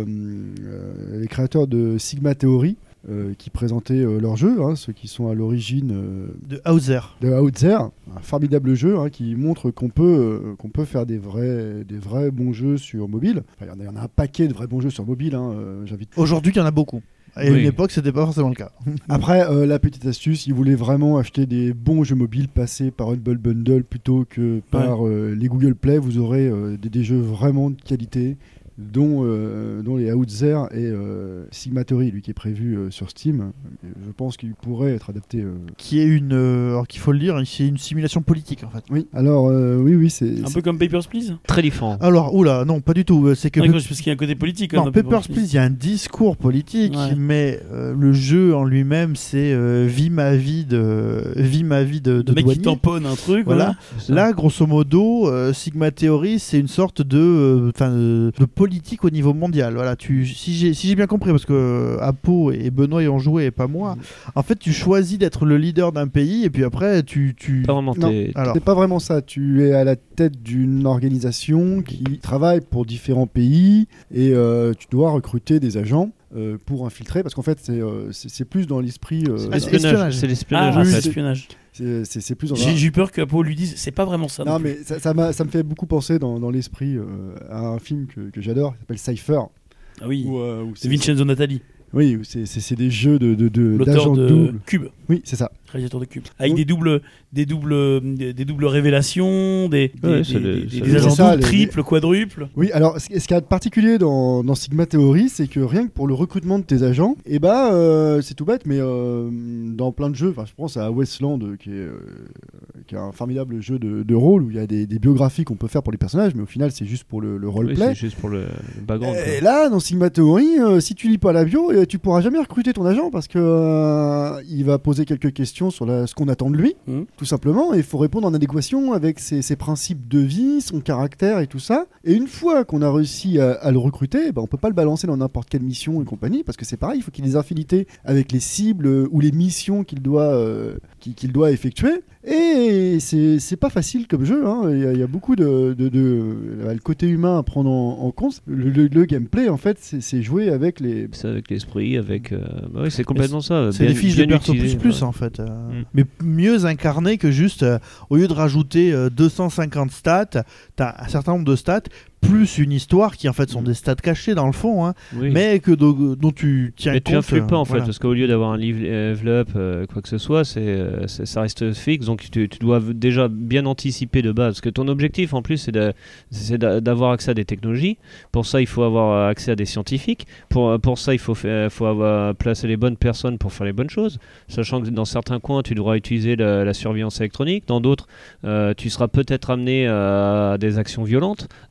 euh, les créateurs de Sigma Theory euh, qui présentaient euh, leurs jeux, hein, ceux qui sont à l'origine euh, de Hauser. de Outzer, un formidable jeu hein, qui montre qu'on peut, euh, qu'on peut faire des vrais, des vrais bons jeux sur mobile. Enfin, il y en a- il y en a un paquet de vrais bons jeux sur mobile, hein, euh, j'invite. Aujourd'hui, il y en a beaucoup. Et à Oui. une époque, c'était pas forcément le cas. Après, euh, la petite astuce, ils voulaient vraiment acheter des bons jeux mobiles passés par Humble Bundle plutôt que par euh, les Google Play. Vous aurez euh, des, des jeux vraiment de qualité, dont, euh, dont les Outzer et euh, Sigma Theory, lui qui est prévu euh, sur Steam. Je pense qu'il pourrait être adapté. euh. Qui est une, euh, alors qu'il faut le dire, c'est une simulation politique en fait. Oui, alors euh, oui, oui, c'est. Un c'est- peu comme Papers, Please. Très différent. Alors, oula, non, pas du tout. euh, C'est que Ouais, parce qu'il y a un côté politique. quand non, même, dans Papers, Please, il y a un discours politique, Ouais. mais euh, le jeu en lui-même, c'est euh, vie ma vie de, vie ma vie de, de Le mec qui douanier. tamponne un truc. Voilà. C'est ça. Là, grosso modo, euh, Sigma Theory, c'est une sorte de, euh, 'fin, de, de politique au niveau mondial. Voilà, tu, si j'ai si j'ai bien compris, parce que euh, Apo et Benoît y ont joué et pas moi, en fait, tu choisis d'être le leader d'un pays et puis après, tu. tu... Pas vraiment. Non. t'es- Alors, C'est pas vraiment ça. Tu es à la tête d'une organisation qui travaille pour différents pays et euh, tu dois recruter des agents euh, pour infiltrer parce qu'en fait c'est euh, c'est c'est plus dans l'esprit. euh, Ah, c'est L'espionnage. espionnage. C'est l'espionnage Ah, en c'est fait. l'espionnage. c'est c'est- c'est plus dans J'ai j'ai eu peur que Apo lui dise c'est pas vraiment ça. Non non plus. mais ça, ça, m'a- ça me fait beaucoup penser dans, dans l'esprit euh, à un film que, que j'adore qui s'appelle Cypher. Ah oui. Où, euh, où C'est Vincenzo Natali, Oui, où c'est c'est- c'est des jeux de de- de- l'auteur d'agents de doubles. Cube, Oui, c'est ça. réalisateur de Cube, avec Oui. des doubles, des doubles, des, des doubles révélations, des, des, Ouais, des- c'est le- des- c'est des le- agents c'est ça, doubles, les- triples, quadruples. Oui, alors ce, ce qu'il y a de particulier dans, dans Sigma Theory, c'est que rien que pour le recrutement de tes agents, et bah euh, c'est tout bête, mais euh, dans plein de jeux, enfin je pense à Wasteland euh, qui est, euh, qui est un formidable jeu de, de rôle où il y a des, des biographies qu'on peut faire pour les personnages, mais au final c'est juste pour le, le Oui, roleplay. c'est juste pour le, le background. Et quoi. là, dans Sigma Theory, euh, si tu lis pas la bio, euh, tu pourras jamais recruter ton agent parce que euh, il va poser quelques questions sur la- ce qu'on attend de lui, Mhm. tout simplement, et il faut répondre en adéquation avec ses, ses principes de vie, son caractère et tout ça. Et une fois qu'on a réussi à, à le recruter, ben, on peut pas le balancer dans n'importe quelle mission et compagnie parce que c'est pareil, il faut qu'il ait des affinités avec les cibles euh, ou les missions qu'il doit, euh, qu'il qu'il doit effectuer. Et c'est c'est pas facile comme jeu, hein. il, y a, il y a beaucoup de, de, de- le côté humain à prendre en, en compte. Le, le- le gameplay, en fait, c'est c'est jouer avec les. C'est avec l'esprit, avec. euh, bah oui, c'est complètement ça. c'est bien- des fiches bien de perso utilisé, plus plus ouais. en fait. euh, Mm. Mais mieux incarné que juste, euh, au lieu de rajouter euh, deux cent cinquante stats, t'as un certain nombre de stats, plus une histoire qui en fait sont des stats cachés dans le fond, hein, Oui. mais que do- dont tu tiens Mais compte. tu influes pas en euh, fait, voilà. parce qu'au lieu d'avoir un level level up, euh, quoi que ce soit, c'est, euh, c'est- ça reste fixe, donc tu, tu dois v- déjà bien anticiper de base. Parce que ton objectif en plus, c'est, de- c'est d'a- d'avoir accès à des technologies. Pour ça, il faut avoir accès à des scientifiques. Pour, pour ça, il faut, faire, faut avoir placé les bonnes personnes pour faire les bonnes choses. Sachant que dans certains coins, tu devras utiliser la, la surveillance électronique. Dans d'autres, euh, tu seras peut-être amené à des actions violentes. Donc il faut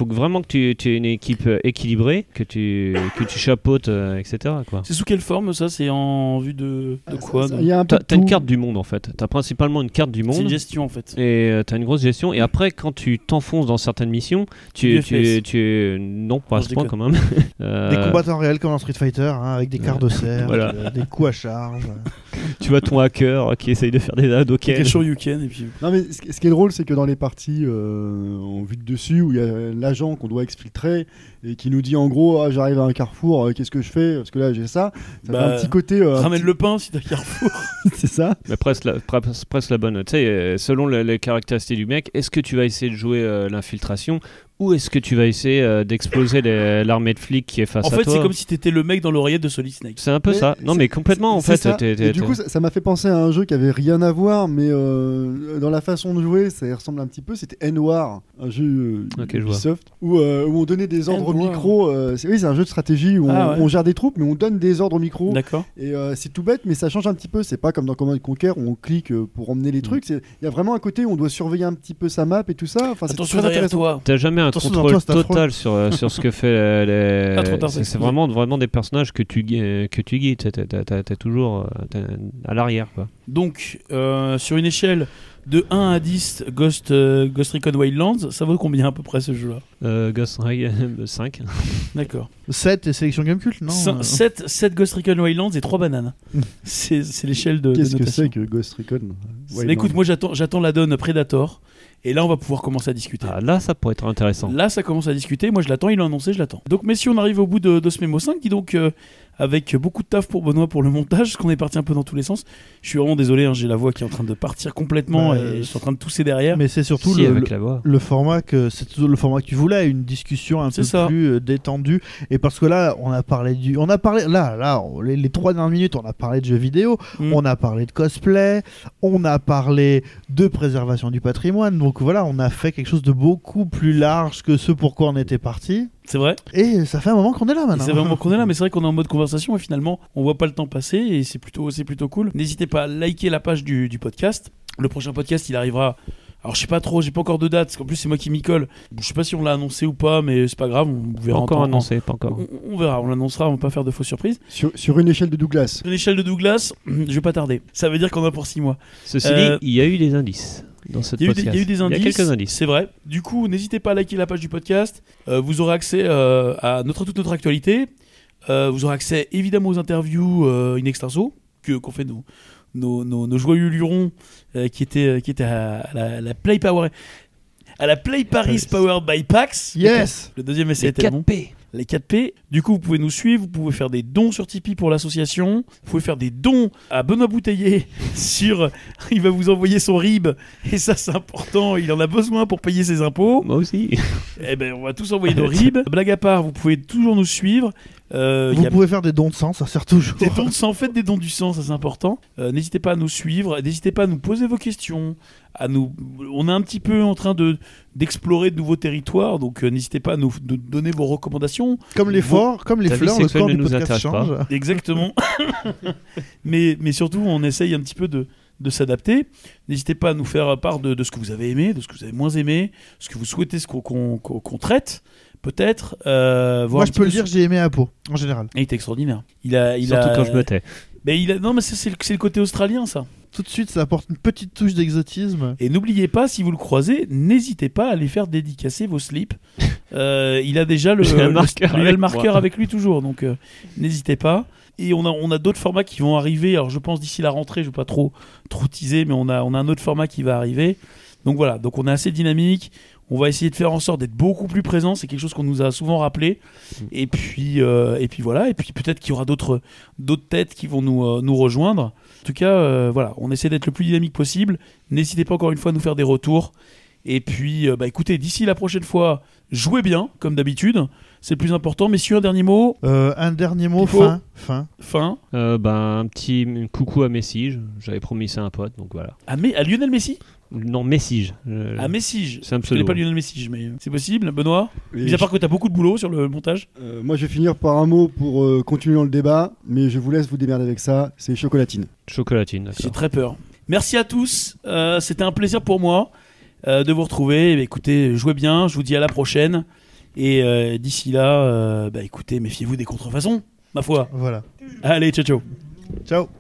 faut vraiment que tu, tu aies une équipe euh, équilibrée, que tu, que tu chapeautes, euh, et cetera. Quoi. C'est sous quelle forme ça? C'est en vue de, de quoi? Il y a un peu T'as, de t'as une tout. carte du monde en fait. T'as principalement une carte du C'est monde. une gestion en fait. Et euh, t'as une grosse gestion. Et après, quand tu t'enfonces dans certaines missions, tu, Du tu, F P S. tu, non, pas à Non, ce je point déconne. quand même. Euh, Des combattants réels comme dans Street Fighter, hein, avec des quarts de cercle, Voilà. euh, des coups à charge. Tu vois ton hacker qui essaye de faire des Hadoken. Quel Shoryuken et puis. Non mais ce ce qui est drôle, c'est que dans les parties euh, en vue de dessus, où il y a l'agent qu'on doit exfiltrer et qui nous dit en gros, ah, j'arrive à un carrefour, euh, qu'est-ce que je fais? Parce que là j'ai ça. Ça Bah, fait un petit côté. euh, un Ramène petit- le pain si t'as Carrefour. c'est ça. Mais presque la, presque, presque la bonne. Tu sais, euh, selon le- les caractéristiques du mec, est-ce que tu vas essayer de jouer euh, l'infiltration ou est-ce que tu vas essayer euh, d'exploser les- l'armée de flics qui est face En à fait, toi? c'est comme si t'étais le mec dans l'oreillette de Solid Snake. C'est un peu Mais ça. Non, c'est- mais complètement en c'est fait. ça. t'es- t'es- Et du t'es- coup, ça ça m'a fait penser à un jeu qui avait rien à voir, mais euh, dans la façon de jouer, ça y ressemble un petit peu. C'était N-War, un jeu euh, Ok, je vois. Ubisoft, où, euh, où on donnait des ordres N-War. micro. euh, c'est- oui, c'est un jeu de stratégie où on, Ah ouais. on gère des troupes, mais on donne des ordres micro. D'accord. Et euh, c'est tout bête, mais ça change un petit peu. C'est pas comme dans Command Conquer où on clique euh, pour emmener les trucs. C'est- Il y a vraiment un côté où on doit surveiller un petit peu sa map et tout ça. Enfin, c'est Attention très derrière intéressant. toi. T'as jamais un Attention, contrôle toi, c'est affreux. total sur, euh, sur ce que fait les. Ah, trop tard, c'est, c'est- c'est vraiment, vraiment des personnages que tu, gui- que tu guides. T'es, t'es- t'es- t'es toujours euh, t'es à l'arrière. Quoi. Donc, euh, sur une échelle de un à dix, Ghost, euh, Ghost Recon Wildlands, ça vaut combien à peu près ce jeu-là? Euh, Ghost Recon cinq. D'accord. sept et sélection Gamecult, non euh, sept Ghost Recon Wildlands et trois bananes. c'est, c'est l'échelle de, de Qu'est-ce que notation. c'est que Ghost Recon Mais écoute, moi j'attends, j'attends la donne Predator. Et là, on va pouvoir commencer à discuter. Ah, là, ça pourrait être intéressant. Là, ça commence à discuter. Moi, je l'attends. Il l'a annoncé, je l'attends. Donc, messieurs, on arrive au bout de, de ce Mémo cinq. Qui donc, euh, avec beaucoup de taf pour Benoît pour le montage, parce qu'on est parti un peu dans tous les sens. Je suis vraiment désolé, hein, j'ai la voix qui est en train de partir complètement Bah, et je suis en train de tousser derrière. Mais c'est surtout Si, le, avec le- la voix. le format que c'est toujours le format que tu voulais, une discussion un C'est peu ça. plus euh, détendue. Et parce que là, on a parlé du, on a parlé là, là, on- les, les trois dernières minutes, on a parlé de jeux vidéo, Mm. on a parlé de cosplay, on a parlé de préservation du patrimoine. Donc voilà, on a fait quelque chose de beaucoup plus large que ce pourquoi on était parti. C'est vrai. Et ça fait un moment qu'on est là Et maintenant. c'est vraiment qu'on est là, mais c'est vrai qu'on est en mode conversation et finalement, on voit pas le temps passer et c'est plutôt, c'est plutôt cool. N'hésitez pas à liker la page du, du podcast. Le prochain podcast, il arrivera. Alors, je sais pas trop, j'ai pas encore de date, parce qu'en plus, c'est moi qui m'y colle. Je sais pas si on l'a annoncé ou pas, mais c'est pas grave, on Pas verra. en encore temps- annoncé, pas encore. On, on verra, on l'annoncera, on va pas faire de fausses surprises. Sur, sur une échelle de Douglas. Sur une échelle de Douglas, je vais pas tarder. Ça veut dire qu'on a pour six mois. Ceci Euh, dit, il y a eu des indices dans cette Il y, a eu des, podcast. il y a eu des indices. Il y a quelques indices. C'est vrai. Du coup, n'hésitez pas à liker la page du podcast. Euh, vous aurez accès euh, à notre, toute notre actualité. Euh, vous aurez accès évidemment aux interviews euh, in extenso que, qu'on fait nos, nos, nos, nos joyeux lurons euh, qui étaient, qui étaient à, à la, la Play Power. À la Play Paris Powered by PAX. Yes. Le deuxième essai Les était bon. quatre P. Les quatre P. Du coup, vous pouvez nous suivre, vous pouvez faire des dons sur Tipeee pour l'association, vous pouvez faire des dons à Benoît Bouteiller sur... Il va vous envoyer son R I B, et ça c'est important, il en a besoin pour payer ses impôts. Moi aussi. Eh ben, on va tous envoyer nos R I B. Blague à part, vous pouvez toujours nous suivre. Euh, il Vous y a pouvez faire des dons de sang, ça sert toujours. des dons de sang, faites des dons du sang, ça c'est important. Euh, n'hésitez pas à nous suivre, n'hésitez pas à nous poser vos questions. À nous... On est un petit peu en train de, d'explorer de nouveaux territoires, donc euh, n'hésitez pas à nous de donner vos recommandations. Comme les forts, comme les Ta vie fleurs, le sexuelle score ne du nous podcast intéresse pas. change. Exactement. mais, mais surtout, on essaye un petit peu de, de s'adapter. N'hésitez pas à nous faire part de, de ce que vous avez aimé, de ce que vous avez moins aimé, ce que vous souhaitez ce qu'on, qu'on, qu'on- qu'on traite, peut-être. Euh, voir Moi, un je petit peux le peu dire, j'ai aimé Apo, en général. Il est extraordinaire. Il a, il Surtout a... quand je me tais. Mais il a... Non, mais ça, c'est, le, c'est le côté australien, ça. Tout de suite, ça apporte une petite touche d'exotisme. Et n'oubliez pas, si vous le croisez, n'hésitez pas à aller faire dédicacer vos slips. Euh, il a déjà le, J'ai un le- marqueur il a avec le marqueur moi. avec lui toujours, donc euh, n'hésitez pas. Et on a, on a d'autres formats qui vont arriver. Alors je pense d'ici la rentrée, je ne vais pas trop, trop teaser, mais on a, on a un autre format qui va arriver. Donc voilà, donc on est assez dynamique. On va essayer de faire en sorte d'être beaucoup plus présent. C'est quelque chose qu'on nous a souvent rappelé. Et puis, euh, et puis voilà. Et puis peut-être qu'il y aura d'autres, d'autres têtes qui vont nous, euh, nous rejoindre. En tout cas, euh, voilà, on essaie d'être le plus dynamique possible. N'hésitez pas encore une fois à nous faire des retours. Et puis, euh, bah écoutez, d'ici la prochaine fois, jouez bien, comme d'habitude. C'est le plus important. Messieurs, un dernier mot. Euh, un dernier mot, Pipo. fin. fin. Fin. Euh, ben, un petit coucou à Messige. J'avais promis ça à un pote, donc voilà. À, Me- à Lionel Messi. Non, Messige. Euh, À Messige. C'est un Je connais pseudo. pas Lionel Messi, mais euh, c'est possible. Benoît. Et Mis à part que t'as beaucoup de boulot sur le montage. Euh, moi, je vais finir par un mot pour euh, continuer dans le débat, mais je vous laisse vous démerder avec ça. C'est chocolatine. Chocolatine, J'ai d'accord. très peur. Merci à tous. Euh, c'était un plaisir pour moi euh, de vous retrouver. Eh bien, écoutez, jouez bien. Je vous dis à la prochaine. Et euh, d'ici là, euh, bah écoutez, méfiez-vous des contrefaçons, ma foi. Voilà. Allez, ciao ciao. Ciao.